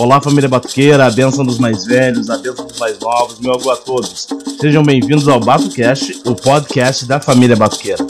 Olá, família batuqueira, a bênção dos mais velhos, a bênção dos mais novos, meu alô a todos. Sejam bem-vindos ao BatuCast, o podcast da família batuqueira.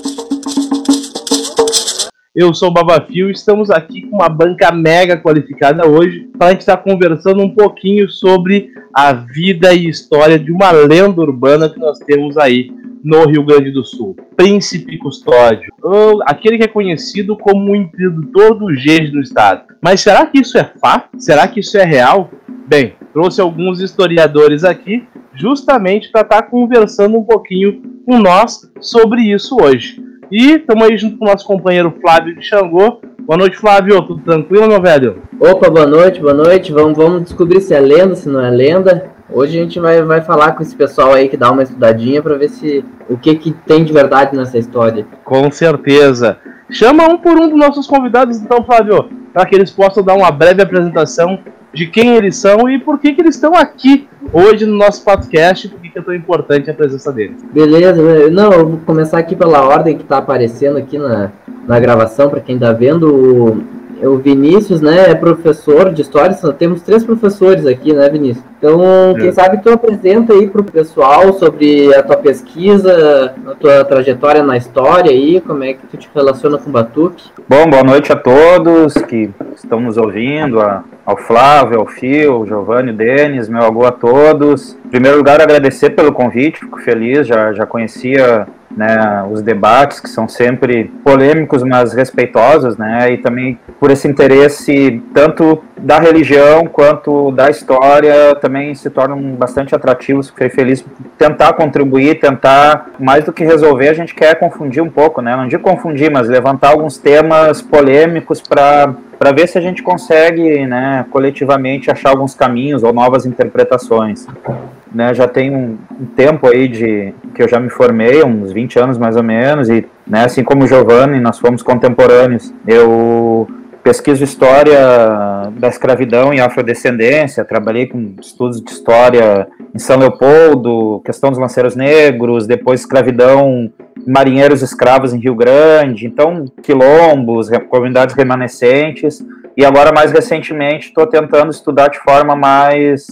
Eu sou o Babafio e estamos aqui com uma banca mega qualificada hoje para a gente estar conversando um pouquinho sobre a vida e história de uma lenda urbana que nós temos aí no Rio Grande do Sul, Príncipe Custódio, aquele que é conhecido como o introdutor do Jeje no estado. Mas será que isso é fato? Será que isso é real? Bem, trouxe alguns historiadores aqui justamente para estar conversando um pouquinho com nós sobre isso hoje. E estamos aí junto com o nosso companheiro Flávio de Xangô. Boa noite, Flávio. Tudo tranquilo, meu velho? Opa, boa noite. Vamos descobrir se é lenda, se não é lenda. Hoje a gente vai falar com esse pessoal aí que dá uma estudadinha para ver se o que tem de verdade nessa história. Com certeza. Chama um por um dos nossos convidados, então, Flávio, para que eles possam dar uma breve apresentação de quem eles são e por que eles estão aqui hoje no nosso podcast, por que é tão importante a presença deles. Beleza, não, eu vou começar aqui pela ordem que está aparecendo aqui na gravação, para quem está vendo. O Vinícius, né, é professor de história. Temos 3 professores aqui, né, Vinícius? Então, quem sabe tu apresenta aí pro pessoal sobre a tua pesquisa, a tua trajetória na história aí, como é que tu te relaciona com o batuque. Bom, boa noite a todos que estão nos ouvindo, ao Flávio, ao Fio, ao Giovanni, ao Denis, meu alô a todos. Em primeiro lugar, agradecer pelo convite, fico feliz, já conhecia, né, os debates que são sempre polêmicos, mas respeitosos, né, e também por esse interesse tanto da religião quanto da história também se tornam bastante atrativos. Fiquei feliz por tentar contribuir, tentar, mais do que resolver, a gente quer confundir um pouco, né, não digo confundir, mas levantar alguns temas polêmicos para ver se a gente consegue, né, coletivamente achar alguns caminhos ou novas interpretações. Né, já tem um tempo aí que eu já me formei, uns 20 anos mais ou menos, e, né, assim como o Giovanni, nós fomos contemporâneos. Eu pesquiso história da escravidão e afrodescendência, trabalhei com estudos de história em São Leopoldo, questão dos lanceiros negros, depois escravidão, marinheiros escravos em Rio Grande, então quilombos, comunidades remanescentes. E agora, mais recentemente, estou tentando estudar de forma mais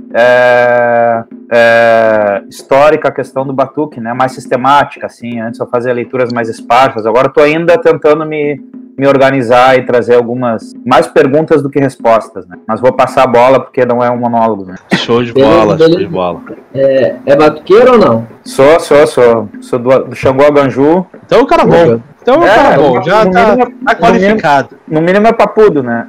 histórica a questão do batuque, né? Mais sistemática, assim. Antes eu fazia leituras mais esparsas, agora estou ainda tentando me organizar e trazer algumas mais perguntas do que respostas, né? Mas vou passar a bola porque não é um monólogo, né? Show de bola, show de bola. É batuqueiro ou não? Sou do Xangô a Ganju. Então o cara bom. Então o cara bom, já tá qualificado. No mínimo é papudo, né?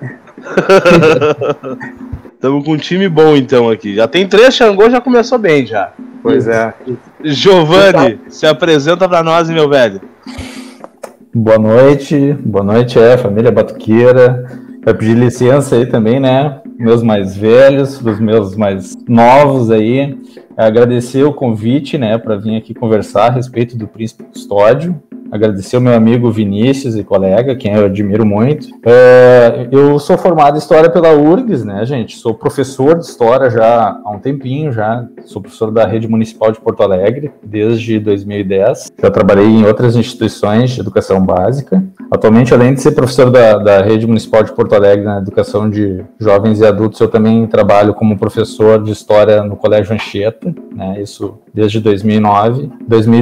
Estamos com um time bom então aqui. Já tem 3 Xangô, já começou bem já. Pois é. Giovanni, se apresenta pra nós, meu velho. Boa noite, família batuqueira. Vai pedir licença aí também, né? Meus mais velhos, os meus mais novos aí. Agradecer o convite, né, para vir aqui conversar a respeito do Príncipe Custódio. Agradecer ao meu amigo Vinícius e colega, quem eu admiro muito. Eu sou formado em História pela URGS, né, gente? Sou professor de História já há um tempinho, já. Sou professor da Rede Municipal de Porto Alegre desde 2010. Já trabalhei em outras instituições de educação básica. Atualmente, além de ser professor da Rede Municipal de Porto Alegre na educação de jovens e adultos, eu também trabalho como professor de História no Colégio Anchieta, né? Isso desde 2019,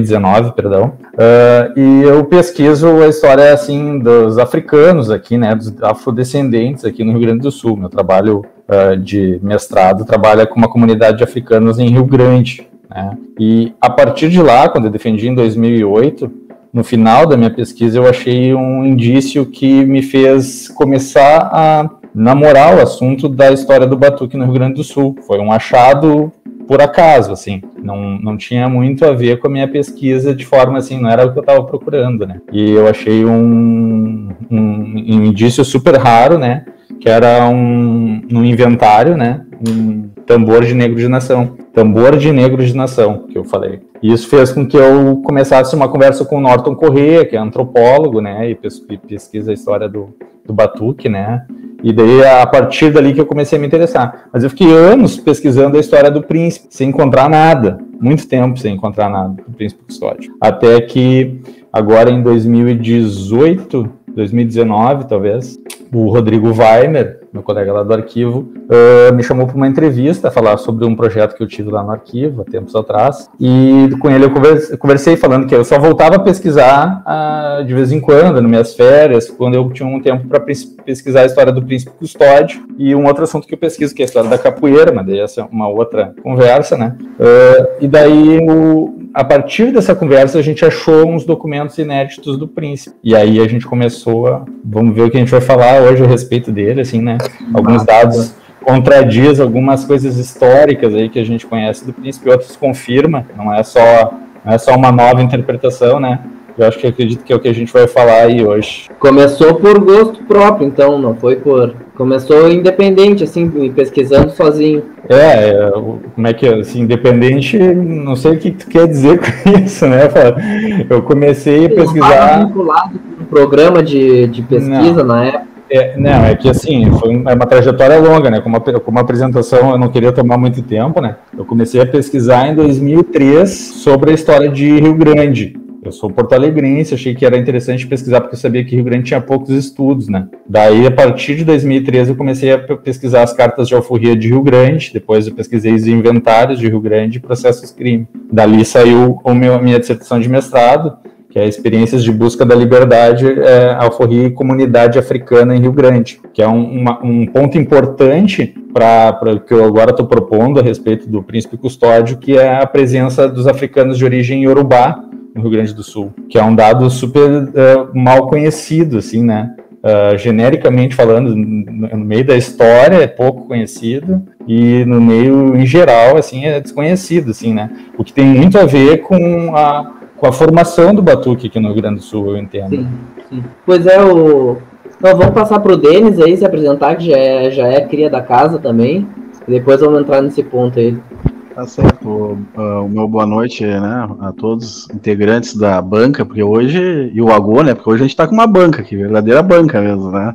e eu pesquiso a história, assim, dos africanos aqui, né, dos afrodescendentes aqui no Rio Grande do Sul. Meu trabalho de mestrado trabalha com uma comunidade de africanos em Rio Grande, né, e a partir de lá, quando eu defendi em 2008, no final da minha pesquisa, eu achei um indício que me fez começar a namorar o assunto da história do batuque no Rio Grande do Sul. Foi um achado por acaso, assim, não tinha muito a ver com a minha pesquisa de forma, assim, não era o que eu estava procurando, né, e eu achei um indício super raro, né, que era um inventário, né, um tambor de negro de nação, que eu falei. E isso fez com que eu começasse uma conversa com o Norton Corrêa, que é antropólogo, né, e pesquisa a história do batuque, né. E daí, a partir dali que eu comecei a me interessar. Mas eu fiquei anos pesquisando a história do príncipe, sem encontrar nada. Muito tempo sem encontrar nada do Príncipe Custódio. Até que, agora em 2018, 2019 talvez, o Rodrigo Weimer, meu colega lá do arquivo, me chamou para uma entrevista, falar sobre um projeto que eu tive lá no arquivo, há tempos atrás, e com ele eu conversei falando que eu só voltava a pesquisar de vez em quando, nas minhas férias, quando eu tinha um tempo para pesquisar a história do Príncipe Custódio, e um outro assunto que eu pesquiso, que é a história da capoeira, mas daí essa é uma outra conversa, né? E daí, a partir dessa conversa, a gente achou uns documentos inéditos do Príncipe. E aí a gente começou vamos ver o que a gente vai falar hoje a respeito dele, assim, né? Alguns dados contradiz algumas coisas históricas aí que a gente conhece do Príncipe, outros confirma, não é só uma nova interpretação, né? Eu acredito que é o que a gente vai falar aí hoje. Começou por gosto próprio, então, não foi por... Começou independente, assim, pesquisando sozinho. Como é que é? Assim, independente, não sei o que tu quer dizer com isso, né? Eu comecei a pesquisar... Estava vinculado com um programa de pesquisa na época. É que assim, é uma trajetória longa, né? Como uma apresentação, eu não queria tomar muito tempo, né? Eu comecei a pesquisar em 2003 sobre a história de Rio Grande. Eu sou porto-alegrense, achei que era interessante pesquisar porque eu sabia que Rio Grande tinha poucos estudos, né? Daí, a partir de 2013, eu comecei a pesquisar as cartas de alforria de Rio Grande, depois eu pesquisei os inventários de Rio Grande e processos crime. Dali saiu a minha dissertação de mestrado, que é Experiências de Busca da Liberdade, Alforria e Comunidade Africana em Rio Grande, que é um ponto importante para o que eu agora estou propondo a respeito do Príncipe Custódio, que é a presença dos africanos de origem iorubá no Rio Grande do Sul, que é um dado super mal conhecido, assim, né? Genericamente falando, no meio da história é pouco conhecido e no meio em geral, assim, é desconhecido, assim, né? O que tem muito a ver com a formação do batuque aqui no Rio Grande do Sul, eu entendo. Sim. Pois então, vamos passar para o Denis aí se apresentar, que já é cria da casa também, e depois vamos entrar nesse ponto aí. Tá certo. O meu boa noite, né, a todos os integrantes da banca, porque hoje, e o Agô, né, porque hoje a gente tá com uma banca aqui, verdadeira banca mesmo, né.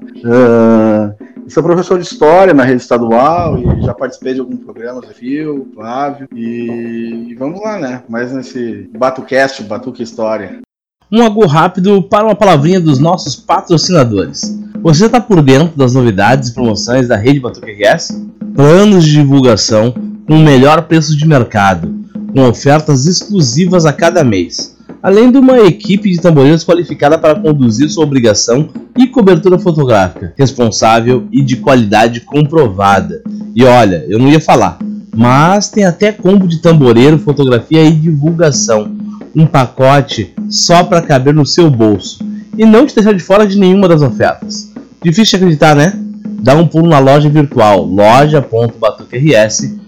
Sou professor de História na rede estadual e já participei de alguns programas do Fio, Flávio, e vamos lá, né, mais nesse Batucast, Batuque História. Um Agô rápido para uma palavrinha dos nossos patrocinadores. Você está por dentro das novidades e promoções da Rede Batuque RS? Planos de divulgação com o melhor preço de mercado, com ofertas exclusivas a cada mês, além de uma equipe de tamboreiros qualificada para conduzir sua obrigação e cobertura fotográfica, responsável e de qualidade comprovada. E olha, eu não ia falar, mas tem até combo de tamboreiro, fotografia e divulgação, um pacote só para caber no seu bolso e não te deixar de fora de nenhuma das ofertas. Difícil de acreditar, né? Dá um pulo na loja virtual loja.batuquers.com.br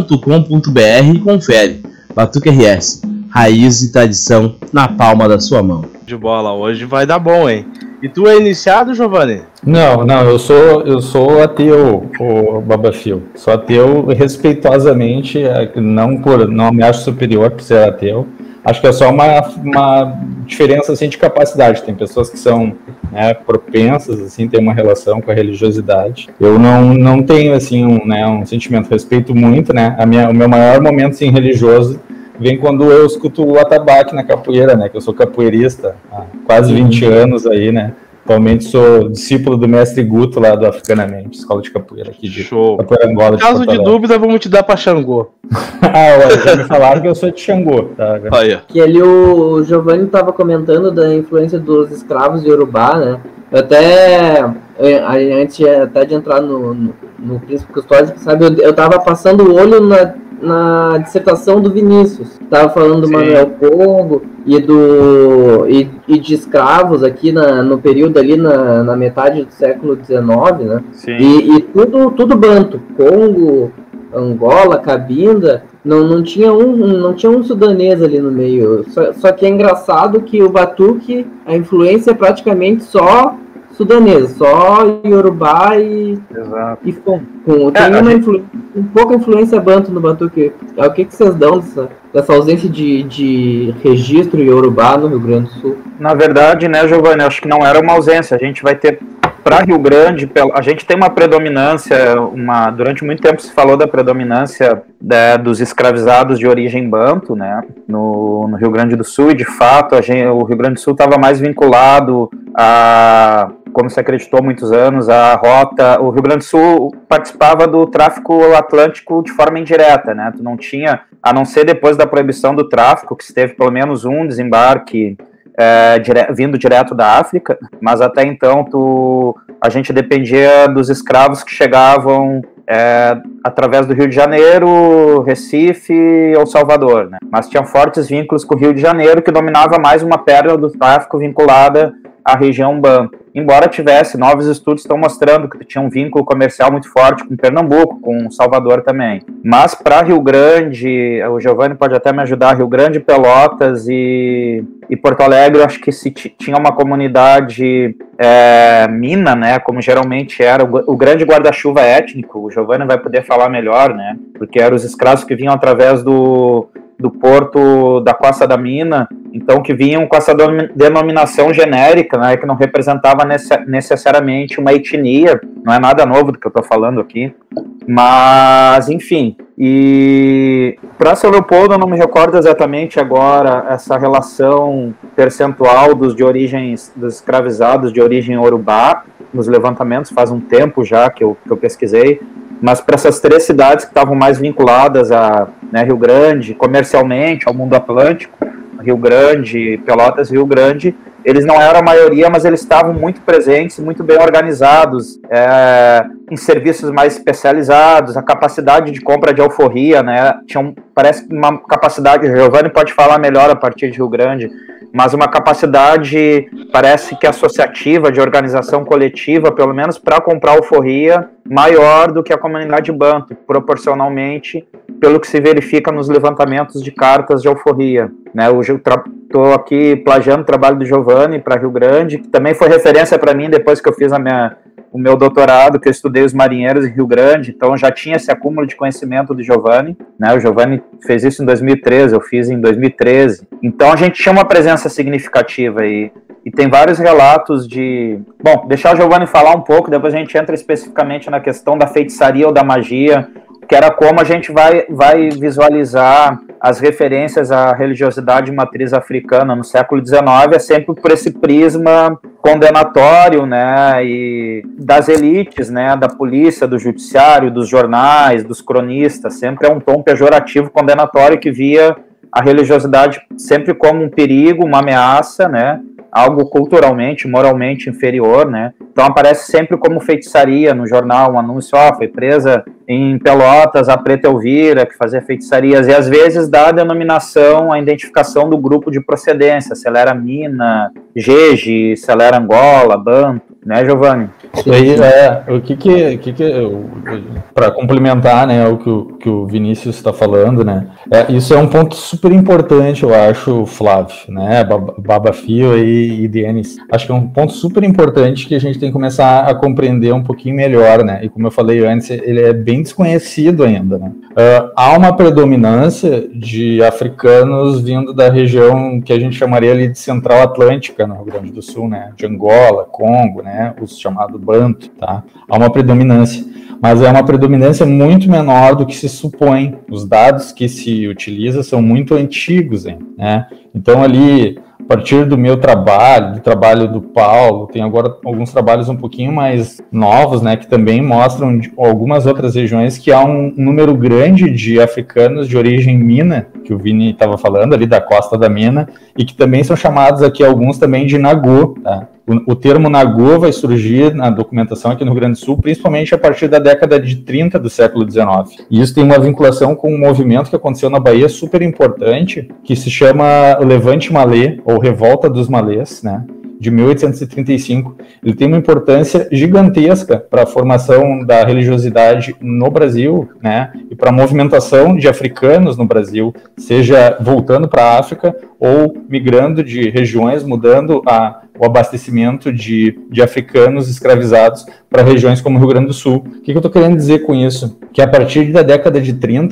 e confere. Batuque RS, raiz e tradição na palma da sua mão. De bola, hoje vai dar bom, hein? E tu é iniciado, Giovanni? Não, eu sou ateu, o Babafio. Sou ateu respeitosamente, não me acho superior por ser ateu. Acho que é só uma diferença assim, de capacidade. Tem pessoas que são propensas, assim, tem uma relação com a religiosidade. Eu não tenho assim, um sentimento, respeito muito, né? O meu maior momento assim, religioso vem quando eu escuto o atabaque na capoeira, né? Que eu sou capoeirista há quase 20 anos aí, né? Atualmente sou discípulo do mestre Guto lá do Africanamente, escola de capoeira aqui de Capoeira Angola. Caso de dúvida, vamos te dar pra Xangô. Já me falaram que eu sou de Xangô. Tá? Que ali o Giovanni estava comentando da influência dos escravos de Iorubá, né? Antes até de entrar no Príncipe Custódio, sabe, eu estava passando o olho na dissertação do Vinícius, estava falando do Manuel Congo e de escravos aqui no período ali na metade do século XIX, né? Sim. E tudo banto, Congo, Angola, Cabinda, não tinha um sudanês ali no meio. Só que é engraçado que o batuque, a influência é praticamente só sudanesa, só Iorubá e Fon. Tem pouca influência banto no batuque. O que vocês dão dessa ausência de registro Iorubá no Rio Grande do Sul? Na verdade, né, Giovanni, acho que não era uma ausência. A gente vai ter, para Rio Grande, a gente tem uma predominância, durante muito tempo se falou da predominância dos escravizados de origem banto, né, no Rio Grande do Sul, e de fato o Rio Grande do Sul estava mais vinculado como se acreditou há muitos anos, o Rio Grande do Sul participava do tráfico atlântico de forma indireta, né? Tu não tinha, a não ser depois da proibição do tráfico, que se teve pelo menos um desembarque vindo direto da África, mas até então a gente dependia dos escravos que chegavam através do Rio de Janeiro, Recife ou Salvador, né? Mas tinha fortes vínculos com o Rio de Janeiro, que dominava mais uma perna do tráfico vinculada à região Banto. Embora tivesse, novos estudos estão mostrando que tinha um vínculo comercial muito forte com Pernambuco, com Salvador também. Mas para Rio Grande, o Giovanni pode até me ajudar, Rio Grande, Pelotas e Porto Alegre, eu acho que se tinha uma comunidade mina, né, como geralmente era, o grande guarda-chuva étnico, o Giovanni vai poder falar melhor, né, porque eram os escravos que vinham através do porto da Costa da Mina, então que vinham com essa denominação genérica, né, que não representava necessariamente uma etnia, não é nada novo do que eu estou falando aqui, mas enfim. E para São Leopoldo eu não me recordo exatamente agora essa relação percentual dos escravizados de origem Yorubá nos levantamentos, faz um tempo já que eu pesquisei, mas para essas 3 cidades que estavam mais vinculadas a, né, Rio Grande, comercialmente, ao mundo atlântico, Rio Grande, Pelotas e Rio Grande, eles não eram a maioria, mas eles estavam muito presentes, muito bem organizados, em serviços mais especializados, a capacidade de compra de alforria, né, parece que uma capacidade, o Giovanni pode falar melhor a partir de Rio Grande, mas uma capacidade, parece que associativa, de organização coletiva, pelo menos para comprar alforria, maior do que a comunidade Banto, proporcionalmente, pelo que se verifica nos levantamentos de cartas de alforria. Né? Eu estou aqui plagiando o trabalho do Giovanni para Rio Grande, que também foi referência para mim depois que eu fiz o meu doutorado, que eu estudei os marinheiros em Rio Grande, então já tinha esse acúmulo de conhecimento do Giovanni, né? O Giovanni fez isso em 2013, eu fiz em 2013, então a gente tinha uma presença significativa aí, e tem vários relatos de... Bom, deixar o Giovanni falar um pouco, depois a gente entra especificamente na questão da feitiçaria ou da magia, que era como a gente vai visualizar as referências à religiosidade de matriz africana no século XIX, é sempre por esse prisma condenatório, né, e das elites, né, da polícia, do judiciário, dos jornais, dos cronistas, sempre é um tom pejorativo, condenatório, que via a religiosidade sempre como um perigo, uma ameaça, né, algo culturalmente, moralmente inferior, né? Então aparece sempre como feitiçaria no jornal, um anúncio, foi presa em Pelotas a Preta Elvira, que fazia feitiçarias, e às vezes dá a denominação, a identificação do grupo de procedência, se ela era Mina, Jeje, se ela era Angola, Banto, né, Giovanni? Isso aí para complementar, né, o que o Vinícius está falando, né, isso é um ponto super importante, eu acho, Flávio, né, Baba Fio e Denis, acho que é um ponto super importante que a gente tem que começar a compreender um pouquinho melhor, né, e como eu falei antes, ele é bem desconhecido ainda, né. Há uma predominância de africanos vindo da região que a gente chamaria ali de Central Atlântica, no Rio Grande do Sul, né, de Angola, Congo, né, os chamados Banto, tá? Há uma predominância, mas é uma predominância muito menor do que se supõe. Os dados que se utiliza são muito antigos, né? Então ali, a partir do meu trabalho, do trabalho do Paulo, tem agora alguns trabalhos um pouquinho mais novos, né, que também mostram algumas outras regiões que há um número grande de africanos de origem mina, que o Vini estava falando ali da Costa da Mina, e que também são chamados aqui alguns também de Nagô, tá? O termo Nagô vai surgir na documentação aqui no Rio Grande do Sul, principalmente a partir da década de 30 do século XIX. E isso tem uma vinculação com um movimento que aconteceu na Bahia super importante, que se chama Levante Malê, ou Revolta dos Malês, né, de 1835. Ele tem uma importância gigantesca para a formação da religiosidade no Brasil, né, e para a movimentação de africanos no Brasil, seja voltando para a África ou migrando de regiões, mudando o abastecimento de africanos escravizados para regiões como o Rio Grande do Sul. O que eu estou querendo dizer com isso? Que a partir da década de 30,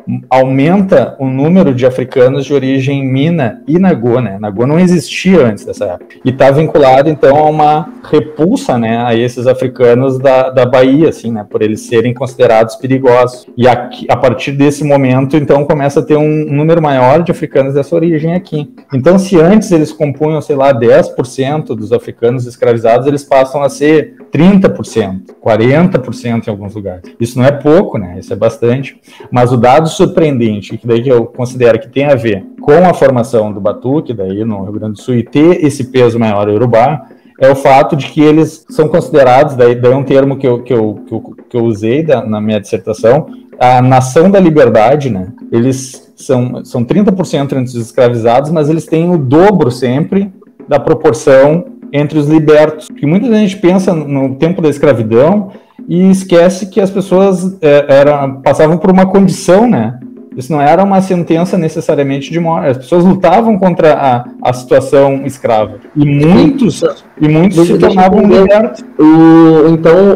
aumenta o número de africanos de origem Mina e Nagô, né? Nagô não existia antes dessa época. E está vinculado, então, a uma repulsa, né, a esses africanos da Bahia, assim, né, por eles serem considerados perigosos. E aqui, a partir desse momento, então, começa a ter um número maior de africanos dessa origem aqui. Então, se antes eles compunham, sei lá, 10% dos africanos escravizados, eles passam a ser 30%, 40% em alguns lugares. Isso não é pouco, né? Isso é bastante. Mas o dado surpreendente, que daí que eu considero que tem a ver com a formação do Batuque, daí no Rio Grande do Sul, e ter esse peso maior iorubá, é o fato de que eles são considerados, daí é um termo que eu usei na minha dissertação, a nação da liberdade, né? Eles são 30% entre os escravizados, mas eles têm o dobro sempre da proporção entre os libertos. Porque muita gente pensa no tempo da escravidão e esquece que as pessoas passavam por uma condição, né? Isso não era uma sentença necessariamente de morte. As pessoas lutavam contra a situação escrava. E muitos se tornavam libertos. Então,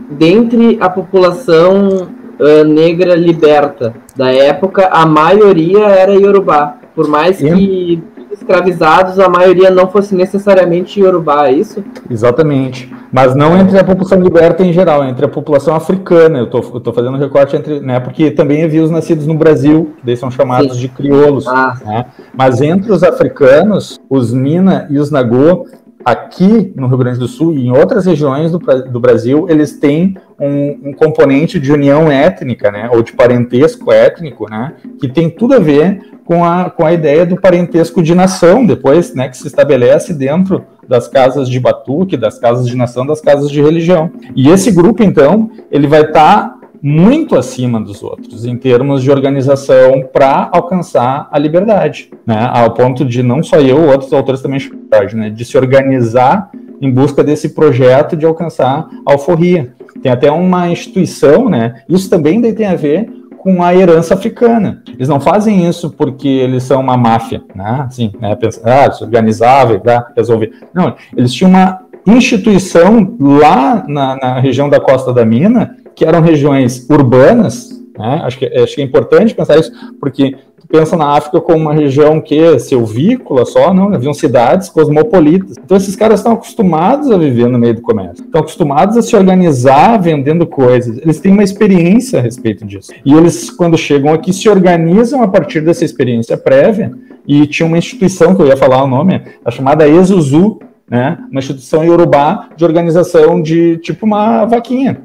dentre a população negra liberta da época, a maioria era iorubá. Por mais que escravizados, a maioria não fosse necessariamente iorubá, é isso? Exatamente. Mas não entre a população liberta em geral, entre a população africana. Eu tô fazendo um recorte entre, né, porque também havia os nascidos no Brasil, que daí são chamados de crioulos. Né? Mas entre os africanos, os Mina e os Nagô, aqui no Rio Grande do Sul e em outras regiões do Brasil, eles têm um componente de união étnica, né, ou de parentesco étnico, né, que tem tudo a ver com a ideia do parentesco de nação, depois, né, que se estabelece dentro das casas de batuque, das casas de nação, das casas de religião. E esse grupo, então, ele vai estar muito acima dos outros, em termos de organização para alcançar a liberdade, né? Ao ponto de não só eu, outros autores também, né, de se organizar em busca desse projeto de alcançar a alforria. Tem até uma instituição, né? Isso também daí tem a ver com a herança africana. Eles não fazem isso porque eles são uma máfia, né? Assim, né? Pensar, se organizava e resolver. Não, eles tinham uma instituição lá na região da Costa da Mina, que eram regiões urbanas, né? Acho que é importante pensar isso, porque tu pensa na África como uma região que é silvícola só, não, haviam cidades cosmopolitas. Então esses caras estão acostumados a viver no meio do comércio, estão acostumados a se organizar vendendo coisas, eles têm uma experiência a respeito disso. E eles, quando chegam aqui, se organizam a partir dessa experiência prévia, e tinha uma instituição, que eu ia falar o nome, a chamada Ezuzu, né? Uma instituição iorubá de organização de tipo uma vaquinha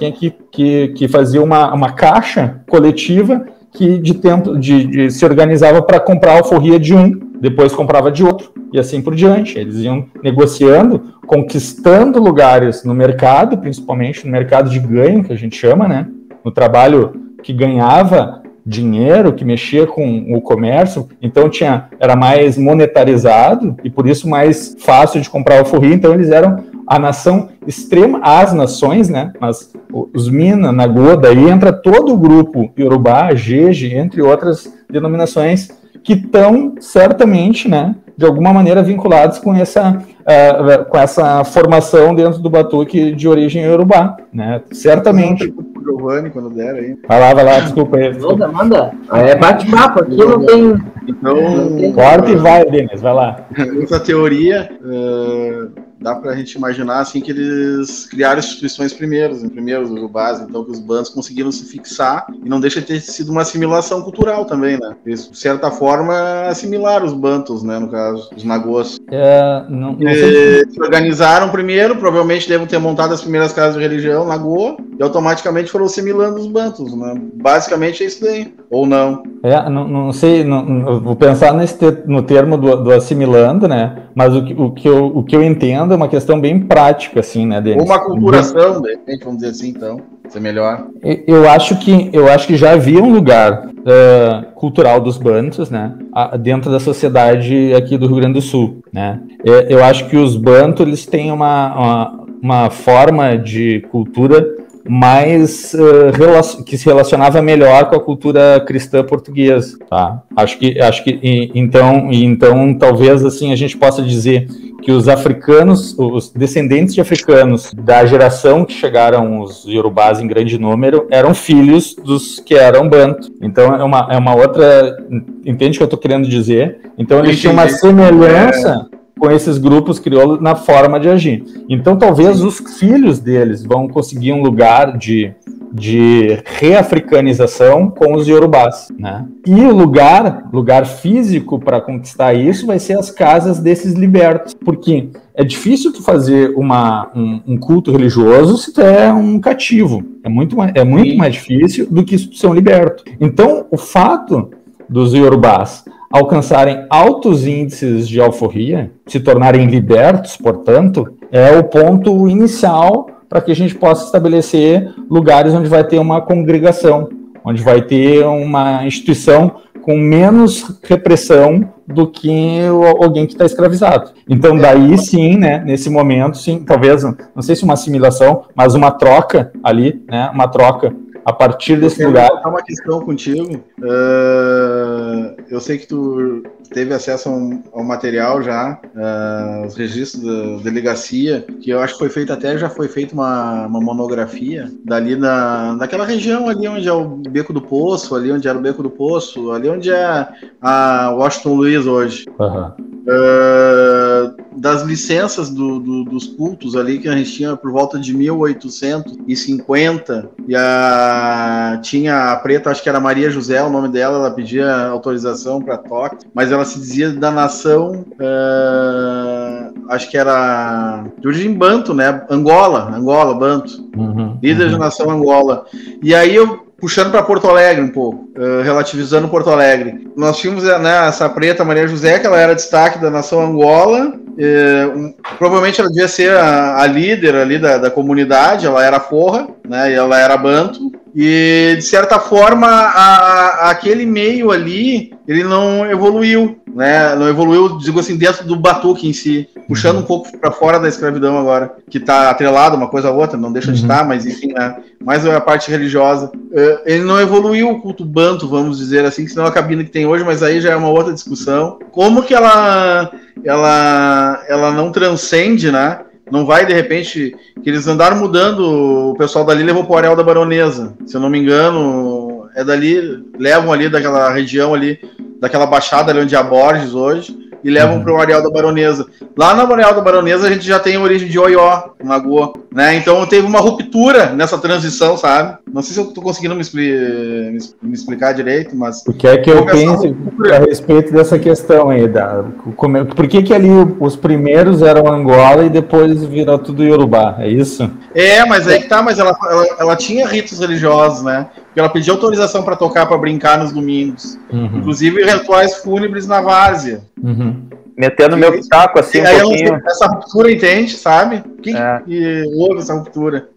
que fazia uma caixa coletiva que de se organizava para comprar a alforria de um, depois comprava de outro, e assim por diante. Eles iam negociando, conquistando lugares no mercado, principalmente no mercado de ganho, que a gente chama, né? No trabalho que ganhava dinheiro, que mexia com o comércio, então era mais monetarizado e por isso mais fácil de comprar alforria. Então eles eram a nação extrema, as nações, né? Mas os Mina, Nagô, daí entra todo o grupo Iorubá, Jeje, entre outras denominações que estão certamente, né, de alguma maneira vinculados com essa formação dentro do batuque de origem Iorubá, né? Certamente. Giovanni, quando der aí. Vai lá, desculpa aí. Manda. É bate-papo, aqui não tem... Então... Corta e vai, Denis, vai lá. Essa teoria... dá pra gente imaginar assim que eles criaram instituições primeiros os urubás, então que os bantos conseguiram se fixar e não deixa de ter sido uma assimilação cultural também, né? Eles, de certa forma, assimilaram os bantos, né, no caso, os nagôs. Se organizaram primeiro, provavelmente devem ter montado as primeiras casas de religião, nagô, e automaticamente foram assimilando os bantos, né? Basicamente é isso daí, ou não? Não sei, vou pensar no termo do assimilando, né? Mas o que eu entendo é uma questão bem prática, assim, né, Denis? Ou uma culturação, de repente, vamos dizer assim, então, isso é melhor. Eu acho que já havia um lugar cultural dos bantos, né, dentro da sociedade aqui do Rio Grande do Sul, né? Eu acho que os bantos, eles têm uma forma de cultura que se relacionava melhor com a cultura cristã portuguesa, tá? Acho que então talvez assim a gente possa dizer que os africanos, os descendentes de africanos da geração que chegaram os iorubás em grande número, eram filhos dos que eram banto. Então é uma outra, entende o que eu estou querendo dizer? Então eles tinham uma semelhança com esses grupos crioulos na forma de agir. Então talvez os filhos deles vão conseguir um lugar de reafricanização com os iorubás, né? E o lugar físico para conquistar isso vai ser as casas desses libertos, porque é difícil tu fazer um culto religioso se tu é um cativo, é muito mais difícil do que se tu ser um liberto. Então o fato dos iorubás alcançarem altos índices de alforria, se tornarem libertos, portanto, é o ponto inicial para que a gente possa estabelecer lugares onde vai ter uma congregação, onde vai ter uma instituição com menos repressão do que alguém que está escravizado. Então, daí sim, né, nesse momento, sim, talvez, não sei se uma assimilação, mas uma troca ali, né, uma troca a partir desse lugar. Vou uma questão contigo. Eu sei que tu teve acesso ao material já, os registros da delegacia, que eu acho que já foi feita uma monografia dali naquela região ali onde é o Beco do Poço, ali onde era o Beco do Poço, ali onde é a Washington Luiz hoje. Uhum. Das licenças dos cultos ali que a gente tinha por volta de 1850 e tinha a preta, acho que era Maria José o nome dela, ela pedia autorização para toque, mas ela se dizia da nação, acho que era de origem banto, né? Angola, banto, líder da nação Angola. E aí puxando para Porto Alegre um pouco, relativizando Porto Alegre. Nós tínhamos, né, essa preta Maria José, que ela era destaque da nação Angola, provavelmente ela devia ser a líder ali da comunidade, ela era forra, né, e ela era banto, e de certa forma aquele meio ali, ele não evoluiu, né, digo assim, dentro do batuque em si, puxando um pouco para fora da escravidão agora, que está atrelado uma coisa a outra, não deixa de estar, mas enfim, né, mais a parte religiosa. Ele não evoluiu o culto banto, vamos dizer assim, que senão a cabine que tem hoje, mas aí já é uma outra discussão. Como que ela não transcende, né? Não vai, de repente, que eles andaram mudando, o pessoal dali levou para o Areal da Baronesa, se eu não me engano, é dali, levam ali daquela região ali, daquela baixada ali onde é a Borges hoje, e levam para o Areal da Baronesa. Lá no Areal da Baronesa a gente já tem a origem de Oió, Lagoa, né? Então teve uma ruptura nessa transição, sabe? Não sei se eu estou conseguindo me explicar direito, mas... O que é que eu penso a respeito dessa questão aí? Por que ali os primeiros eram Angola e depois virou tudo Iorubá? É isso? Mas aí que tá, mas ela tinha ritos religiosos, né? Porque ela pedia autorização para tocar, para brincar nos domingos. Inclusive rituais fúnebres na várzea. Metendo meu pitaco assim um pouquinho. Essa ruptura, entende, sabe? Que houve essa ruptura?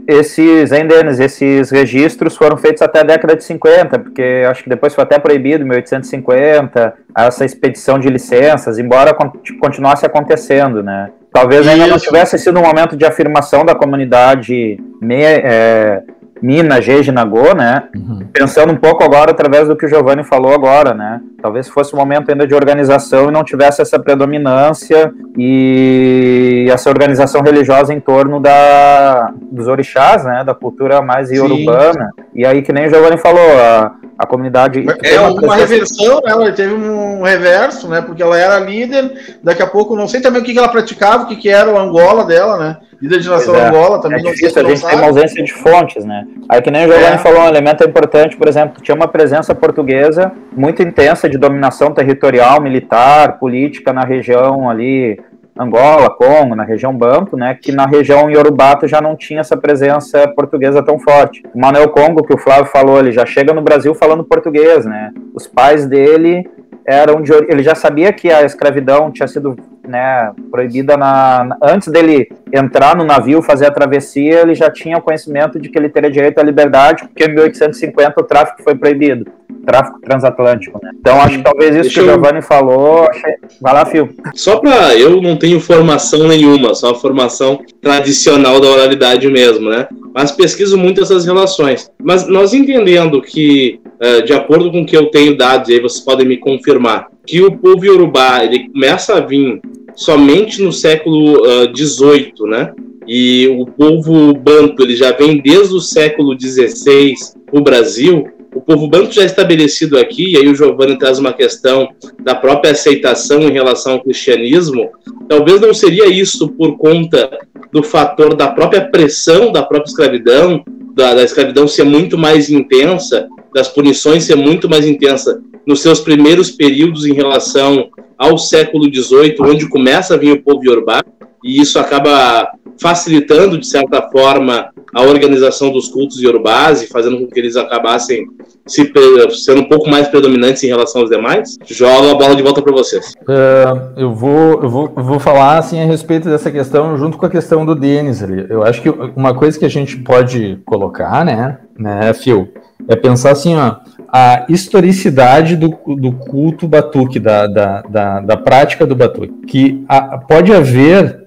Esses registros foram feitos até a década de 50, porque acho que depois foi até proibido, em 1850, essa expedição de licenças, embora continuasse acontecendo, né? Talvez ainda não tivesse sido um momento de afirmação da comunidade Mina, Jeje, Nagô, né? Pensando um pouco agora através do que o Giovanni falou agora, né? Talvez fosse um momento ainda de organização e não tivesse essa predominância e essa organização religiosa em torno dos orixás, né? Da cultura mais iorubana. E aí, que nem o Giovanni falou, a comunidade... uma reversão, né? Ela teve um reverso, né? Porque ela era líder, daqui a pouco, não sei também o que ela praticava, o que era o Angola dela, né? Líder de nação Angola também. É difícil, a gente tem uma ausência de fontes, né? Aí que nem o Giovanni falou, um elemento importante, por exemplo, tinha uma presença portuguesa muito intensa de dominação territorial, militar, política na região ali, Angola, Congo, na região Banto, né? Que na região Iorubá já não tinha essa presença portuguesa tão forte. O Manuel Congo, que o Flávio falou, ele já chega no Brasil falando português, né? Os pais dele ele já sabia que a escravidão tinha sido, né, proibida antes dele entrar no navio, fazer a travessia, ele já tinha o conhecimento de que ele teria direito à liberdade, porque em 1850 o tráfico foi proibido, tráfico transatlântico, né? Então acho que talvez isso que o Giovanni falou, vai lá, Fio. Eu não tenho formação nenhuma, só a formação tradicional da oralidade mesmo, né? mas pesquiso muito essas relações. Mas nós entendendo que, de acordo com o que eu tenho dados, e aí vocês podem me confirmar, que o povo iorubá ele começa a vir somente no século XVIII, né? E o povo banto ele já vem desde o século XVI no Brasil. O povo banto já estabelecido aqui, e aí o Giovanni traz uma questão da própria aceitação em relação ao cristianismo. Talvez não seria isso por conta do fator da própria pressão da própria escravidão, da escravidão ser muito mais intensa, das punições ser muito mais intensa nos seus primeiros períodos em relação ao século XVIII, onde começa a vir o povo iorubá, e isso acaba facilitando, de certa forma, a organização dos cultos iorubás e fazendo com que eles acabassem sendo um pouco mais predominantes em relação aos demais. Jogo a bola de volta para vocês. Eu vou falar assim, a respeito dessa questão, junto com a questão do Denis ali. Eu acho que uma coisa que a gente pode colocar, né, Phil, é pensar assim, ó, a historicidade do culto batuque, da prática do batuque, que pode haver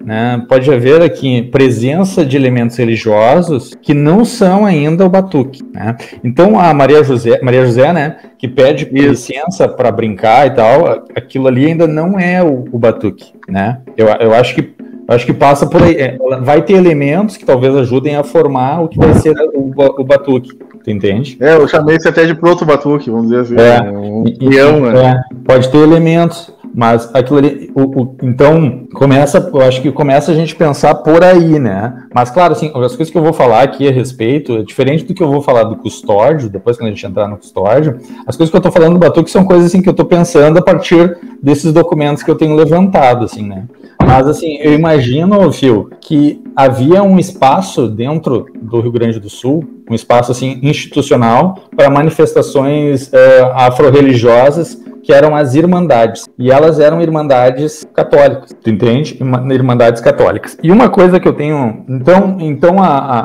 aqui presença de elementos religiosos que não são ainda o batuque, né? Então a Maria José, né, que pede licença para brincar e tal, aquilo ali ainda não é o batuque, né? Eu acho que passa por aí. Vai ter elementos que talvez ajudem a formar o que vai ser o batuque. Tu entende? Eu chamei isso até de proto-batuque, vamos dizer assim. Um peão, né? Pode ter elementos, mas aquilo ali. Então, eu acho que começa a gente pensar por aí, né? Mas, claro, assim, as coisas que eu vou falar aqui a respeito, é diferente do que eu vou falar do custódio, depois quando a gente entrar no custódio, as coisas que eu tô falando do batuque são coisas assim que eu tô pensando a partir desses documentos que eu tenho levantado, assim, né? Mas, assim, eu imagino, Phil, que havia um espaço dentro do Rio Grande do Sul, um espaço, assim, institucional para manifestações afro-religiosas, que eram as irmandades. E elas eram irmandades católicas, tu entende? Irmandades católicas. E uma coisa que eu tenho... Então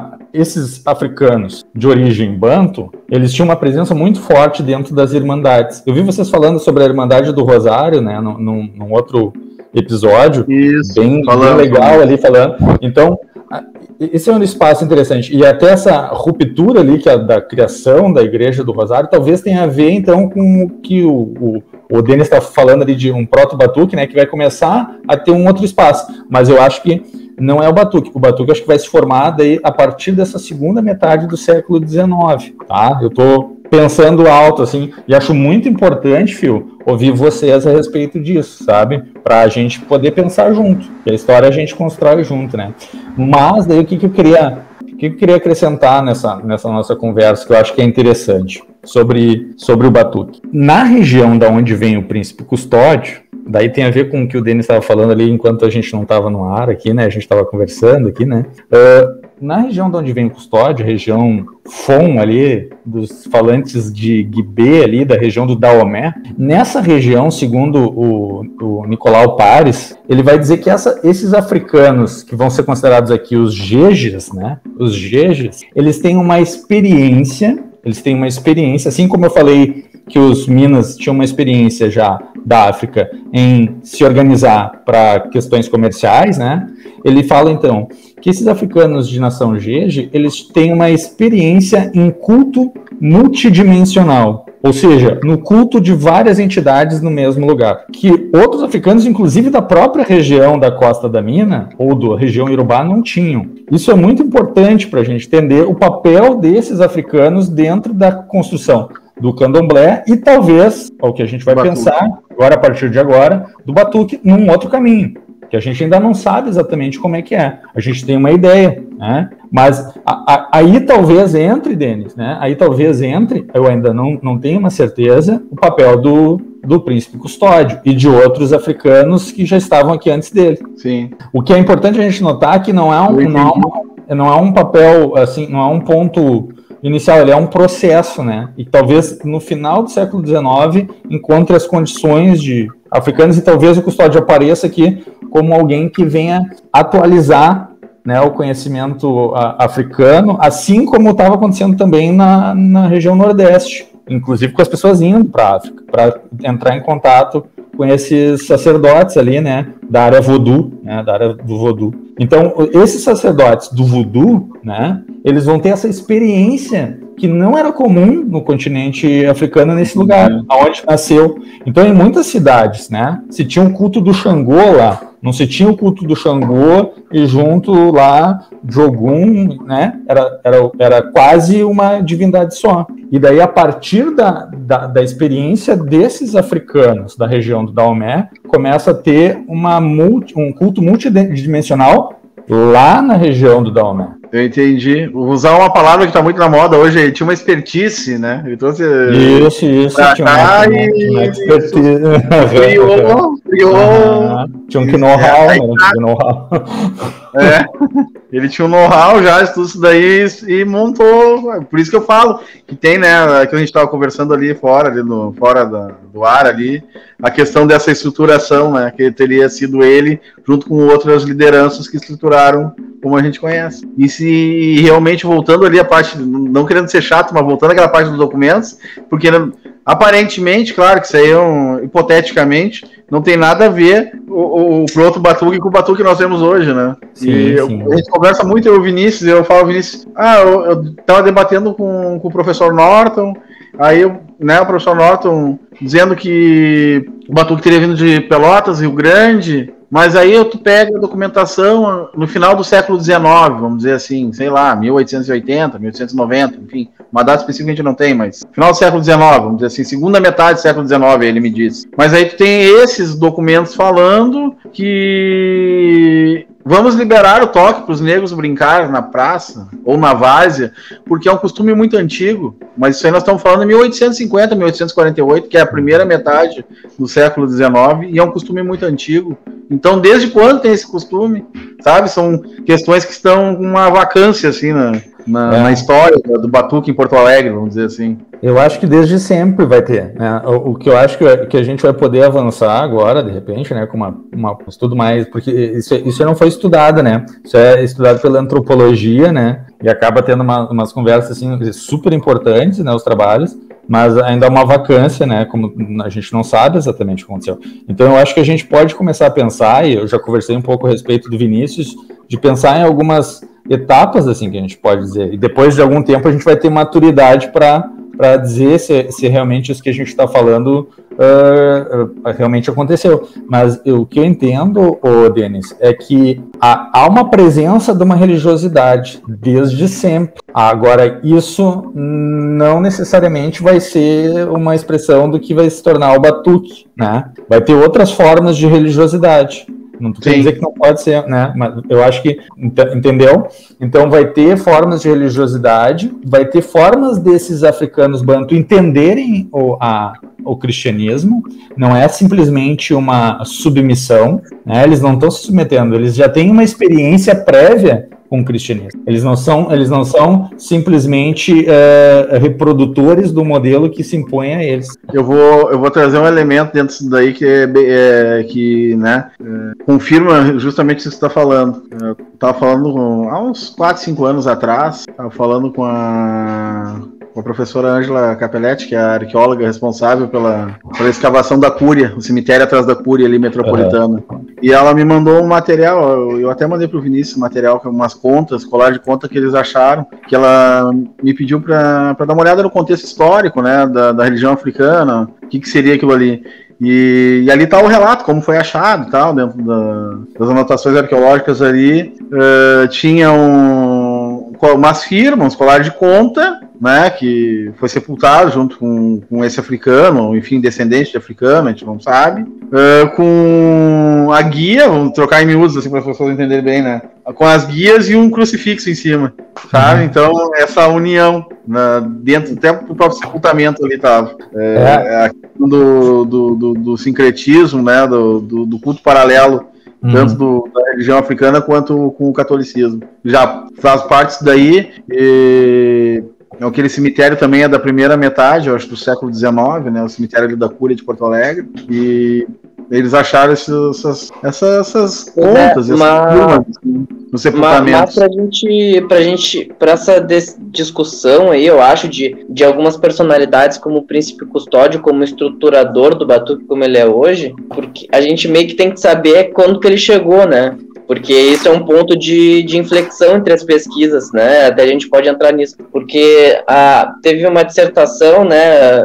esses africanos de origem banto, eles tinham uma presença muito forte dentro das irmandades. Eu vi vocês falando sobre a Irmandade do Rosário, né, num outro episódio, isso, bem legal ali falando. Então, esse é um espaço interessante. E até essa ruptura ali, que é da criação da Igreja do Rosário, talvez tenha a ver, então, com o que o Denis está falando ali de um proto-batuque, né, que vai começar a ter um outro espaço. Mas eu acho que não é o batuque. O batuque acho que vai se formar daí a partir dessa segunda metade do século XIX, tá? Eu estou pensando alto, assim, e acho muito importante, Phil, ouvir vocês a respeito disso, sabe? Para a gente poder pensar junto, que a história a gente constrói junto, né? Mas daí o que eu queria acrescentar nessa nossa conversa, que eu acho que é interessante, sobre o batuque. Na região da onde vem o Príncipe Custódio, daí tem a ver com o que o Denis estava falando ali enquanto a gente não estava no ar aqui, né? A gente estava conversando aqui, né? Na região de onde vem o Custódio, região Fon ali, dos falantes de Guibê ali, da região do Daomé, nessa região, segundo o Nicolau Pares, ele vai dizer que esses africanos, que vão ser considerados aqui os Jejes, né? Os Jejes, eles têm uma experiência, assim como eu falei que os Minas tinham uma experiência já da África em se organizar para questões comerciais, né? Ele fala, então, que esses africanos de nação Jeje, eles têm uma experiência em culto multidimensional, ou seja, no culto de várias entidades no mesmo lugar, que outros africanos, inclusive da própria região da Costa da Mina, ou da região Iorubá, não tinham. Isso é muito importante para a gente entender o papel desses africanos dentro da construção do candomblé e talvez, ao que a gente vai pensar, agora a partir de agora, do batuque num outro caminho, que a gente ainda não sabe exatamente como é que é. A gente tem uma ideia, né? Mas aí talvez entre, Denis, né? Aí talvez entre, eu ainda não tenho uma certeza, o papel do Príncipe Custódio e de outros africanos que já estavam aqui antes dele. Sim. O que é importante a gente notar que não é um papel, assim, não é um ponto inicial, ele é um processo, né? E talvez no final do século XIX encontre as condições de africanos e talvez o Custódio apareça aqui como alguém que venha atualizar, né, o conhecimento africano, assim como estava acontecendo também na região Nordeste, inclusive com as pessoas indo para a África, para entrar em contato com esses sacerdotes ali, né, da área voodoo, né, da área do voodoo. Então, esses sacerdotes do voodoo, né, eles vão ter essa experiência que não era comum no continente africano, nesse lugar, onde nasceu. Então, em muitas cidades, né, se tinha um culto do Xangô lá, não se tinha o culto do Xangô e junto lá de Ogum, né, era quase uma divindade só. E daí, a partir da experiência desses africanos da região do Daomé, começa a ter um culto multidimensional lá na região do Daomé. Eu entendi. Vou usar uma palavra que está muito na moda hoje, ele tinha uma expertise, né? Ele trouxe... Isso, tinha uma expertise. Criou... Tinha um know-how, né? Know-how. Ele tinha um know-how já, tudo isso daí e montou. Por isso que eu falo que tem, né? Que a gente estava conversando ali fora do ar ali, a questão dessa estruturação, né? Que teria sido ele, junto com outras lideranças que estruturaram como a gente conhece. E se realmente voltando ali a parte, não querendo ser chato, mas voltando àquela parte dos documentos, porque aparentemente, claro que isso aí hipoteticamente, não tem nada a ver o proto batuque com o batuque que nós temos hoje, né? Sim. A gente conversa muito, eu e o Vinícius, eu falo, Vinícius, eu tava debatendo com o professor Norton, aí o professor Norton dizendo que o batuque teria vindo de Pelotas, Rio Grande, mas aí tu pega a documentação no final do século XIX, vamos dizer assim, sei lá, 1880, 1890, enfim, uma data específica a gente não tem, mas final do século XIX, vamos dizer assim, segunda metade do século XIX, ele me disse. Mas aí tu tem esses documentos falando que vamos liberar o toque para os negros brincarem na praça ou na várzea, porque é um costume muito antigo, mas isso aí nós estamos falando em 1850, 1848, que é a primeira metade do século XIX, e é um costume muito antigo. Então, desde quando tem esse costume? Sabe? São questões que estão com uma vacância, assim, na história do batuque em Porto Alegre, vamos dizer assim. Eu acho que desde sempre vai ter, né? O que eu acho que a gente vai poder avançar agora, de repente, né, com um estudo mais, porque isso não foi estudado, né? Isso é estudado pela antropologia, né? E acaba tendo umas conversas assim super importantes, né, os trabalhos, mas ainda há uma vacância, né, como a gente não sabe exatamente o que aconteceu. Então eu acho que a gente pode começar a pensar, e eu já conversei um pouco a respeito do Vinícius, de pensar em algumas etapas, assim, que a gente pode dizer, e depois de algum tempo a gente vai ter maturidade para dizer se realmente isso que a gente está falando realmente aconteceu. Mas o que eu entendo, Denis, é que há uma presença de uma religiosidade desde sempre. Agora, isso não necessariamente vai ser uma expressão do que vai se tornar o batuque, né? Vai ter outras formas de religiosidade. Não quer dizer que não pode ser, né? Mas eu acho que, entendeu? Então vai ter formas de religiosidade, vai ter formas desses africanos bantu entenderem o cristianismo, não é simplesmente uma submissão, né? Eles não estão se submetendo, eles já têm uma experiência prévia com o cristianismo. Eles não são simplesmente reprodutores do modelo que se impõe a eles. Eu vou trazer um elemento dentro disso daí que confirma justamente isso que você está falando. Eu estava falando há uns 4, 5 anos atrás, estava falando com a professora Ângela Capelletti, que é a arqueóloga responsável pela escavação da Cúria, o cemitério atrás da Cúria ali, metropolitana. E ela me mandou um material, eu até mandei para o Vinícius material, com umas contas, colar de conta que eles acharam, que ela me pediu para dar uma olhada no contexto histórico, né, da religião africana, o que seria aquilo ali. E ali está o relato, como foi achado e tal, dentro das anotações arqueológicas ali, tinham umas firmas, uns colares de conta, né, que foi sepultado junto com esse africano, enfim, descendente de africano, a gente não sabe, com a guia, vamos trocar em miúdos assim para as pessoas entenderem bem, né, com as guias e um crucifixo em cima, sabe? Então essa união, dentro até do próprio sepultamento ali estava, a questão do sincretismo, né, do culto paralelo, tanto da religião africana quanto com o catolicismo. Já faz parte disso daí. Aquele cemitério também é da primeira metade, eu acho, do século XIX, né? O cemitério ali da Cúria de Porto Alegre. E eles acharam essas contas, no sepultamento. Mas para essa discussão aí, eu acho, de algumas personalidades como o Príncipe Custódio, como estruturador do batuque como ele é hoje, porque a gente meio que tem que saber quando que ele chegou, né? Porque isso é um ponto de inflexão entre as pesquisas, né? Até a gente pode entrar nisso, porque teve uma dissertação, né,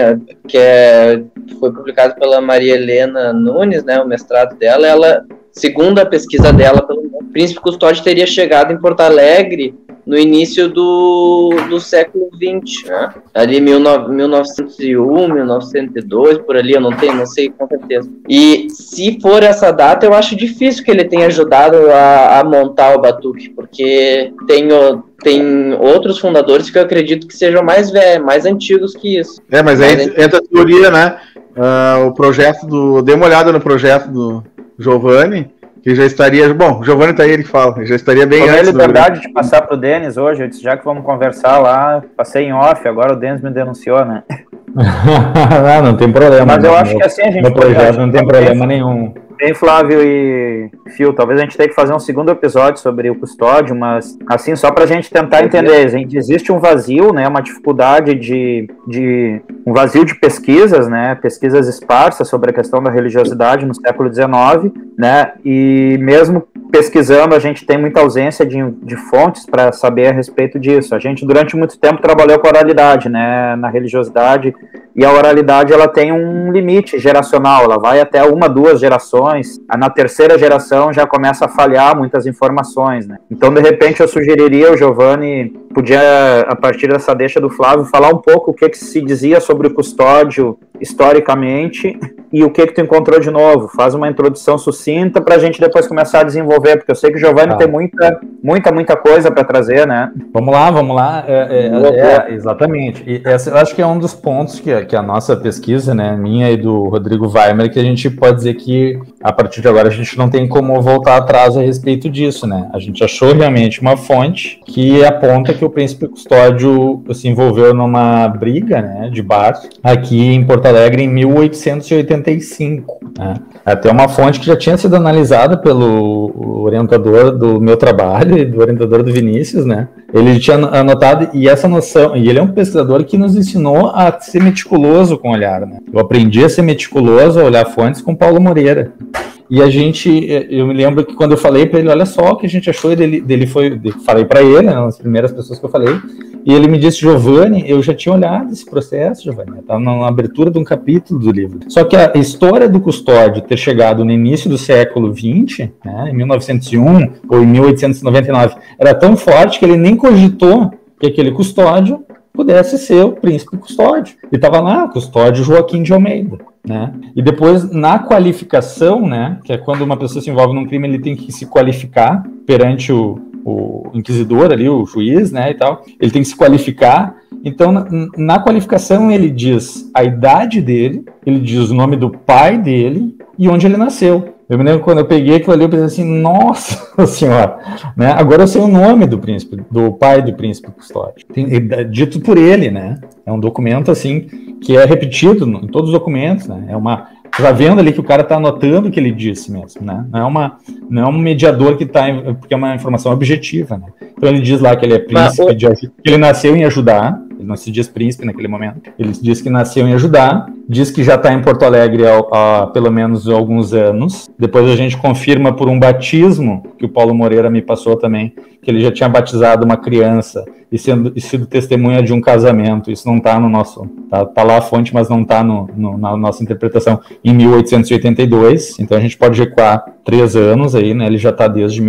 foi publicada pela Maria Helena Nunes, né, o mestrado dela. Ela, segundo a pesquisa dela, o Príncipe Custódio teria chegado em Porto Alegre no início do século XX, né? Ali 1901, 1902, por ali, eu não sei com certeza. E se for essa data, eu acho difícil que ele tenha ajudado a montar o Batuque, porque tem outros fundadores que eu acredito que sejam mais antigos que isso. Mas aí entra a teoria, né? O projeto dei uma olhada no projeto do Giovanni, que já estaria... Bom, o Giovanni tá aí, ele fala, já estaria bem antes. Tomei a liberdade de passar pro Denis hoje, eu disse, já que vamos conversar lá, passei em off, agora o Denis me denunciou, né? Não tem problema. Mas eu acho que assim a gente... No projeto não tem problema nenhum. Bem, Flávio e Fio, talvez a gente tenha que fazer um segundo episódio sobre o Custódio, mas assim, só pra gente tentar entender, existe um vazio, né, uma dificuldade um vazio de pesquisas, né, pesquisas esparsas sobre a questão da religiosidade no século XIX, né, e mesmo pesquisando a gente tem muita ausência de fontes para saber a respeito disso. A gente durante muito tempo trabalhou com a oralidade, né, na religiosidade, e a oralidade ela tem um limite geracional, ela vai até 1, 2 gerações, na terceira geração já começa a falhar muitas informações, né? Então, de repente, eu sugeriria, o Giovanni podia, a partir dessa deixa do Flávio, falar um pouco o que se dizia sobre o Custódio historicamente e o que tu encontrou de novo. Faz uma introdução sucinta para a gente depois começar a desenvolver, porque eu sei que o Giovanni tem muita coisa para trazer, né? Vamos lá. Exatamente. E eu acho que é um dos pontos que a nossa pesquisa, né, minha e do Rodrigo Weimer, que a gente pode dizer que a partir de agora a gente não tem como voltar atrás a respeito disso, né? A gente achou realmente uma fonte que aponta que o Príncipe Custódio se envolveu numa briga, né, de bar aqui em Porto Alegre em 1885. Né? Até uma fonte que já tinha sido analisada pelo orientador do meu trabalho e do orientador do Vinícius, né? Ele tinha anotado, e essa noção, e ele é um pesquisador que nos ensinou a ser meticuloso com o olhar, né? Eu aprendi a ser meticuloso, a olhar fontes com Paulo Moreira. E eu me lembro que quando eu falei para ele, olha só o que a gente achou, falei para ele, né, as primeiras pessoas que eu falei, e ele me disse, Giovanni, eu já tinha olhado esse processo, Giovanni, estava na abertura de um capítulo do livro. Só que a história do Custódio ter chegado no início do século XX, né, em 1901 ou em 1899, era tão forte que ele nem cogitou que aquele Custódio pudesse ser o Príncipe Custódio. E estava lá, Custódio Joaquim de Almeida. Né? E depois, na qualificação, né, que é quando uma pessoa se envolve num crime, ele tem que se qualificar perante o inquisidor ali, o juiz, né, e tal. Ele tem que se qualificar. Então, na qualificação, ele diz a idade dele, ele diz o nome do pai dele e onde ele nasceu. Eu me lembro quando eu peguei aquilo ali, eu pensei assim, nossa senhora, né? Agora eu sei o nome do pai do Príncipe Custódio. Dito por ele, né? É um documento, assim, que é repetido em todos os documentos, né? Tá vendo ali que o cara tá anotando o que ele disse mesmo, né? Não é um mediador que tá, porque é uma informação objetiva, né? Então ele diz lá que ele é príncipe, que ele nasceu em Ajudá, ele não se diz príncipe naquele momento, ele diz que nasceu em Ajudá, diz que já está em Porto Alegre há pelo menos alguns anos, depois a gente confirma por um batismo, que o Paulo Moreira me passou também, que ele já tinha batizado uma criança e sido testemunha de um casamento. Isso não está no nosso... Tá lá a fonte, mas não está na nossa interpretação, em 1882, então a gente pode recuar 3 anos aí, né? Ele já está desde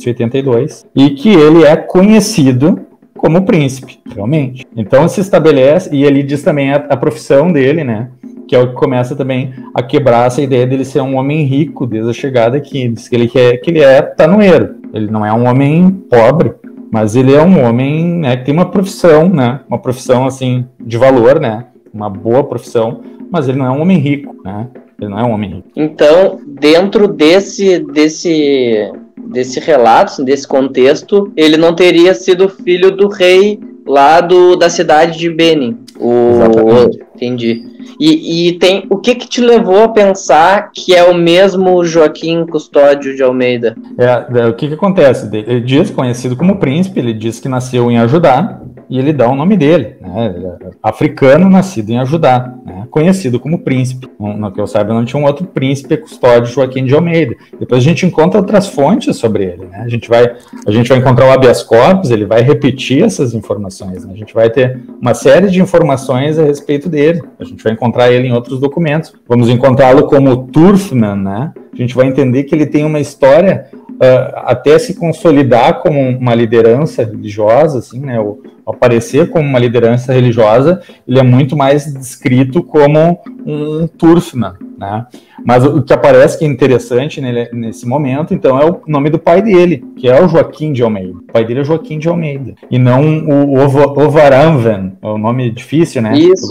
1882, e que ele é conhecido como príncipe, realmente. Então se estabelece, e ele diz também a profissão dele, né? Que é o que começa também a quebrar essa ideia dele ser um homem rico desde a chegada aqui. Diz que ele é tanoeiro. Ele não é um homem pobre, mas ele é um homem, né, que tem uma profissão, né? Uma profissão, assim, de valor, né? Uma boa profissão, mas ele não é um homem rico, né? Ele não é um homem rico. Então, dentro desse relato, desse contexto, ele não teria sido filho do rei lá da cidade de Benin. Exatamente. Entendi. E tem o que te levou a pensar que é o mesmo Joaquim Custódio de Almeida? O que acontece? Ele diz, conhecido como príncipe, ele diz que nasceu em Ajudá, e ele dá o nome dele, né? Ele é africano nascido em Ajudá, né? conhecido como príncipe. No que eu saiba, não tinha um outro príncipe custódio, Joaquim de Almeida. Depois a gente encontra outras fontes sobre ele, né? A gente vai encontrar o habeas corpus, ele vai repetir essas informações, né? A gente vai ter uma série de informações a respeito dele. A gente vai encontrar ele em outros documentos. Vamos encontrá-lo como Turfman, né? A gente vai entender que ele tem uma história até se consolidar como uma liderança religiosa, assim, né? O aparecer como uma liderança religiosa, ele é muito mais descrito como um Turfman, né? Mas o que aparece que é interessante nesse momento, então, é o nome do pai dele, que é o Joaquim de Almeida. O pai dele é Joaquim de Almeida, e não o Ovaramven, é um nome difícil, né? Isso.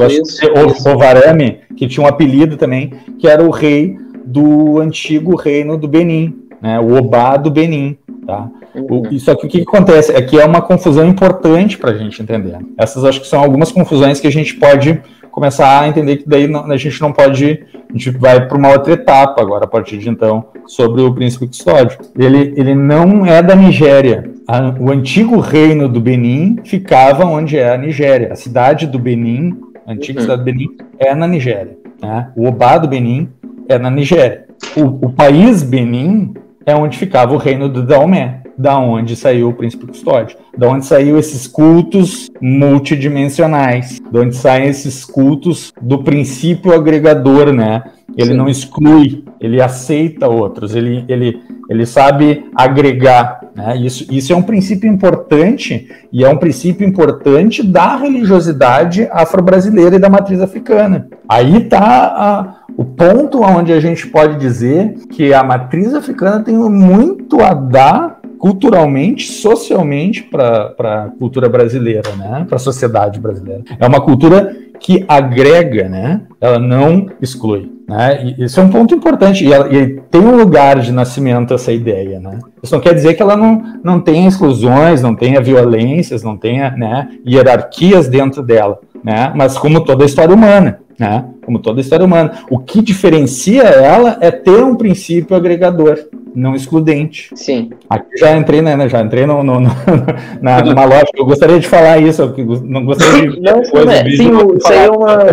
Ovarame, que tinha um apelido também, que era o rei do antigo reino do Benin, né? O Obá do Benin, tá? Só que o que acontece? Aqui é uma confusão importante para a gente entender. Essas acho que são algumas confusões que a gente pode começar a entender que daí a gente não pode, a gente vai para uma outra etapa agora, a partir de então, sobre o príncipe custódio. Ele não é da Nigéria. O antigo reino do Benin ficava onde é a Nigéria. A cidade do Benin, a antiga cidade do Benin, é na Nigéria, né? O Obá do Benin é na Nigéria. O país Benin é onde ficava o reino do Daomé, da onde saiu o príncipe custódio, da onde saiu esses cultos multidimensionais, da onde saem esses cultos do princípio agregador, né? Ele não exclui, ele aceita outros, ele sabe agregar, né? Isso é um princípio importante, e é um princípio importante da religiosidade afro-brasileira e da matriz africana. Aí está o ponto onde a gente pode dizer que a matriz africana tem muito a dar culturalmente, socialmente para a cultura brasileira, né? Para a sociedade brasileira. É uma cultura que agrega, né? Ela não exclui, né? E isso é um ponto importante, e tem um lugar de nascimento essa ideia, né? Isso não quer dizer que ela não tenha exclusões, não tenha violências, não tenha, né, hierarquias dentro dela, né? Mas como toda a história humana, né? Como toda a história humana, o que diferencia ela é ter um princípio agregador, não excludente. Sim. Aqui já entrei, né? Já entrei numa lógica. Eu gostaria de falar isso, eu não gostaria de. Não, sim, isso aí é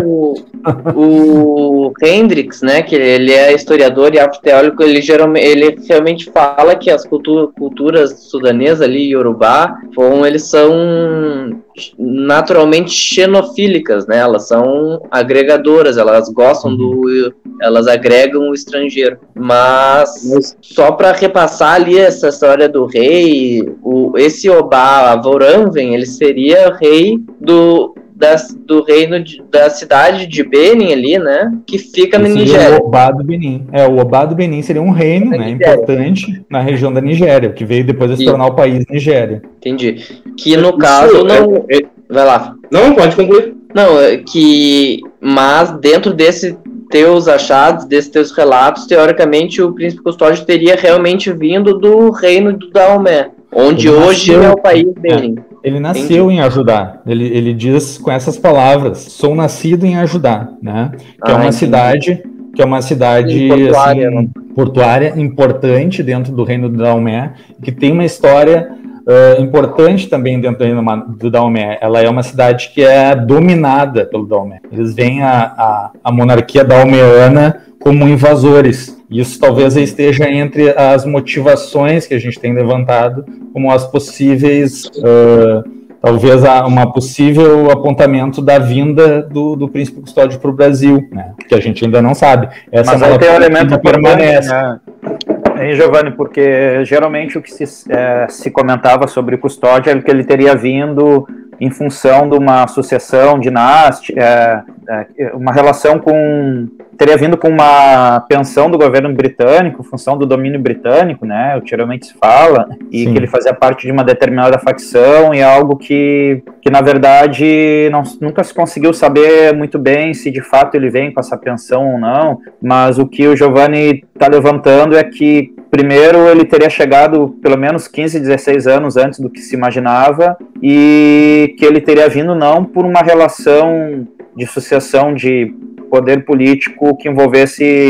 o Hendricks, né? Que ele é historiador e afroteórico. Ele realmente fala que as culturas sudanesas ali, Yorubá, eles são naturalmente xenofílicas, né? Elas são agregadoras, elas gostam elas agregam o estrangeiro. Mas só para repassar ali essa história do rei, esse Obá Avoranven, ele seria rei do reino da cidade de Benin ali, né? Que fica na Nigéria. O Obá do Benin. O Obá do Benin seria um reino, né, importante na região da Nigéria, que veio depois de se tornar o país Nigéria. Entendi. Que no caso não... Vai lá. Não, pode concluir. Não, mas dentro desses teus achados, desses teus relatos, teoricamente o príncipe custódio teria realmente vindo do reino do Daomé, onde hoje é o país Benin. Ele nasceu em ajudar. Ele diz com essas palavras: sou nascido em ajudar, né? Que é uma cidade portuária, assim, portuária importante dentro do reino do Daomé, que tem uma história importante também dentro do reino do Daomé. Ela é uma cidade que é dominada pelo Daomé. Eles veem a monarquia daomeana como invasores. Isso talvez esteja entre as motivações que a gente tem levantado como as possíveis, talvez uma possível apontamento da vinda do príncipe custódio para o Brasil, né? Que a gente ainda não sabe. Mas aí tem um elemento que permanece, né? Giovanni, porque geralmente o que se comentava sobre o custódio é que ele teria vindo em função de uma sucessão dinástica, uma relação teria vindo com uma pensão do governo britânico, em função do domínio britânico, né, geralmente se fala, e Sim. que ele fazia parte de uma determinada facção, e é algo que na verdade nunca se conseguiu saber muito bem se de fato ele vem com essa pensão ou não, mas o que o Giovanni está levantando é que primeiro ele teria chegado pelo menos 15, 16 anos antes do que se imaginava, e que ele teria vindo não por uma relação de sucessão de poder político que envolvesse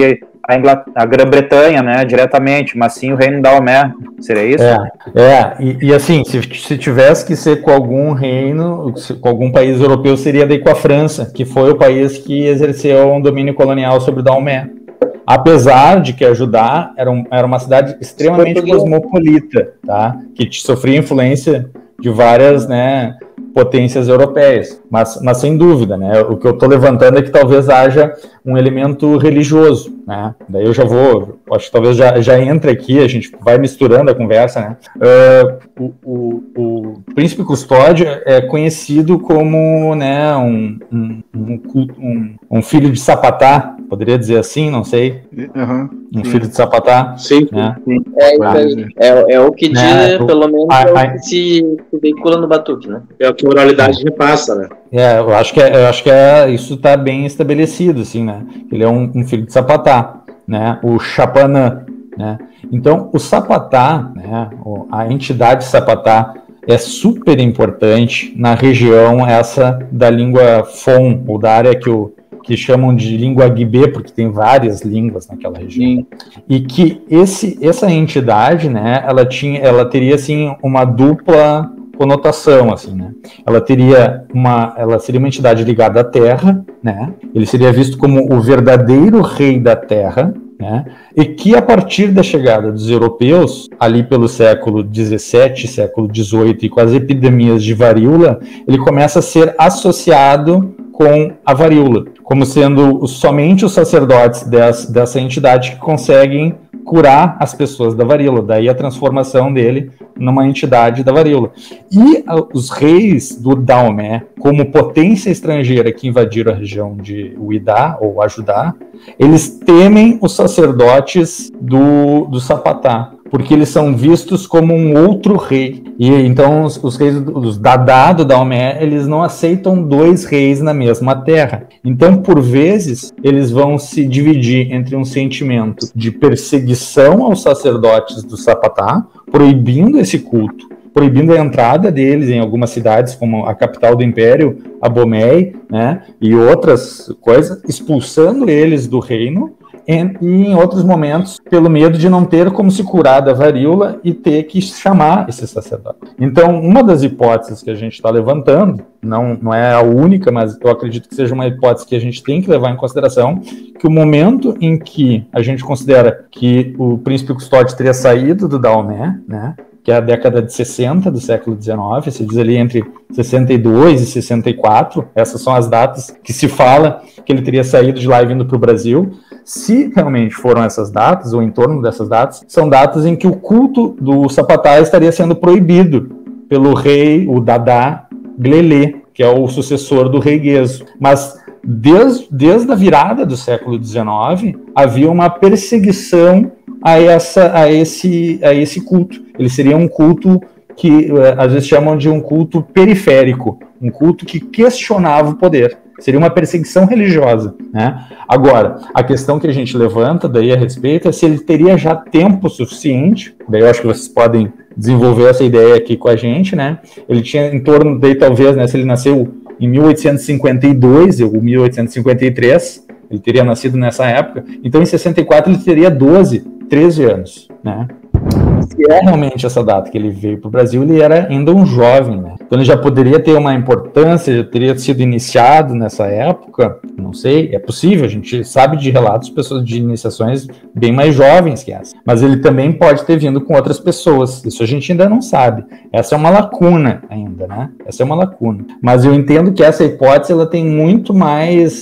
a Grã-Bretanha, né, diretamente, mas sim o reino da Daomé, seria isso? E assim, se tivesse que ser com algum reino, com algum país europeu, seria daí com a França, que foi o país que exerceu um domínio colonial sobre Daomé. Apesar de que ajudar era uma cidade extremamente cosmopolita, tá? Que sofria influência de várias, né, potências europeias, mas sem dúvida, né, o que eu estou levantando é que talvez haja um elemento religioso, né, daí eu acho que talvez já entre aqui, a gente vai misturando a conversa, né, o príncipe custódio é conhecido como, né, um filho de Sapatá, poderia dizer assim, não sei, filho de Sapatá, sim, né? Sim. É o que diz, pelo menos, que se veicula no Batuque, né? É o que a oralidade repassa, né? Eu acho que isso está bem estabelecido, assim, né? Ele é um filho de Sapatá, né? O Chapanã, né? Então, o Sapatá, né? A entidade Sapatá é super importante na região essa da língua Fon, ou da área que chamam de língua Guibê, porque tem várias línguas naquela região. Sim. E que essa entidade, né? Ela teria assim uma dupla conotação, assim, né? Ela seria uma entidade ligada à terra, né? Ele seria visto como o verdadeiro rei da terra, né? E que a partir da chegada dos europeus, ali pelo século XVII, século XVIII, e com as epidemias de varíola, ele começa a ser associado com a varíola, como sendo somente os sacerdotes dessa entidade que conseguem curar as pessoas da varíola, daí a transformação dele numa entidade da varíola. E os reis do Daomé, como potência estrangeira que invadiram a região de Uidá, ou Ajudá, eles temem os sacerdotes do Sapatá, porque eles são vistos como um outro rei. E então os reis dos Dadá do Daomé, eles não aceitam dois reis na mesma terra. Então, por vezes, eles vão se dividir entre um sentimento de perseguição aos sacerdotes do Sapatá, proibindo esse culto, proibindo a entrada deles em algumas cidades, como a capital do império, Abomey, né, e outras coisas, expulsando eles do reino, e em outros momentos, pelo medo de não ter como se curar da varíola e ter que chamar esse sacerdote. Então, uma das hipóteses que a gente está levantando, não é a única, mas eu acredito que seja uma hipótese que a gente tem que levar em consideração, que o momento em que a gente considera que o príncipe custódio teria saído do Daomé, né, que é a década de 60 do século XIX, se diz ali entre 62 e 64, essas são as datas que se fala que ele teria saído de lá e vindo para o Brasil. Se realmente foram essas datas, ou em torno dessas datas, são datas em que o culto do Sapatá estaria sendo proibido pelo rei, o Dadá Glelê, que é o sucessor do rei Guezo. Mas desde a virada do século XIX, havia uma perseguição a esse culto. Ele seria um culto que às vezes chamam de um culto periférico, um culto que questionava o poder. Seria uma perseguição religiosa, né? Agora, a questão que a gente levanta daí a respeito é se ele teria já tempo suficiente, daí eu acho que vocês podem desenvolver essa ideia aqui com a gente, né? Ele tinha em torno, daí talvez, né, se ele nasceu em 1852 ou 1853, ele teria nascido nessa época, então em 64 ele teria 13 anos, né? Se é realmente essa data que ele veio para o Brasil, ele era ainda um jovem, né? Então ele já poderia ter uma importância, já teria sido iniciado nessa época, não sei, é possível, a gente sabe de relatos de pessoas de iniciações bem mais jovens que essa, mas ele também pode ter vindo com outras pessoas, isso a gente ainda não sabe, essa é uma lacuna ainda, né? Essa é uma lacuna, mas eu entendo que essa hipótese, ela tem muito mais,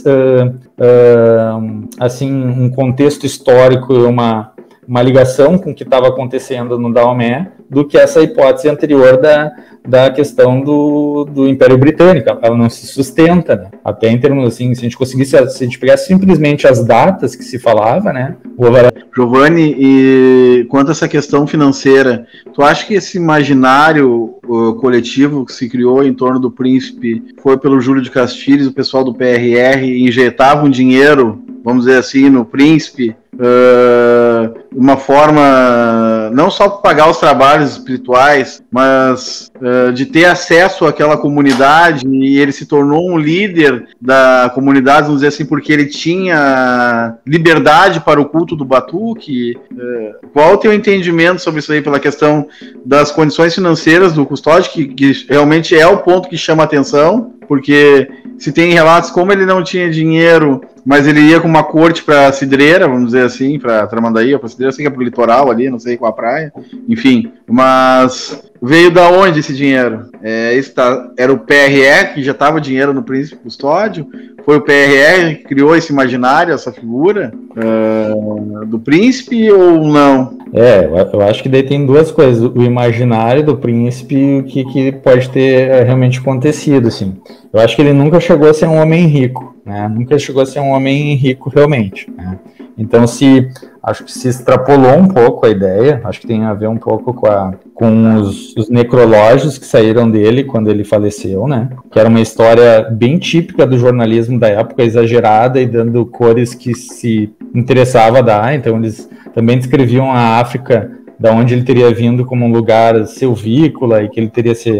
assim, um contexto histórico, uma ligação com o que estava acontecendo no Daomé do que essa hipótese anterior da questão do Império Britânico. Ela não se sustenta, né? Até em termos assim, se a gente pegasse simplesmente as datas que se falava, né? Giovanni, e quanto a essa questão financeira, tu acha que esse imaginário coletivo que se criou em torno do príncipe foi pelo Júlio de Castilhos, o pessoal do PRR, injetavam dinheiro, vamos dizer assim, no príncipe, uma forma não só pagar os trabalhos espirituais, mas de ter acesso àquela comunidade, e ele se tornou um líder da comunidade, vamos dizer assim, porque ele tinha liberdade para o culto do batuque. Qual o teu entendimento sobre isso aí, pela questão das condições financeiras do custódio, que realmente é o ponto que chama a atenção, porque se tem relatos como ele não tinha dinheiro, mas ele ia com uma corte para Cidreira, vamos dizer assim, para Tramandaí, ou para Cidreira, sei que é para o litoral ali, não sei qual a praia, enfim, mas veio da onde esse dinheiro? Era o PRE que já estava dinheiro no Príncipe Custódio? Foi o PRE que criou esse imaginário, essa figura do príncipe ou não? Eu acho que daí tem duas coisas, o imaginário do príncipe e o que pode ter realmente acontecido, assim. Eu acho que ele nunca chegou a ser um homem rico, né? Nunca chegou a ser um homem rico realmente, né? Então, acho que se extrapolou um pouco a ideia, acho que tem a ver um pouco com os necrológios que saíram dele quando ele faleceu, né? Que era uma história bem típica do jornalismo da época, exagerada e dando cores que se interessava a dar. Então, eles também descreviam a África, da onde ele teria vindo, como um lugar silvícola e que ele teria se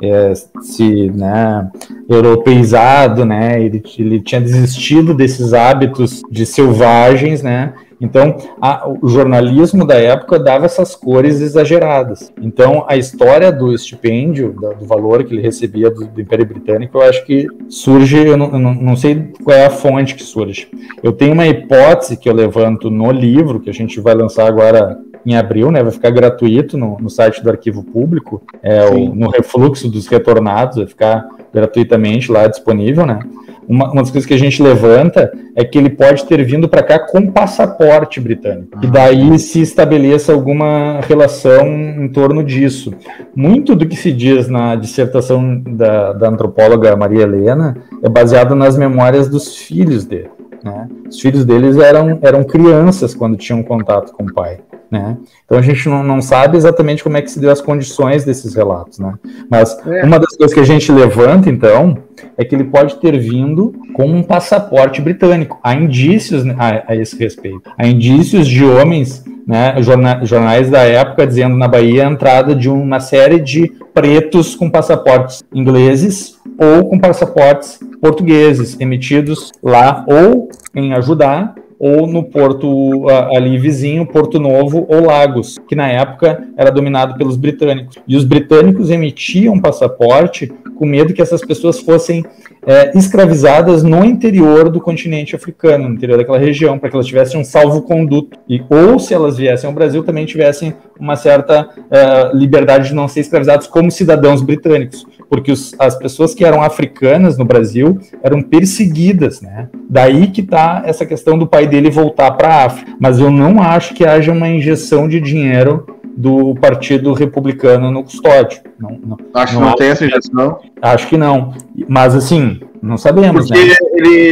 europeizado, né? Ele tinha desistido desses hábitos de selvagens, né? Então, o jornalismo da época dava essas cores exageradas. Então, a história do estipêndio, do valor que ele recebia do Império Britânico, eu acho que surge, eu não sei qual é a fonte que surge. Eu tenho uma hipótese que eu levanto no livro, que a gente vai lançar agora em abril, né? Vai ficar gratuito no site do Arquivo Público, no Refluxo dos Retornados, vai ficar gratuitamente lá disponível, né? Uma das coisas que a gente levanta é que ele pode ter vindo para cá com passaporte britânico, e daí se estabeleça alguma relação em torno disso. Muito do que se diz na dissertação da antropóloga Maria Helena é baseado nas memórias dos filhos dele, né? Os filhos deles eram crianças quando tinham contato com o pai, né? Então a gente não sabe exatamente como é que se deu as condições desses relatos, né? Mas uma das coisas que a gente levanta, então, é que ele pode ter vindo com um passaporte britânico. Há indícios a esse respeito. Há indícios de homens, né, jornais da época dizendo na Bahia a entrada de uma série de pretos com passaportes ingleses ou com passaportes portugueses, emitidos lá ou em Ajudá, ou no porto ali vizinho, Porto Novo ou Lagos, que na época era dominado pelos britânicos. E os britânicos emitiam passaporte com medo que essas pessoas fossem escravizadas no interior do continente africano, no interior daquela região, para que elas tivessem um salvo-conduto. Ou, se elas viessem ao Brasil, também tivessem uma certa liberdade de não ser escravizados como cidadãos britânicos, porque as pessoas que eram africanas no Brasil eram perseguidas, né? Daí que está essa questão do pai dele voltar para a África. Mas eu não acho que haja uma injeção de dinheiro do Partido Republicano no Custódio. Acho que não tem essa injeção. Acho que não. Mas, assim, não sabemos, porque, né?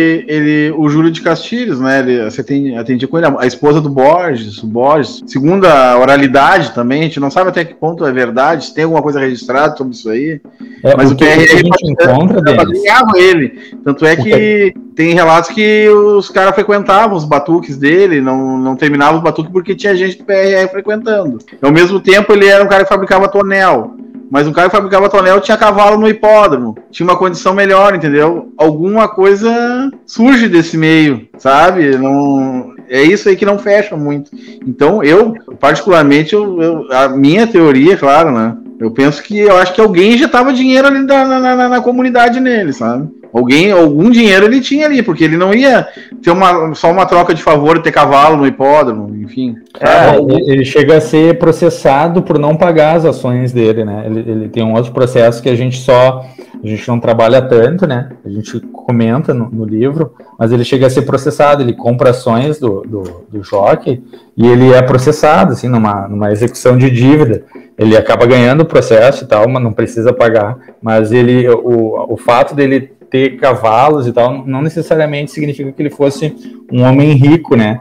O Júlio de Castilhos, né? Você atendia com ele, a esposa do Borges, o Borges. Segundo a oralidade também, a gente não sabe até que ponto é verdade, se tem alguma coisa registrada sobre isso aí. Mas o PRR a gente encontra ele. Tanto é que tem relatos que os caras frequentavam os batuques dele, não terminavam os batuques porque tinha gente do PRR frequentando. Ao mesmo tempo, ele era um cara que fabricava tonel. Mas um cara que fabricava tonel tinha cavalo no hipódromo. Tinha uma condição melhor, entendeu? Alguma coisa surge desse meio, sabe? É isso aí que não fecha muito. Então, particularmente, a minha teoria, claro, né? Eu acho que alguém injetava dinheiro ali na comunidade nele, sabe? Algum dinheiro ele tinha ali, porque ele não ia ter só uma troca de favor e ter cavalo no hipódromo, enfim. Ele chega a ser processado por não pagar as ações dele, né? Ele tem um outro processo que a gente não trabalha tanto, né? A gente comenta no livro, mas ele chega a ser processado, ele compra ações do jockey e ele é processado, assim, numa execução de dívida. Ele acaba ganhando o processo e tal, mas não precisa pagar. Mas o fato dele ter cavalos e tal, não necessariamente significa que ele fosse um homem rico, né?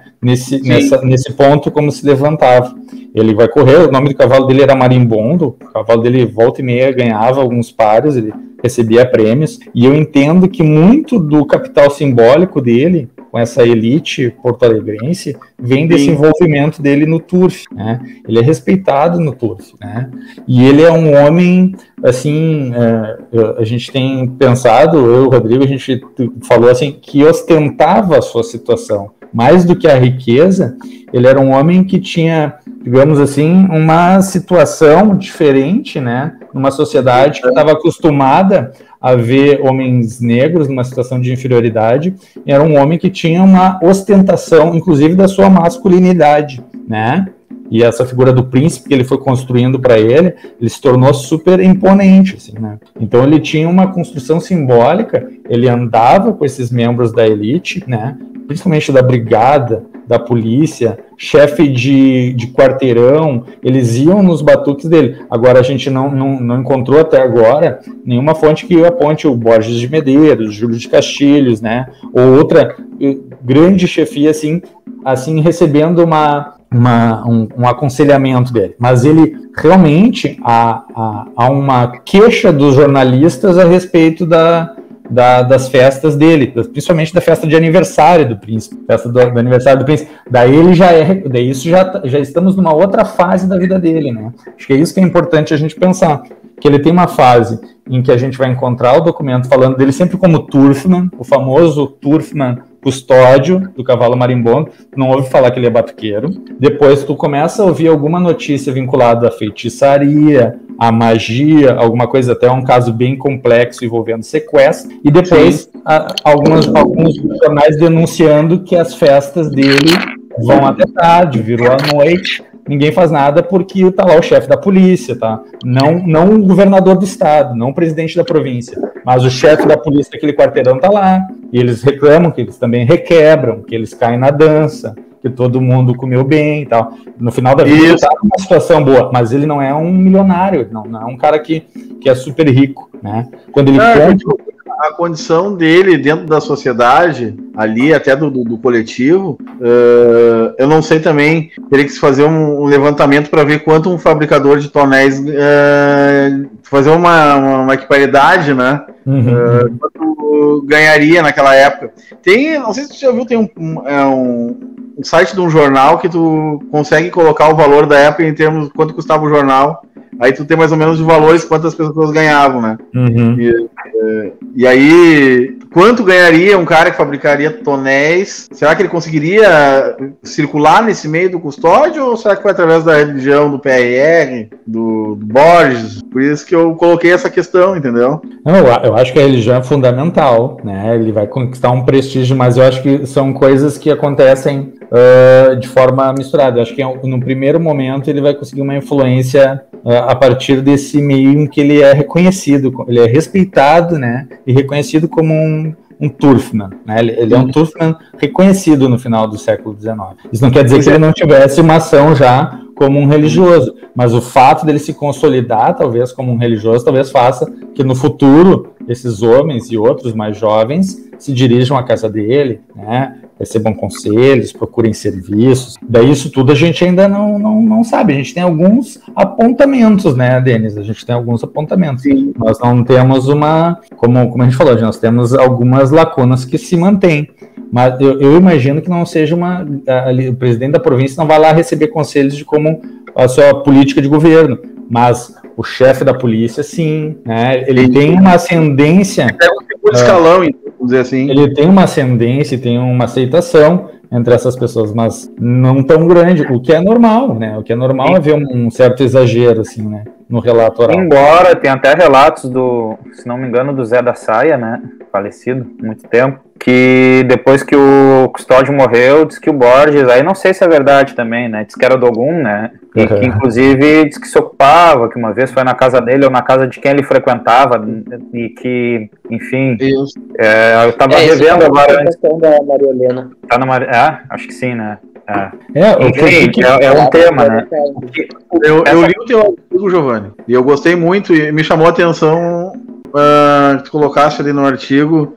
Nesse ponto, como se levantava. Ele vai correr, o nome do cavalo dele era Marimbondo, o cavalo dele volta e meia ganhava alguns pares, ele recebia prêmios, e eu entendo que muito do capital simbólico dele com essa elite porto-alegrense vem desse envolvimento dele no turf, né? Ele é respeitado no turf, né? E ele é um homem, assim, a gente tem pensado, eu e o Rodrigo, a gente falou assim, que ostentava a sua situação. Mais do que a riqueza, ele era um homem que tinha, digamos assim, uma situação diferente, né? Numa sociedade que estava acostumada a ver homens negros numa situação de inferioridade. Era um homem que tinha uma ostentação, inclusive, da sua masculinidade, né? E essa figura do príncipe que ele foi construindo para ele se tornou super imponente, assim, né? Então ele tinha uma construção simbólica, ele andava com esses membros da elite, né? Principalmente da brigada, da polícia, chefe de quarteirão, eles iam nos batuques dele. Agora a gente não encontrou até agora nenhuma fonte que aponte o Borges de Medeiros, Júlio de Castilhos, né? Ou outra grande chefia assim recebendo um aconselhamento dele. Mas ele realmente há uma queixa dos jornalistas a respeito das festas dele, principalmente da festa de aniversário do príncipe, festa do aniversário do príncipe. Daí isso já estamos numa outra fase da vida dele, né? Acho que é isso que é importante a gente pensar, que ele tem uma fase em que a gente vai encontrar o documento falando dele sempre como Turfman, o famoso Turfman custódio do cavalo marimbondo. Não ouve falar que ele é batuqueiro. Depois tu começa a ouvir alguma notícia vinculada à feitiçaria, à magia, alguma coisa, até um caso bem complexo envolvendo sequestro, e depois alguns jornais denunciando que as festas dele vão até tarde, virou à noite, ninguém faz nada porque tá lá o chefe da polícia, tá? Não o governador do estado, não o presidente da província, mas o chefe da polícia daquele quarteirão tá lá, e eles reclamam que eles também requebram, que eles caem na dança, que todo mundo comeu bem e tal. No final da vida ele tá numa situação boa, mas ele não é um milionário, não é um cara que é super rico, né? Quando ele a condição dele dentro da sociedade, ali até do coletivo, eu não sei também, teria que se fazer um levantamento para ver quanto um fabricador de tonéis, fazer uma equiparidade, né? Quanto ganharia naquela época. Não sei se você já viu, tem um site de um jornal que tu consegue colocar o valor da época em termos de quanto custava o jornal. Aí tu tem mais ou menos de valores quantas pessoas ganhavam, né? E aí, quanto ganharia um cara que fabricaria tonéis? Será que ele conseguiria circular nesse meio do custódio? Ou será que foi através da religião, do PRR, do Borges? Por isso que eu coloquei essa questão, entendeu? Eu acho que a religião é fundamental, né? Ele vai conquistar um prestígio, mas eu acho que são coisas que acontecem de forma misturada. Eu acho que no primeiro momento ele vai conseguir uma influência a partir desse meio em que ele é reconhecido, ele é respeitado, né, e reconhecido como um Turfman, né? Ele é um Turfman reconhecido no final do século XIX. Isso não quer dizer que ele não tivesse uma ação já como um religioso, mas o fato dele se consolidar, talvez, como um religioso, talvez faça que no futuro esses homens e outros mais jovens se dirijam à casa dele, né? Recebam conselhos, procurem serviços. Daí isso tudo a gente ainda não sabe. A gente tem alguns apontamentos, né, Denis? A gente tem alguns apontamentos. Sim. Nós não temos como a gente falou, nós temos algumas lacunas que se mantêm. Mas eu imagino que não seja o presidente da província não vai lá receber conselhos de como a sua política de governo. Mas o chefe da polícia, sim, né? Ele tem uma ascendência. É um segundo escalão, vamos dizer assim. Ele tem uma ascendência, tem uma aceitação entre essas pessoas, mas não tão grande, o que é normal, né? O que é normal é ver um certo exagero, assim, né? No relato oral. Embora tem até relatos se não me engano, do Zé da Saia, né? Falecido há muito tempo, que depois que o Custódio morreu, diz que o Borges, aí não sei se é verdade também, né? Diz que era do Ogum, né? E que inclusive diz que se ocupava, que uma vez foi na casa dele ou na casa de quem ele frequentava, e que, enfim, eu tava revendo agora antes. Da Maria Helena. Tá acho que sim, né? Enfim, é um tema, né? Eu li o teu artigo, Giovanni, e eu gostei muito, e me chamou a atenção que tu colocaste ali no artigo,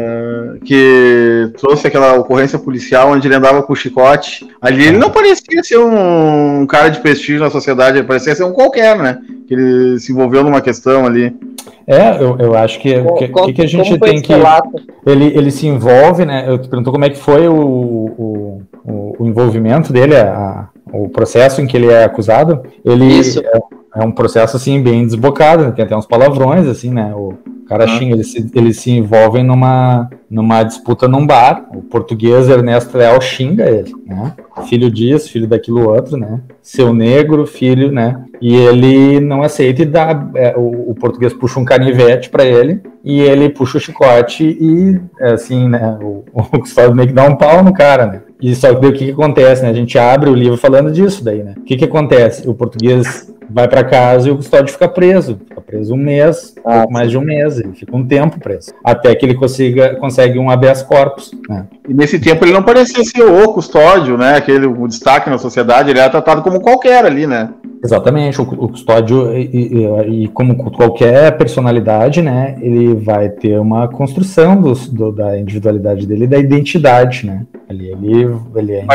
que trouxe aquela ocorrência policial onde ele andava com o chicote. Ali ele não parecia ser um cara de prestígio na sociedade, ele parecia ser um qualquer, né? Que ele se envolveu numa questão ali. Eu acho que que a gente tem que... Ele se envolve, né? Eu te pergunto como é que foi o envolvimento dele, o processo em que ele é acusado. Ele é um processo, assim, bem desbocado, né? Tem até uns palavrões, assim, né? O cara xinga, eles se envolvem numa disputa num bar. O português Ernesto Leal xinga ele, né? Filho disso, filho daquilo outro, né? Seu negro, filho, né? E ele não aceita e dá... o português puxa um canivete pra ele e ele puxa o chicote e, assim, né? O Custódio meio que dá um pau no cara, né? E só que daí o que acontece, né? A gente abre o livro falando disso daí, né? O que acontece? O português vai para casa e o Custódio fica preso um mês, pouco mais de um mês, ele fica um tempo preso, até que ele consegue um habeas corpus, né? E nesse tempo ele não parecia ser o Custódio, né? O destaque na sociedade, ele era tratado como qualquer ali, né? Exatamente, o Custódio, e como qualquer personalidade, né, ele vai ter uma construção da individualidade dele, da identidade, né? Ele ainda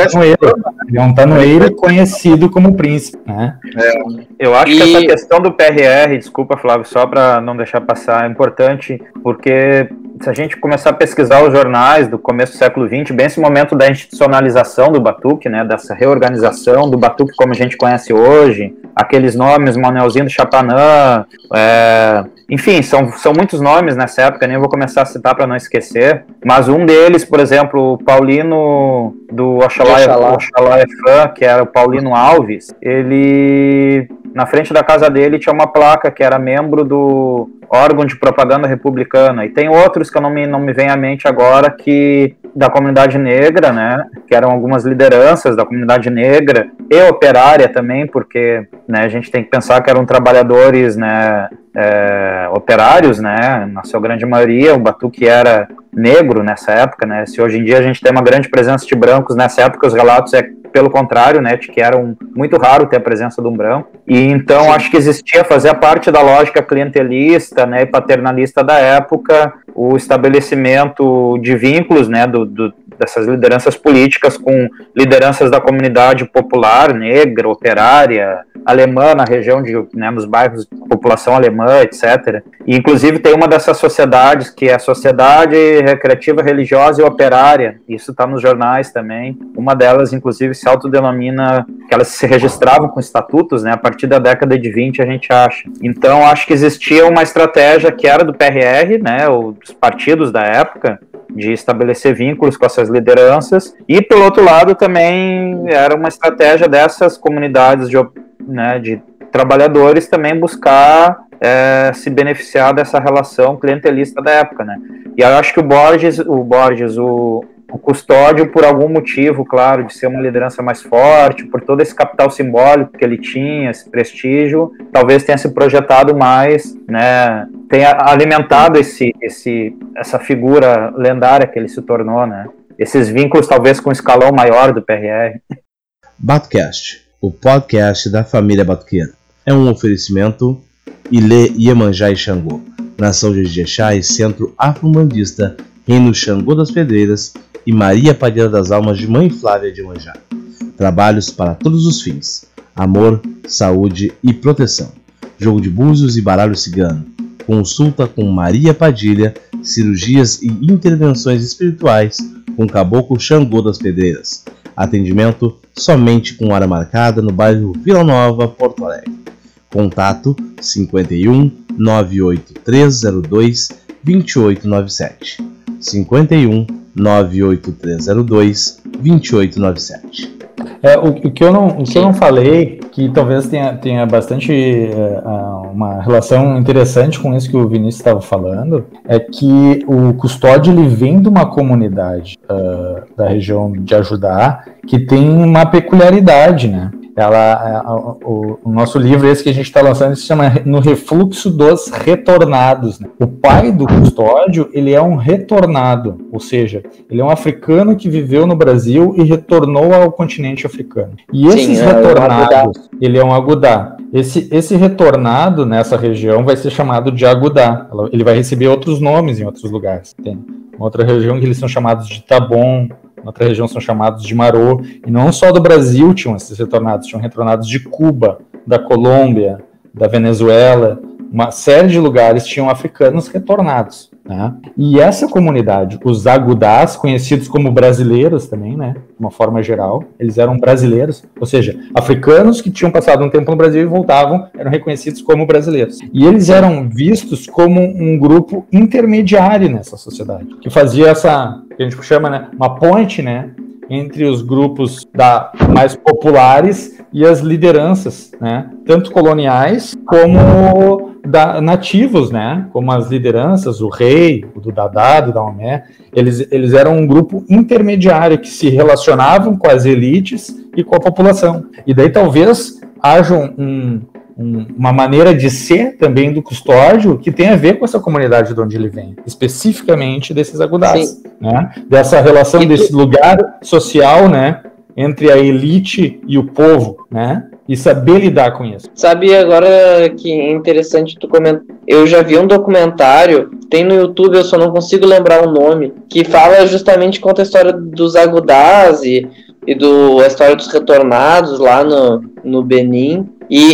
é um tanoeiro conhecido como príncipe, né? Eu acho que essa questão do PRR, desculpa, Flávio, só para não deixar passar, é importante, porque se a gente começar a pesquisar os jornais do começo do século XX, bem esse momento da institucionalização do Batuque, né, dessa reorganização do Batuque como a gente conhece hoje, aqueles nomes, Manuelzinho do Chapanã, enfim, são muitos nomes nessa época, nem vou começar a citar para não esquecer, mas um deles, por exemplo, o Paulino do Oxalá é Fã, que era o Paulino Alves, ele, na frente da casa dele, tinha uma placa que era membro do órgão de propaganda republicana, e tem outros que não me vem à mente agora, que da comunidade negra, né, que eram algumas lideranças da comunidade negra e operária também, porque, né, a gente tem que pensar que eram trabalhadores, né, operários, né, na sua grande maioria. O Batuque era negro nessa época, né, se hoje em dia a gente tem uma grande presença de brancos, nessa época os relatos pelo contrário, né, de que era muito raro ter a presença de um branco, e então acho que fazia parte da lógica clientelista, né, e paternalista da época, o estabelecimento de vínculos, né, dessas lideranças políticas com lideranças da comunidade popular, negra, operária, alemã, na região nos bairros de população alemã, etc. E, inclusive, tem uma dessas sociedades, que é a Sociedade Recreativa Religiosa e Operária, isso está nos jornais também. Uma delas, inclusive, se autodenomina, que elas se registravam com estatutos, né, a partir da década de 20, a gente acha. Então, acho que existia uma estratégia que era do PRR, né, os partidos da época, de estabelecer vínculos com essas lideranças, e, pelo outro lado, também era uma estratégia dessas comunidades de trabalhadores também buscar se beneficiar dessa relação clientelista da época, né? E eu acho que o Custódio, por algum motivo, claro, de ser uma liderança mais forte, por todo esse capital simbólico que ele tinha, esse prestígio, talvez tenha se projetado mais, né, tenha alimentado essa figura lendária que ele se tornou, né? Esses vínculos talvez com um escalão maior do PRR. Batucast, o podcast da família batuqueira. É um oferecimento Ilê Iemanjá e Xangô, Nação de Ijexá e Centro Afro-Umbandista, Reino Xangô das Pedreiras e Maria Padilha das Almas de Mãe Flávia de Iemanjá. Trabalhos para todos os fins: amor, saúde e proteção. Jogo de búzios e baralho cigano. Consulta com Maria Padilha, cirurgias e intervenções espirituais com Caboclo Xangô das Pedreiras. Atendimento somente com hora marcada no bairro Vila Nova, Porto Alegre. Contato 51 98302 2897. 51 98302 2897. O que eu não falei, que talvez tenha bastante uma relação interessante com isso que o Vinícius estava falando, é que o Custódio ele vem de uma comunidade da região de Ajudá que tem uma peculiaridade, né? O nosso livro, esse que a gente está lançando, se chama No Refluxo dos Retornados, né? O pai do Custódio, ele é um retornado, ou seja, ele é um africano que viveu no Brasil e retornou ao continente africano. E esses retornados, ele é um agudá. Esse retornado nessa região vai ser chamado de agudá. Ele vai receber outros nomes em outros lugares. Tem outra região que eles são chamados de Tabon, outra região são chamados de Marô, e não só do Brasil tinham esses retornados, tinham retornados de Cuba, da Colômbia, da Venezuela, uma série de lugares tinham africanos retornados, né? E essa comunidade, os agudás, conhecidos como brasileiros também, né, de uma forma geral, eles eram brasileiros, ou seja, africanos que tinham passado um tempo no Brasil e voltavam, eram reconhecidos como brasileiros. E eles eram vistos como um grupo intermediário nessa sociedade, que fazia essa, que a gente chama, né, uma ponte, né, entre os grupos mais populares e as lideranças, né, tanto coloniais como nativos, né, como as lideranças, o rei, o do Dadá, do Daomé, eles eram um grupo intermediário que se relacionavam com as elites e com a população. E daí talvez haja uma maneira de ser também do Custódio que tem a ver com essa comunidade de onde ele vem, especificamente desses agudás, né? Dessa relação desse lugar social, né, entre a elite e o povo, né, e saber lidar com isso. Sabe, agora que é interessante tu comentar, eu já vi um documentário, tem no YouTube, eu só não consigo lembrar o nome, que fala justamente, conta a história dos agudás e a história dos retornados lá no Benin.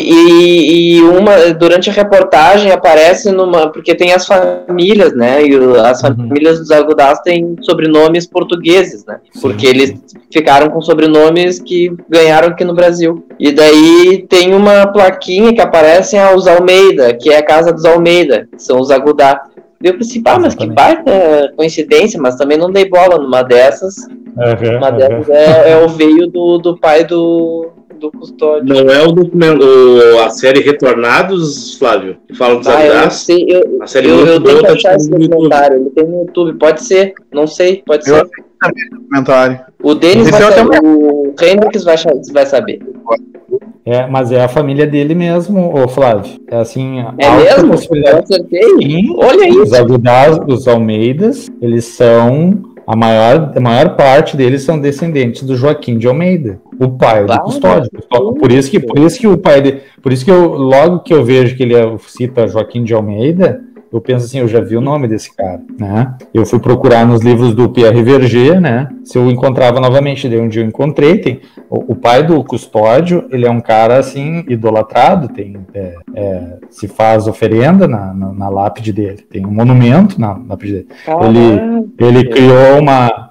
E durante a reportagem aparece porque tem as famílias, né? E as famílias dos agudás têm sobrenomes portugueses, né? Porque eles ficaram com sobrenomes que ganharam aqui no Brasil. E daí tem uma plaquinha que aparece os Almeida, que é a casa dos Almeida, que são os agudá. Eu pensei, mas que baita coincidência, mas também não dei bola numa dessas. Uma dessas é o veio do pai do Custódio. Não é o documento, a série Retornados, Flávio? Que fala dos agudás? A série eu tenho que achar esse documentário. Ele tem no YouTube, pode ser, não sei, pode ser. Documentário. O Denis vai saber, o Hendrix vai saber. Mas é a família dele mesmo, Flávio. É assim. É mesmo? Eu acertei? Sim, olha isso. Os agudás, os Almeidas, eles são. A maior parte deles são descendentes do Joaquim de Almeida, o pai do Custódio. Por isso que o pai dele. Por isso que logo que eu vejo que ele cita Joaquim de Almeida, eu penso assim, eu já vi o nome desse cara, né? Eu fui procurar nos livros do Pierre Verger, né? Se eu encontrava novamente, daí um dia eu encontrei, o pai do Custódio, ele é um cara, assim, idolatrado, se faz oferenda na lápide dele, tem um monumento na lápide dele. Ele criou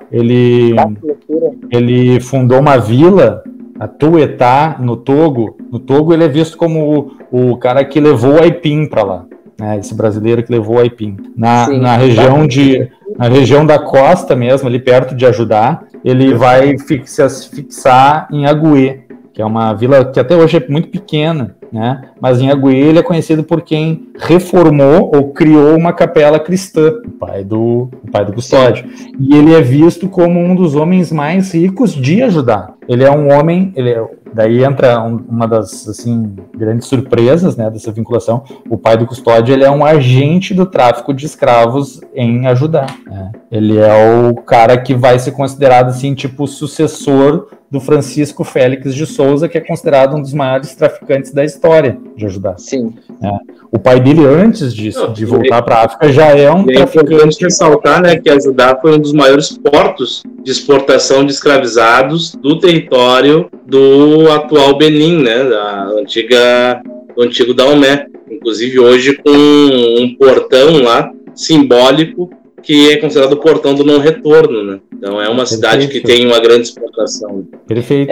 ele fundou uma vila, a Tuetá, no Togo. No Togo ele é visto como o cara que levou o Aipim para lá. Esse brasileiro que levou o Aipim. Na região da costa mesmo, ali perto de Ajudá, ele vai se fixar em Agüé, que é uma vila que até hoje é muito pequena, né? Mas em Agüé ele é conhecido por quem reformou ou criou uma capela cristã, o pai do Custódio. E ele é visto como um dos homens mais ricos de Ajudá. Ele é um homem, daí entra uma das, assim, grandes surpresas, né, dessa vinculação. O pai do Custódio, ele é um agente do tráfico de escravos em Ajudá, né? Ele é o cara que vai ser considerado, assim, tipo, sucessor do Francisco Félix de Souza, que é considerado um dos maiores traficantes da história de Ajudá. Sim. O pai dele, antes de voltar para a África, já é um traficante. É importante ressaltar, né, que Ajudá foi um dos maiores portos de exportação de escravizados do território do atual Benin, né, do antigo Daomé. Inclusive hoje com um portão lá simbólico que é considerado o portão do não retorno, né? Então é uma cidade que tem uma grande exportação. Perfeito.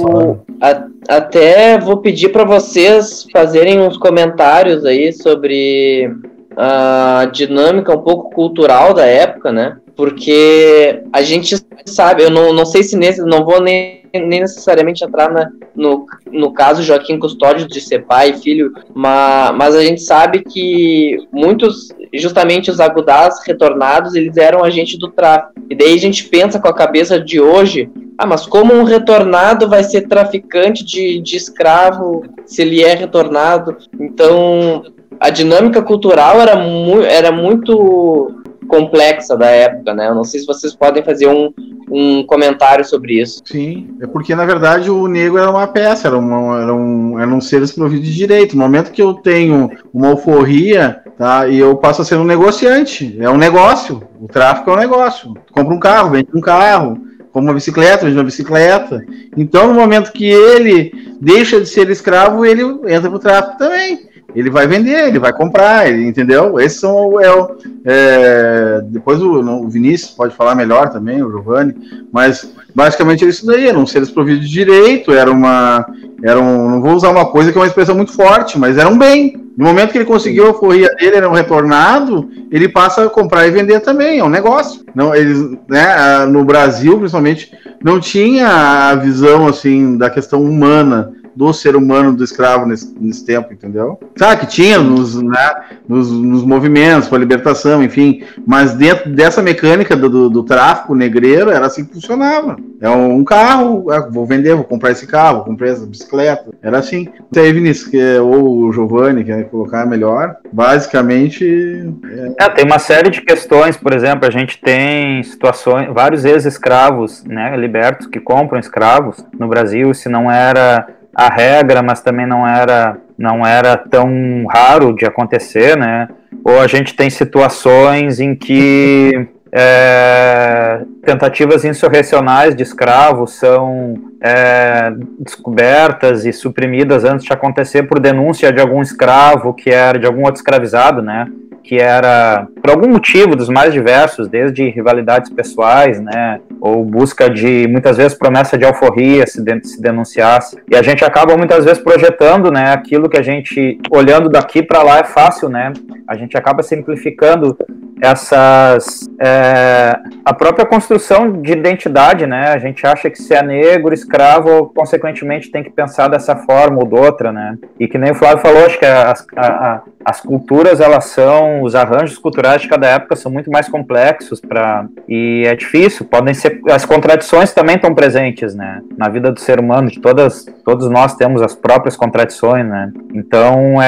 Até vou pedir para vocês fazerem uns comentários aí sobre a dinâmica um pouco cultural da época, né? Porque a gente sabe, eu não sei se não vou nem nem necessariamente entrar no caso Joaquim Custódio de ser pai e filho, mas a gente sabe que muitos, justamente os agudás retornados, eles eram agentes do tráfico. E daí a gente pensa com a cabeça de hoje, mas como um retornado vai ser traficante de escravo se ele é retornado? Então, a dinâmica cultural era muito complexa da época, né? Eu não sei se vocês podem fazer um comentário sobre isso. Sim, é porque na verdade o negro era uma peça, era um ser desprovido de direito. No momento que eu tenho uma alforria, tá, e eu passo a ser um negociante, é um negócio, o tráfico é um negócio. Tu compra um carro, vende um carro, compra uma bicicleta, vende uma bicicleta. Então no momento que ele deixa de ser escravo, ele entra pro tráfico também. Ele vai vender, ele vai comprar, entendeu? Esses são depois o Vinícius pode falar melhor também, o Giovanni, mas basicamente era isso daí, era um ser desprovido de direito, não vou usar uma coisa que é uma expressão muito forte, mas era um bem. No momento que ele conseguiu a alforria dele, era um retornado, ele passa a comprar e vender também, é um negócio. Não, eles, né, no Brasil, principalmente, não tinha a visão assim da questão humana do ser humano, do escravo nesse tempo, entendeu? Sabe que tinha nos movimentos para libertação, enfim, mas dentro dessa mecânica do tráfico negreiro, era assim que funcionava. É um carro, vou vender, vou comprar esse carro, vou comprar essa bicicleta, era assim. Então aí, Vinícius, ou o Giovanni, quer colocar melhor, basicamente... Tem uma série de questões, por exemplo, a gente tem situações, vários ex-escravos, né, libertos, que compram escravos no Brasil, se não era a regra, mas também não era tão raro de acontecer, né? Ou a gente tem situações em que tentativas insurrecionais de escravos são descobertas e suprimidas antes de acontecer por denúncia de algum escravo que era de algum outro escravizado, né? Que era, por algum motivo dos mais diversos, desde rivalidades pessoais, né, ou busca de, muitas vezes, promessa de alforria, se denunciasse. E a gente acaba, muitas vezes, projetando, né, aquilo que a gente, olhando daqui para lá, é fácil, né, a gente acaba simplificando a própria construção de identidade, né, a gente acha que se é negro, escravo, consequentemente tem que pensar dessa forma ou de outra, né, e que nem o Flávio falou, acho que as culturas, elas são, os arranjos culturais de cada época são muito mais complexos e é difícil, podem ser, as contradições também estão presentes, né, na vida do ser humano, todos nós temos as próprias contradições, né, então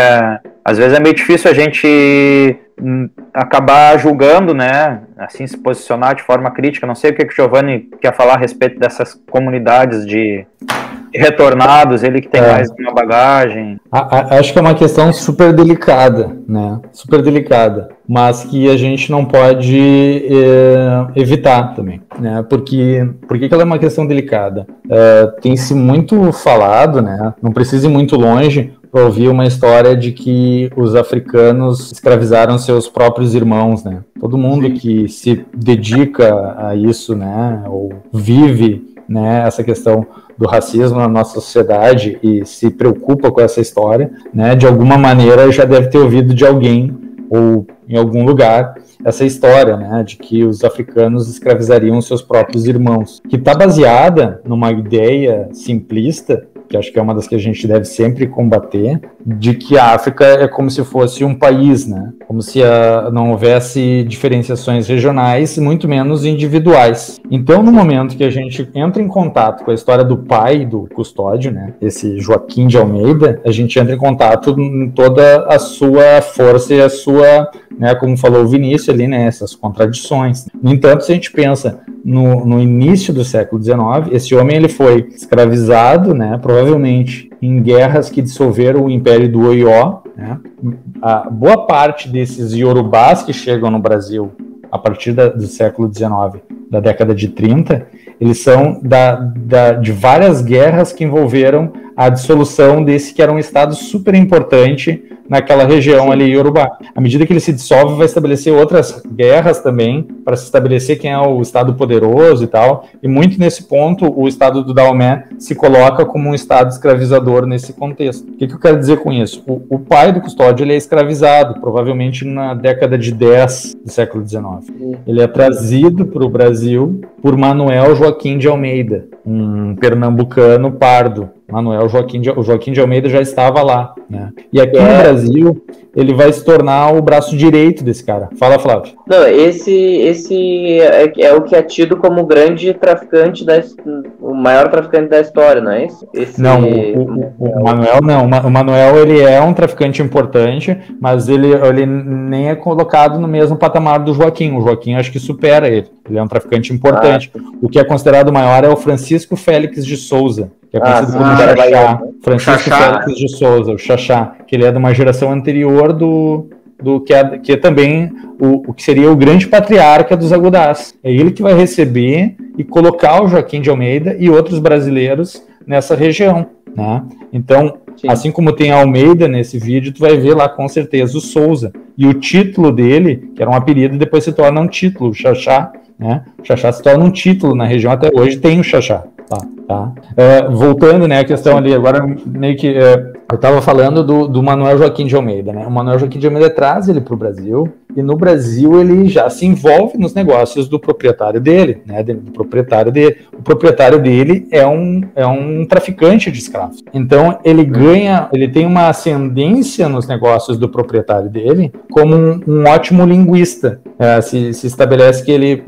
às vezes é meio difícil a gente acabar julgando, né, assim, se posicionar de forma crítica. Não sei o que o Giovanni quer falar a respeito dessas comunidades de retornados, ele que tem mais uma bagagem. Acho que é uma questão super delicada, né, super delicada, mas que a gente não pode evitar também, né, porque ela é uma questão delicada. Tem-se muito falado, né, não precisa ir muito longe, ouvi uma história de que os africanos escravizaram seus próprios irmãos, né? Todo mundo que se dedica a isso, né, ou vive, né, essa questão do racismo na nossa sociedade e se preocupa com essa história, né, de alguma maneira já deve ter ouvido de alguém ou em algum lugar essa história, né, de que os africanos escravizariam seus próprios irmãos, que está baseada numa ideia simplista, que acho que é uma das que a gente deve sempre combater, de que a África é como se fosse um país, né? Como se não houvesse diferenciações regionais, muito menos individuais. Então, no momento que a gente entra em contato com a história do pai do Custódio, né, esse Joaquim de Almeida, a gente entra em contato em toda a sua força e a sua, né, como falou o Vinícius ali, né, essas contradições. No entanto, se a gente pensa no início do século XIX, esse homem ele foi escravizado, né, provavelmente em guerras que dissolveram o Império do Oió, né. A boa parte desses iorubás que chegam no Brasil a partir do século XIX, da década de 30, eles são de várias guerras que envolveram a dissolução desse que era um estado super importante naquela região ali, Iorubá. À medida que ele se dissolve, vai estabelecer outras guerras também, para se estabelecer quem é o estado poderoso e tal, e muito nesse ponto, o estado do Daomé se coloca como um estado escravizador nesse contexto. O que eu quero dizer com isso? O pai do Custódio, ele é escravizado, provavelmente na década de 10 do século XIX. Ele é trazido para o Brasil por Manuel Joaquim de Almeida, um um pernambucano pardo, Manuel Joaquim de Almeida já estava lá, né? E aqui no Brasil, ele vai se tornar o braço direito desse cara. Fala, Flávio. Não, esse é o que é tido como o grande traficante, o maior traficante da história, não é isso? Não, o Manuel não. O Manuel, ele é um traficante importante, mas ele nem é colocado no mesmo patamar do Joaquim. O Joaquim acho que supera ele. Ele é um traficante importante. O que é considerado maior é o Francisco Félix de Souza, que é conhecido como Xaxá. Francisco Félix de Souza, o Xaxá, que ele é de uma geração anterior do que é também o que seria o grande patriarca dos Agudás. É ele que vai receber e colocar o Joaquim de Almeida e outros brasileiros nessa região, né? Então, assim como tem a Almeida nesse vídeo, tu vai ver lá com certeza o Souza. E o título dele, que era um apelido, depois se torna um título, o Xaxá, né? O Xaxá se torna um título na região, até hoje tem o Xaxá. Tá. Voltando, né, a questão ali, agora meio que eu estava falando do Manuel Joaquim de Almeida, né? O Manuel Joaquim de Almeida traz ele para o Brasil, e no Brasil ele já se envolve nos negócios do proprietário dele, né? O proprietário dele é um traficante de escravos. Então ele tem uma ascendência nos negócios do proprietário dele como um ótimo linguista. Se estabelece que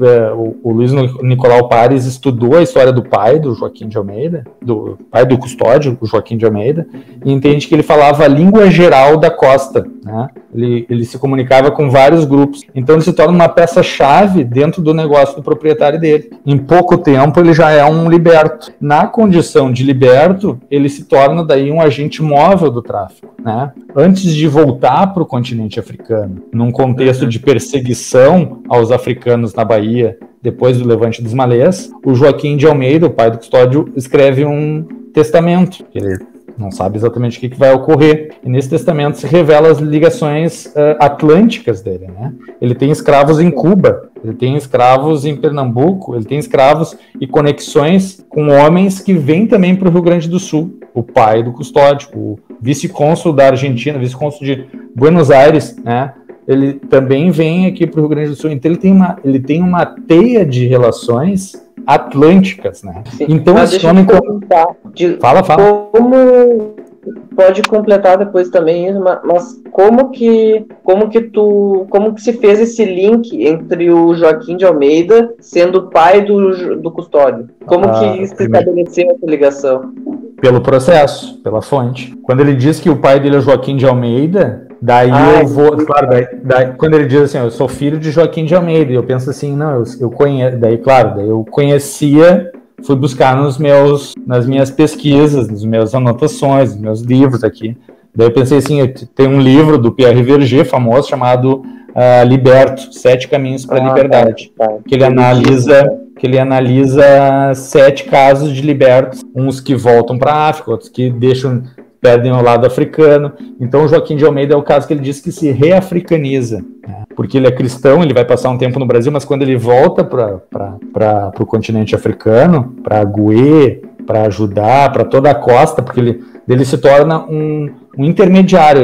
o Luiz Nicolau Pares estudou a história do pai do Joaquim de Almeida, do pai do custódio, o Joaquim de Almeida, e entende que ele falava a língua geral da costa, né? Ele se comunicava com vários grupos, então ele se torna uma peça-chave dentro do negócio do proprietário dele. Em pouco tempo ele já é um liberto. Na condição de liberto, ele se torna daí um agente móvel do tráfico, né? Antes de voltar para o continente africano, num contexto de perseguição aos africanos na Bahia, depois do Levante dos Malês, o Joaquim de Almeida, o pai do custódio, escreve um testamento. Ele não sabe exatamente o que vai ocorrer. E nesse testamento se revela as ligações atlânticas dele, né? Ele tem escravos em Cuba, ele tem escravos em Pernambuco, ele tem escravos e conexões com homens que vêm também para o Rio Grande do Sul. O pai do custódio, o vice-cônsul da Argentina, vice-cônsul de Buenos Aires, né? Ele também vem aqui para o Rio Grande do Sul. Então ele tem uma teia de relações atlânticas, né? Sim, então esse homem... Fala. Como pode completar depois também isso, mas como que se fez esse link entre o Joaquim de Almeida sendo pai do custódio? Como que se estabeleceu essa ligação? Pelo processo, pela fonte. Quando ele diz que o pai dele é Joaquim de Almeida, daí eu vou... Claro, daí, quando ele diz assim, eu sou filho de Joaquim de Almeida, eu penso assim, não, eu conheço... Daí eu conhecia... Fui buscar nas minhas pesquisas, nas minhas anotações, nos meus livros aqui. Daí eu pensei assim, tem um livro do Pierre Verger, famoso, chamado Liberto, 7 Caminhos para a Liberdade, que ele analisa 7 casos de libertos, uns que voltam para a África, outros que perdem o lado africano. Então o Joaquim de Almeida é o caso que ele diz que se reafricaniza, né? Porque ele é cristão, ele vai passar um tempo no Brasil, mas quando ele volta para o continente africano, para Gué, para Judá, para toda a costa, porque ele se torna um intermediário.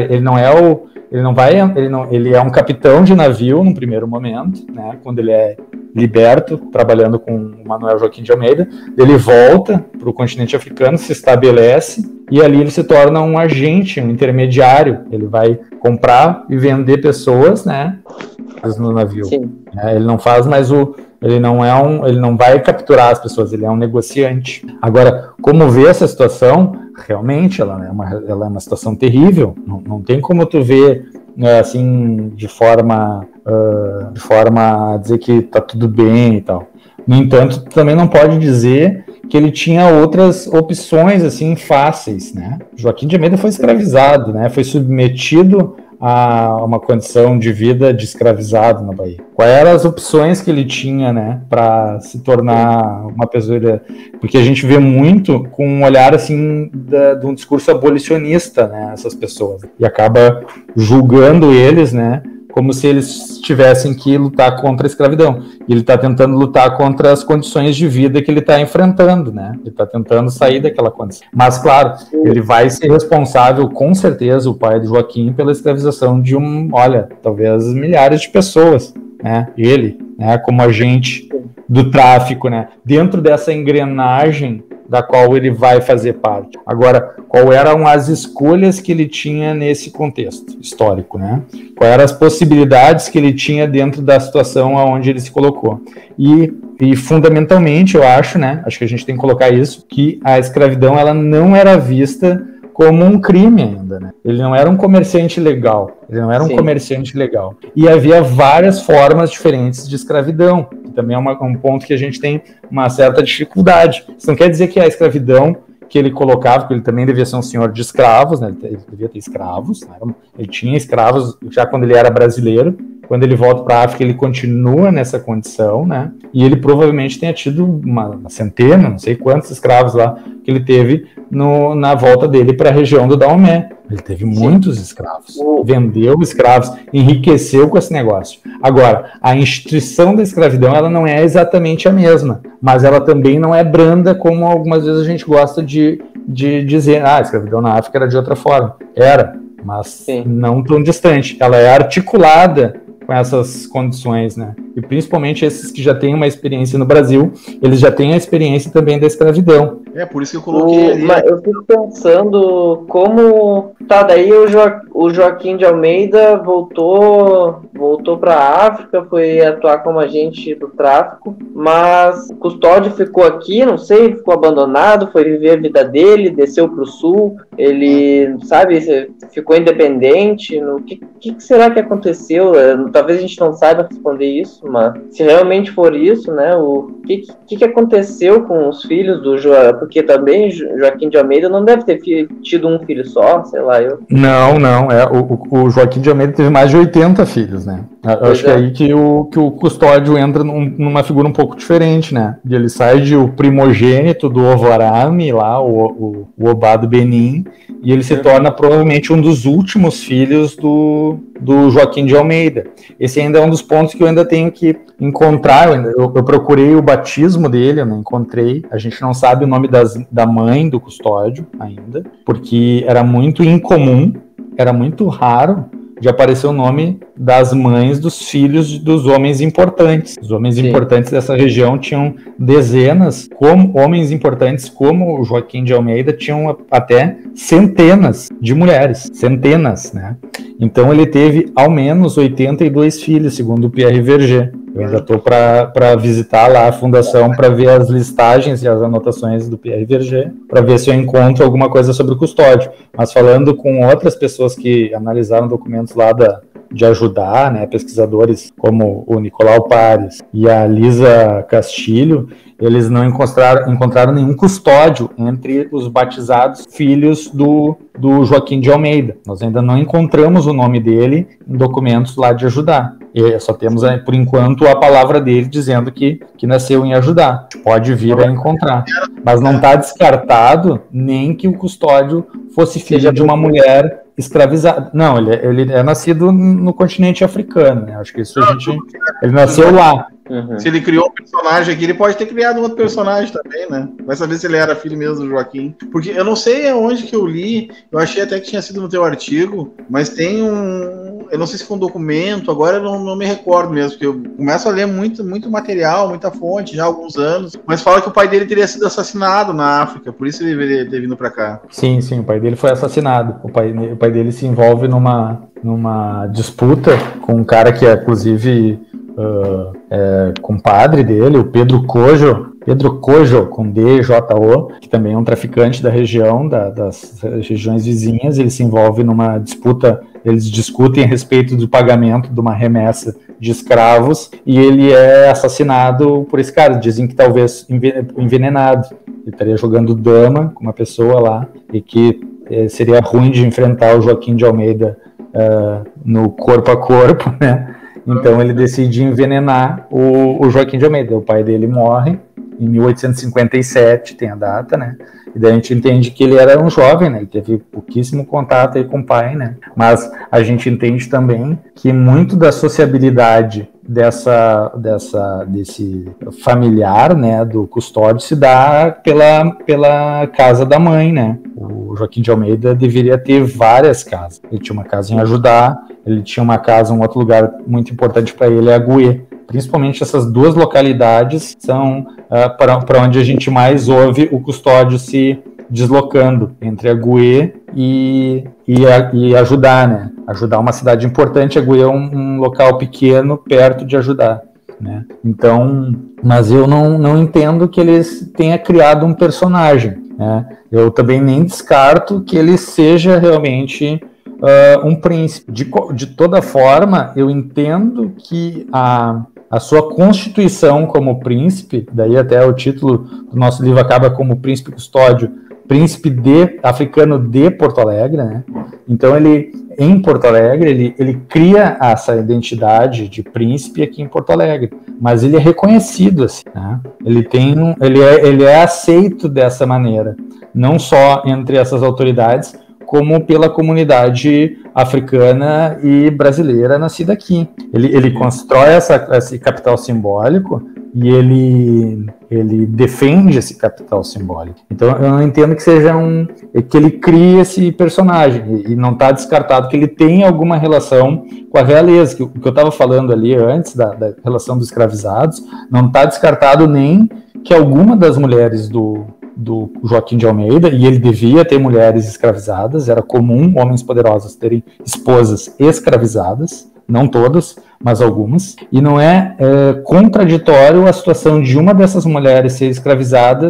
Ele é um capitão de navio no primeiro momento, né? Quando ele é liberto, trabalhando com o Manuel Joaquim de Almeida, ele volta para o continente africano, se estabelece, e ali ele se torna um agente, um intermediário. Ele vai comprar e vender pessoas, né, no navio. Ele não faz mais ele não vai capturar as pessoas, ele é um negociante. Agora, como ver essa situação? Realmente, ela é uma situação terrível. Não tem como tu ver assim de forma a dizer que está tudo bem e tal. No entanto, tu também não pode dizer que ele tinha outras opções assim fáceis, né? Joaquim de Almeida foi escravizado, né? Foi submetido a uma condição de vida de escravizado na Bahia. Quais eram as opções que ele tinha, né, para se tornar uma pessoa? Porque a gente vê muito com um olhar assim de um discurso abolicionista, né, essas pessoas, e acaba julgando eles, né, como se eles tivessem que lutar contra a escravidão. E ele está tentando lutar contra as condições de vida que ele está enfrentando, né? Ele está tentando sair daquela condição. Mas, claro, ele vai ser responsável, com certeza, o pai do Joaquim, pela escravização de talvez milhares de pessoas, né? Ele, né, como agente do tráfico, né? Dentro dessa engrenagem da qual ele vai fazer parte. Agora, qual eram as escolhas que ele tinha nesse contexto histórico, né? Quais eram as possibilidades que ele tinha dentro da situação aonde ele se colocou. E fundamentalmente, eu acho, né? Acho que a gente tem que colocar isso, que a escravidão ela não era vista como um crime ainda, né? Ele não era um comerciante legal. E havia várias formas diferentes de escravidão, que também é um ponto que a gente tem uma certa dificuldade. Isso não quer dizer que a escravidão que ele colocava, que ele também devia ser um senhor de escravos, né? Ele devia ter escravos, né? Ele tinha escravos já quando ele era brasileiro. Quando ele volta para a África, ele continua nessa condição, né? E ele provavelmente tenha tido uma centena, não sei quantos escravos lá que ele teve na volta dele para a região do Dahomey. Ele teve muitos escravos, vendeu escravos, enriqueceu com esse negócio. Agora, a instituição da escravidão ela não é exatamente a mesma, mas ela também não é branda como algumas vezes a gente gosta de dizer, a escravidão na África era de outra forma. Era, mas não tão distante. Ela é articulada com essas condições, né? E principalmente esses que já têm uma experiência no Brasil, eles já têm a experiência também da escravidão. É, por isso que eu coloquei ali. Mas eu fico pensando como... Tá, daí o Joaquim de Almeida voltou para a África, foi atuar como agente do tráfico, mas o Custódio ficou aqui, não sei, ficou abandonado, foi viver a vida dele, desceu para o sul, ele, sabe, ficou independente. O que será que aconteceu? Talvez a gente não saiba responder isso, mas se realmente for isso, né, o que aconteceu com os filhos do Joaquim? Porque também Joaquim de Almeida não deve ter tido um filho só, sei lá. Não, o Joaquim de Almeida teve mais de 80 filhos, né? Eu acho que é aí que o Custódio entra numa figura um pouco diferente, né? E ele sai de o primogênito do Ovorame, lá, o Obá do Benin, e ele se torna provavelmente um dos últimos filhos do Joaquim de Almeida. Esse ainda é um dos pontos que eu ainda tenho que encontrar. Eu procurei o batismo dele, eu não encontrei. A gente não sabe o nome da mãe do Custódio ainda, porque era muito incomum, era muito raro de aparecer o nome das mães dos filhos dos homens importantes. Os homens importantes dessa região tinham dezenas, como homens importantes como o Joaquim de Almeida tinham até centenas de mulheres, centenas, né? Então ele teve ao menos 82 filhos, segundo o Pierre Verger. Eu ainda estou para visitar lá a fundação para ver as listagens e as anotações do Pierre Verger, para ver se eu encontro alguma coisa sobre o Custódio. Mas falando com outras pessoas que analisaram documentos lá de ajudar, né, pesquisadores como o Nicolau Pares e a Lisa Castilho, eles não encontraram nenhum custódio entre os batizados filhos do Joaquim de Almeida. Nós ainda não encontramos o nome dele em documentos lá de ajudar. E só temos, por enquanto, a palavra dele dizendo que nasceu em ajudar. Pode vir a encontrar. Mas não está descartado nem que o Custódio fosse filho de uma mulher escravizada. Não, ele é nascido no continente africano, né? Acho que isso ele nasceu lá. Uhum. Se ele criou um personagem aqui, ele pode ter criado um outro personagem também, né? Vai saber se ele era filho mesmo do Joaquim. Porque eu não sei aonde que eu li, eu achei até que tinha sido no teu artigo, mas tem eu não sei se foi um documento, agora eu não me recordo mesmo, porque eu começo a ler muito material, muita fonte já há alguns anos, mas fala que o pai dele teria sido assassinado na África, por isso ele deveria ter vindo pra cá. Sim, o pai dele foi assassinado. O pai dele se envolve numa disputa com um cara que é, inclusive, compadre dele, o Pedro Cojo, com D-J-O, que também é um traficante da região, das regiões vizinhas. Ele se envolve numa disputa, eles discutem a respeito do pagamento de uma remessa de escravos, e ele é assassinado por esse cara. Dizem que talvez envenenado. Ele estaria jogando dama com uma pessoa lá, e que seria ruim de enfrentar o Joaquim de Almeida no corpo a corpo, né? Então ele decide envenenar o Joaquim de Almeida. O pai dele morre em 1857, tem a data, né? E daí a gente entende que ele era um jovem, né? Ele teve pouquíssimo contato aí com o pai, né? Mas a gente entende também que muito da sociabilidade desse familiar, né, do Custódio, se dá pela casa da mãe, né? O Joaquim de Almeida deveria ter várias casas. Ele tinha uma casa em Ajudá, ele tinha uma casa, um outro lugar muito importante para ele é Agüé. Principalmente essas duas localidades são para onde a gente mais ouve o custódio se deslocando, entre a Guê e Ajudá, né? Ajudá é uma cidade importante, a Guê é um local pequeno perto de Ajudá, né? Então, mas eu não entendo que eles tenham criado um personagem, né? Eu também nem descarto que ele seja realmente um príncipe. De toda forma, eu entendo que a sua constituição como príncipe, daí até o título do nosso livro acaba como Príncipe Custódio, príncipe africano de Porto Alegre, né? Então em Porto Alegre ele cria essa identidade de príncipe aqui em Porto Alegre, mas ele é reconhecido assim, né? Ele é aceito dessa maneira, não só entre essas autoridades, como pela comunidade africana e brasileira nascida aqui. Ele constrói esse capital simbólico e ele defende esse capital simbólico. Então eu não entendo que seja que ele crie esse personagem, e não está descartado que ele tenha alguma relação com a realeza, o que eu estava falando ali antes da relação dos escravizados, não está descartado nem que alguma das mulheres do Joaquim de Almeida, e ele devia ter mulheres escravizadas, era comum homens poderosos terem esposas escravizadas, não todas, mas algumas, e não é contraditório a situação de uma dessas mulheres ser escravizada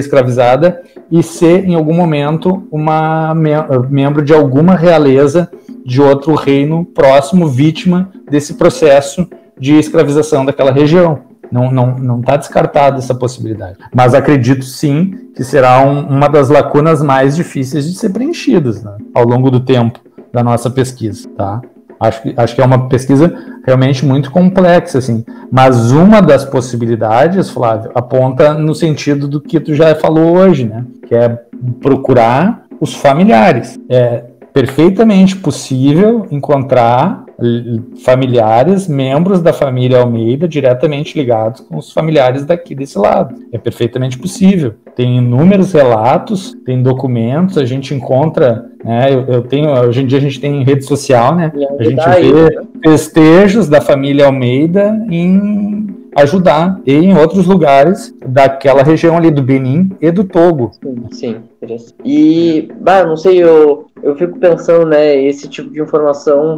e ser, em algum momento, uma membro de alguma realeza de outro reino próximo, vítima desse processo de escravização daquela região. Não está descartada essa possibilidade. Mas acredito sim que será uma das lacunas mais difíceis de ser preenchidas, né, ao longo do tempo da nossa pesquisa, tá? Acho que é uma pesquisa realmente muito complexa, assim. Mas uma das possibilidades, Flávio, aponta no sentido do que tu já falou hoje, né? Que é procurar os familiares. É perfeitamente possível encontrar familiares, membros da família Almeida diretamente ligados com os familiares desse lado. É perfeitamente possível. Tem inúmeros relatos, tem documentos, a gente encontra, né, hoje em dia a gente tem rede social, né, a gente vê festejos da família Almeida em Ajudá e em outros lugares daquela região ali do Benin e do Togo. Sim, interessante. E, não sei, eu fico pensando, né, esse tipo de informação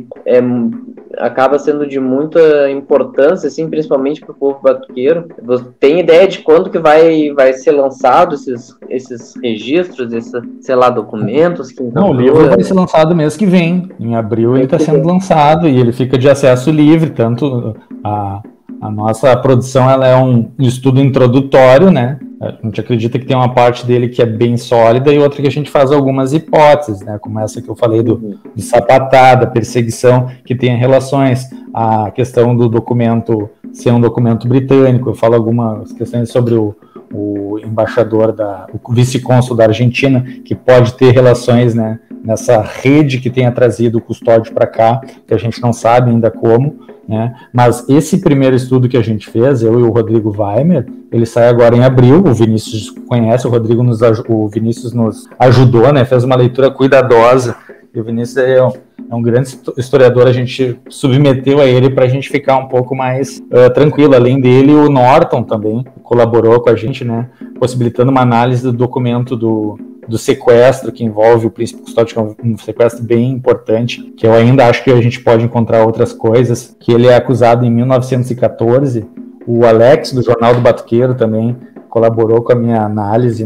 acaba sendo de muita importância, assim, principalmente para o povo batuqueiro. Você tem ideia de quando que vai ser lançado esses registros, documentos? Não, o livro vai ser lançado mês que vem. Em abril ele está sendo lançado e ele fica de acesso livre, tanto a nossa produção ela é um estudo introdutório, né? A gente acredita que tem uma parte dele que é bem sólida e outra que a gente faz algumas hipóteses, né? Como essa que eu falei do sapatá, da perseguição, que tem relações, a questão do documento ser um documento britânico. Eu falo algumas questões sobre o embaixador, o vice-cônsul da Argentina, que pode ter relações, né, nessa rede que tenha trazido o custódio para cá, que a gente não sabe ainda como, né? Mas esse primeiro estudo que a gente fez, eu e o Rodrigo Weimer, ele sai agora em abril. O Vinícius conhece, o Vinícius nos ajudou, né? Fez uma leitura cuidadosa, e o Vinícius é um grande historiador, a gente submeteu a ele para a gente ficar um pouco mais tranquilo. Além dele, o Norton também colaborou com a gente, né? Possibilitando uma análise do documento do sequestro que envolve o príncipe custódio, que é um sequestro bem importante, que eu ainda acho que a gente pode encontrar outras coisas, que ele é acusado em 1914. O Alex, do Jornal do Batuqueiro, também colaborou com a minha análise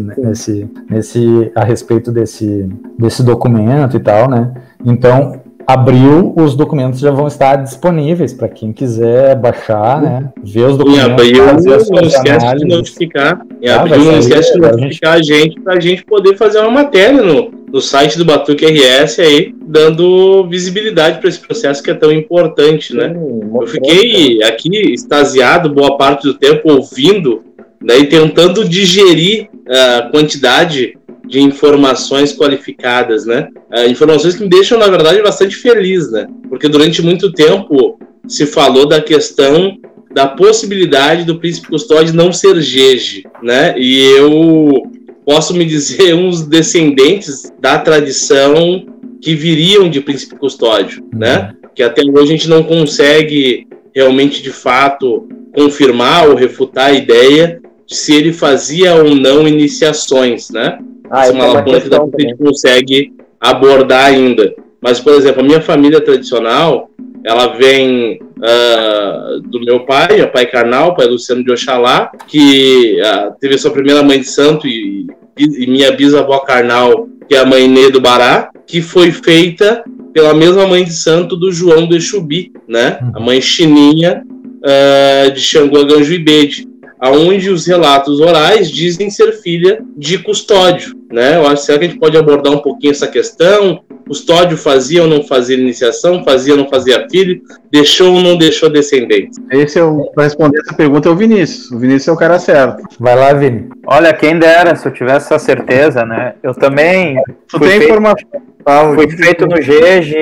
a respeito desse documento e tal, né? Então, abril, os documentos já vão estar disponíveis para quem quiser baixar, né? Ver os documentos. Em abril, não esquece de notificar. Não esquece de notificar a gente, para a gente poder fazer uma matéria no site do Batuque RS aí, dando visibilidade para esse processo que é tão importante, né? Eu fiquei aqui extasiado boa parte do tempo ouvindo, né, e tentando digerir a quantidade de informações qualificadas, né? Informações que me deixam, na verdade, bastante feliz, né? Porque durante muito tempo se falou da questão da possibilidade do príncipe custódio não ser Jeje, né? E eu posso me dizer uns descendentes da tradição que viriam de príncipe custódio, né? Que até hoje a gente não consegue realmente, de fato, confirmar ou refutar a ideia de se ele fazia ou não iniciações, né? Essa é uma lacuna que a gente consegue abordar ainda. Mas, por exemplo, a minha família tradicional, ela vem do meu pai carnal, pai Luciano de Oxalá, que teve a sua primeira mãe de santo, e minha bisavó carnal, que é a mãe Inê do Bará, que foi feita pela mesma mãe de santo do João de Exubi, né? A mãe Chininha de Xangô, Ganjo e Bede, aonde os relatos orais dizem ser filha de Custódio, né? Eu acho, será que a gente pode abordar um pouquinho essa questão? Custódio fazia ou não fazia iniciação? Fazia ou não fazia filho? Deixou ou não deixou descendentes? Para responder essa pergunta é o Vinícius. O Vinícius é o cara certo. Vai lá, Vini. Olha, quem dera, se eu tivesse essa certeza, né? Eu também... Tu tem informação? Fui feito no GEG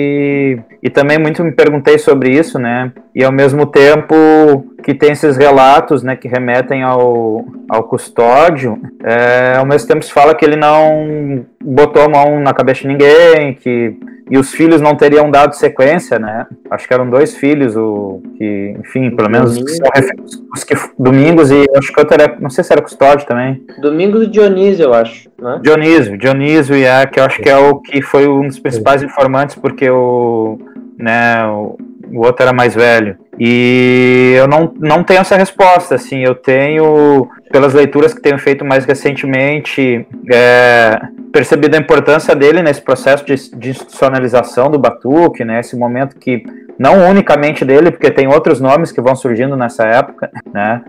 e também muito me perguntei sobre isso, né? E ao mesmo tempo que tem esses relatos, né, que remetem ao Custódio, ao mesmo tempo se fala que ele não botou a mão na cabeça de ninguém, e os filhos não teriam dado sequência, né? Acho que eram 2 filhos, enfim, pelo menos os que Domingos e acho que outro era, não sei se era Custódio também. Domingos e Dionísio, eu acho, né? Dionísio, que eu acho que é o que foi um dos principais informantes, porque o outro era mais velho. E eu não tenho essa resposta, assim, eu tenho, pelas leituras que tenho feito mais recentemente, percebido a importância dele nesse processo de institucionalização do batuque, né, esse momento que, não unicamente dele, porque tem outros nomes que vão surgindo nessa época, né,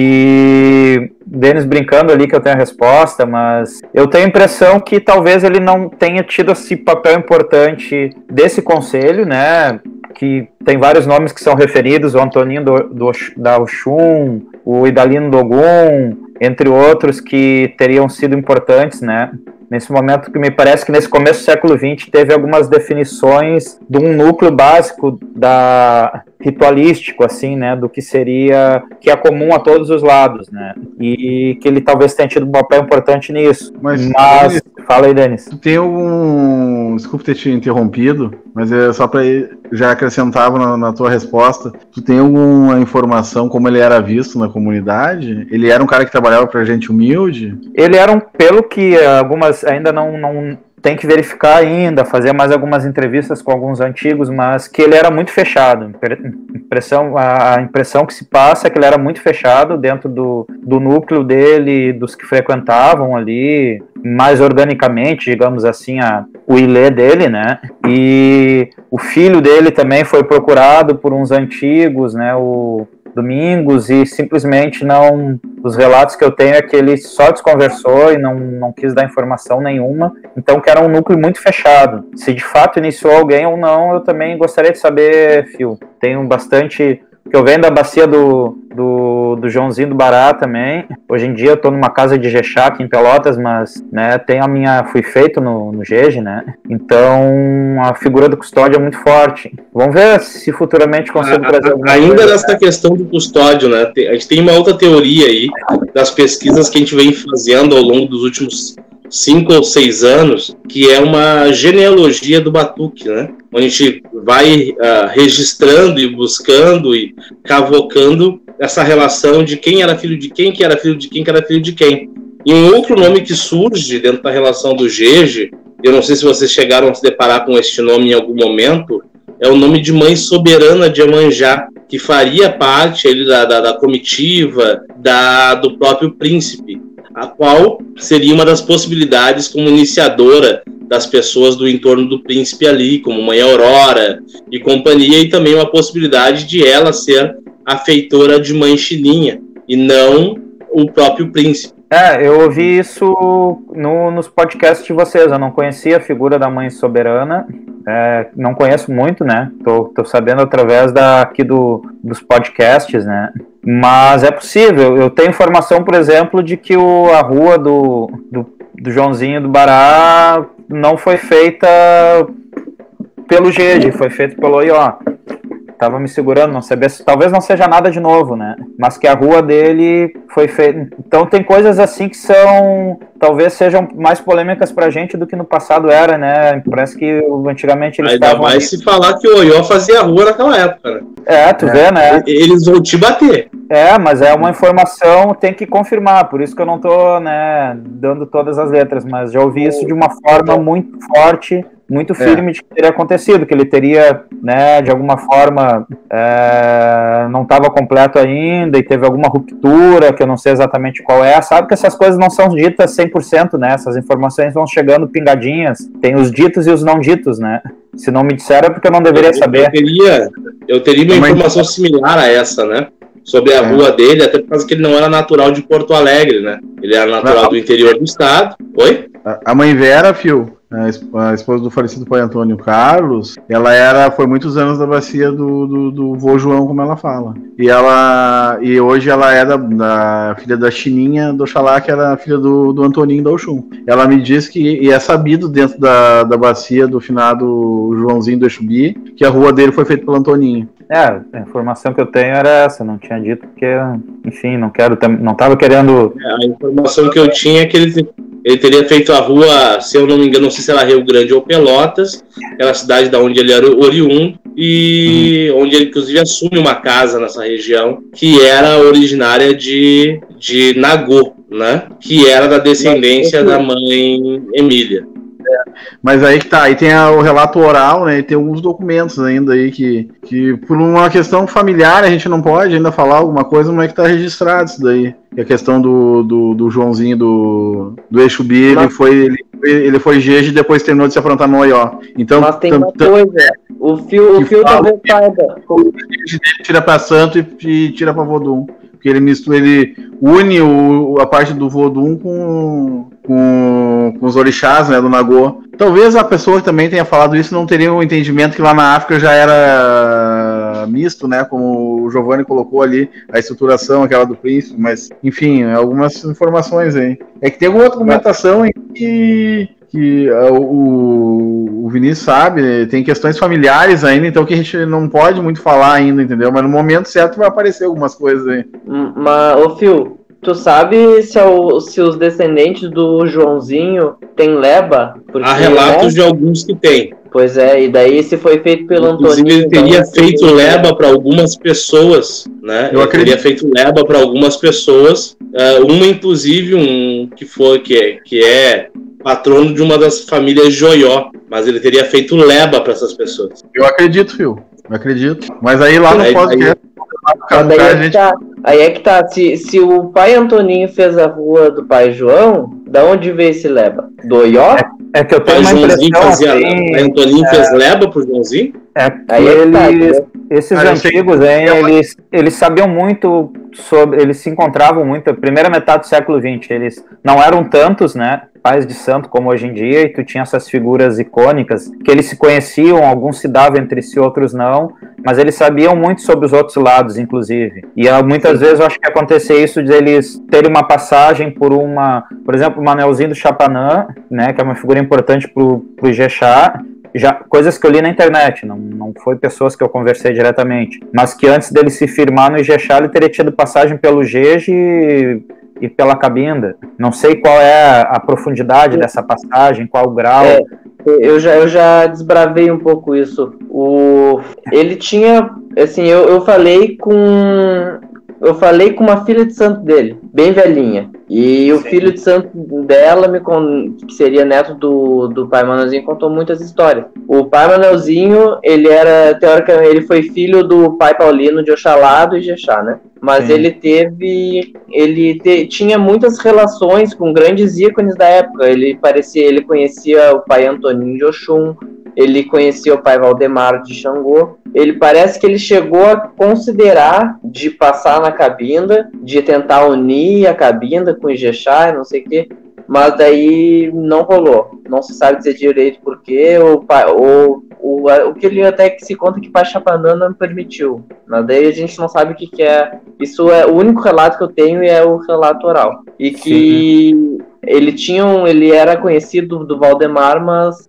e Denis brincando ali que eu tenho a resposta, mas eu tenho a impressão que talvez ele não tenha tido esse papel importante desse conselho, né, que tem vários nomes que são referidos, o Antoninho da Oxum, o Idalino do Ogum, entre outros que teriam sido importantes, né? Nesse momento que me parece que nesse começo do século XX teve algumas definições de um núcleo básico ritualístico, assim, né, do que seria, que é comum a todos os lados, né, e que ele talvez tenha tido um papel importante nisso. Mas fala aí, Denis. Tu tem algum... Desculpa ter te interrompido, mas é só para já acrescentava na tua resposta. Tu tem alguma informação como ele era visto na comunidade? Ele era um cara que trabalhava pra gente humilde? Ele era pelo que algumas ainda não tem que verificar ainda, fazer mais algumas entrevistas com alguns antigos, mas que ele era muito fechado. A impressão que se passa é que ele era muito fechado dentro do núcleo dele, dos que frequentavam ali, mais organicamente, digamos assim, o ilê dele, né? E o filho dele também foi procurado por uns antigos, né? O Domingos, e simplesmente não... Os relatos que eu tenho é que ele só desconversou e não quis dar informação nenhuma, então que era um núcleo muito fechado. Se de fato iniciou alguém ou não, eu também gostaria de saber, Fio. Tenho bastante... que eu venho da bacia do Joãozinho do Bará também. Hoje em dia eu estou numa casa de Jexá aqui em Pelotas, mas, né, fui feito no GEG, né? Então a figura do Custódio é muito forte. Vamos ver se futuramente consigo trazer alguma coisa. Ainda nessa questão do Custódio, né? A gente tem uma outra teoria aí das pesquisas que a gente vem fazendo ao longo dos últimos 5 ou 6 anos, que é uma genealogia do batuque, né? Onde a gente vai registrando e buscando e cavocando essa relação de quem era filho de quem, que era filho de quem, que era filho de quem. E um outro nome que surge dentro da relação do GEG, eu não sei se vocês chegaram a se deparar com este nome em algum momento, é o nome de Mãe Soberana de Iemanjá, que faria parte ali da comitiva do próprio príncipe, a qual seria uma das possibilidades como iniciadora das pessoas do entorno do príncipe ali, como Mãe Aurora e companhia, e também uma possibilidade de ela ser a feitora de Mãe Chininha, e não o próprio príncipe. Eu ouvi isso nos podcasts de vocês, eu não conhecia a figura da Mãe Soberana, não conheço muito, né, tô sabendo através dos podcasts, né, mas é possível. Eu tenho informação, por exemplo, de que a rua do Joãozinho do Bará não foi feita pelo GEG, foi feita pelo IO. Tava me segurando, não sabia, talvez não seja nada de novo, né? Mas que a rua dele foi feita. Então tem coisas assim que são talvez sejam mais polêmicas pra gente do que no passado era, né? Parece que antigamente eles ainda mais ali. Se falar que o Oió fazia rua naquela época, né? Tu vê, né? Eles vão te bater. Mas é uma informação, tem que confirmar, por isso que eu não tô, né, dando todas as letras, mas já ouvi isso de uma forma muito forte, muito firme de que teria acontecido, que ele teria, né, de alguma forma, não estava completo ainda e teve alguma ruptura, que eu não sei exatamente qual é. Sabe que essas coisas não são ditas 100%, né, essas informações vão chegando pingadinhas, tem os ditos e os não ditos, né. Se não me disseram é porque eu não deveria saber. Eu teria uma informação similar a essa, né? Sobre a rua dele, até por causa que ele não era natural de Porto Alegre, né? Ele era natural do interior do estado. Oi? A mãe Vera, a esposa do falecido pai Antônio Carlos, ela foi muitos anos da bacia do vô João, como ela fala. E hoje ela é da filha da Chininha do Oxalá, que era a filha do Antoninho da Oxum. Ela me diz e é sabido dentro da bacia do finado Joãozinho do Exubi, que a rua dele foi feita pelo Antoninho. A informação que eu tenho era essa, não tinha dito porque, enfim, não estava querendo... A informação que eu tinha é que ele teria feito a rua, se eu não me engano, não sei se era Rio Grande ou Pelotas, aquela cidade da onde ele era oriundo, e onde ele, inclusive, assume uma casa nessa região, que era originária de Nagô, né? Que era da descendência da mãe Emília. Mas aí que tá, aí tem o relato oral, né? E tem alguns documentos ainda aí que por uma questão familiar a gente não pode ainda falar alguma coisa, mas é que tá registrado isso daí. E a questão do Joãozinho do Exubi, ele foi jeje e depois terminou de se afrontar no Oió. Então, mas tem uma coisa, o fio talvez saiba. O jeje dele tira pra santo e tira pra Vodum. Porque ele une a parte do Vodum com os orixás, né, do Nagô. Talvez a pessoa que também tenha falado isso não teria um entendimento que lá na África já era misto, né, como o Giovanni colocou ali, a estruturação, aquela do príncipe, mas, enfim, algumas informações aí. É que tem alguma documentação em que o Vinícius sabe, né, tem questões familiares ainda, então que a gente não pode muito falar ainda, entendeu? Mas no momento certo vai aparecer algumas coisas aí. Mas, ô Fio, tu sabe se os descendentes do Joãozinho tem leba? Há relatos de alguns que tem. Pois é, e daí se foi feito pelo Antoninho... Inclusive ele teria feito leba para algumas pessoas, né? Ele teria feito leba para algumas pessoas. Uma, inclusive, que é patrono de uma das famílias Joió, mas ele teria feito leba para essas pessoas. Eu acredito, Fio. Eu acredito. Mas aí lá no podcast... Aí é que tá. Se o pai Antoninho fez a rua do pai João, da onde veio esse leba? Do Oió? É que eu tenho uma impressão assim... O Antoninho fez leba pro Joãozinho? Esses antigos, eles sabiam muito sobre... Eles se encontravam muito... Primeira metade do século XX, eles não eram tantos, né? Pais de santo como hoje em dia, e tu tinha essas figuras icônicas que eles se conheciam, alguns se davam entre si, outros não, mas eles sabiam muito sobre os outros lados, inclusive. E muitas vezes eu acho que acontecia isso de eles terem uma passagem por exemplo, o Manelzinho do Chapanã, né, que é uma figura importante pro Ijexá, coisas que eu li na internet, não foi pessoas que eu conversei diretamente, mas que antes dele se firmar no Ijexá, ele teria tido passagem pelo Jeje e pela Cabinda. Não sei qual é a profundidade dessa passagem, qual o grau. Eu já desbravei um pouco isso. Ele tinha, assim, eu falei com uma filha de santo dele, bem velhinha. E o filho de santo dela, que seria neto do pai Manelzinho, contou muitas histórias. O pai Manelzinho, teoricamente, ele foi filho do pai Paulino de Oxalá do Ijexá, né? Mas ele tinha muitas relações com grandes ícones da época. Ele conhecia o pai Antoninho de Oxum, ele conhecia o pai Valdemar de Xangô. Ele parece que ele chegou a considerar de passar na Cabinda, de tentar unir a Cabinda com o Ijexá, não sei o quê, mas daí não rolou. Não se sabe dizer direito por quê, ou o que ele até que se conta que Pachapanã não permitiu. Mas daí a gente não sabe o que é. Isso é o único relato que eu tenho e é o relato oral. E que ele era conhecido do Valdemar, mas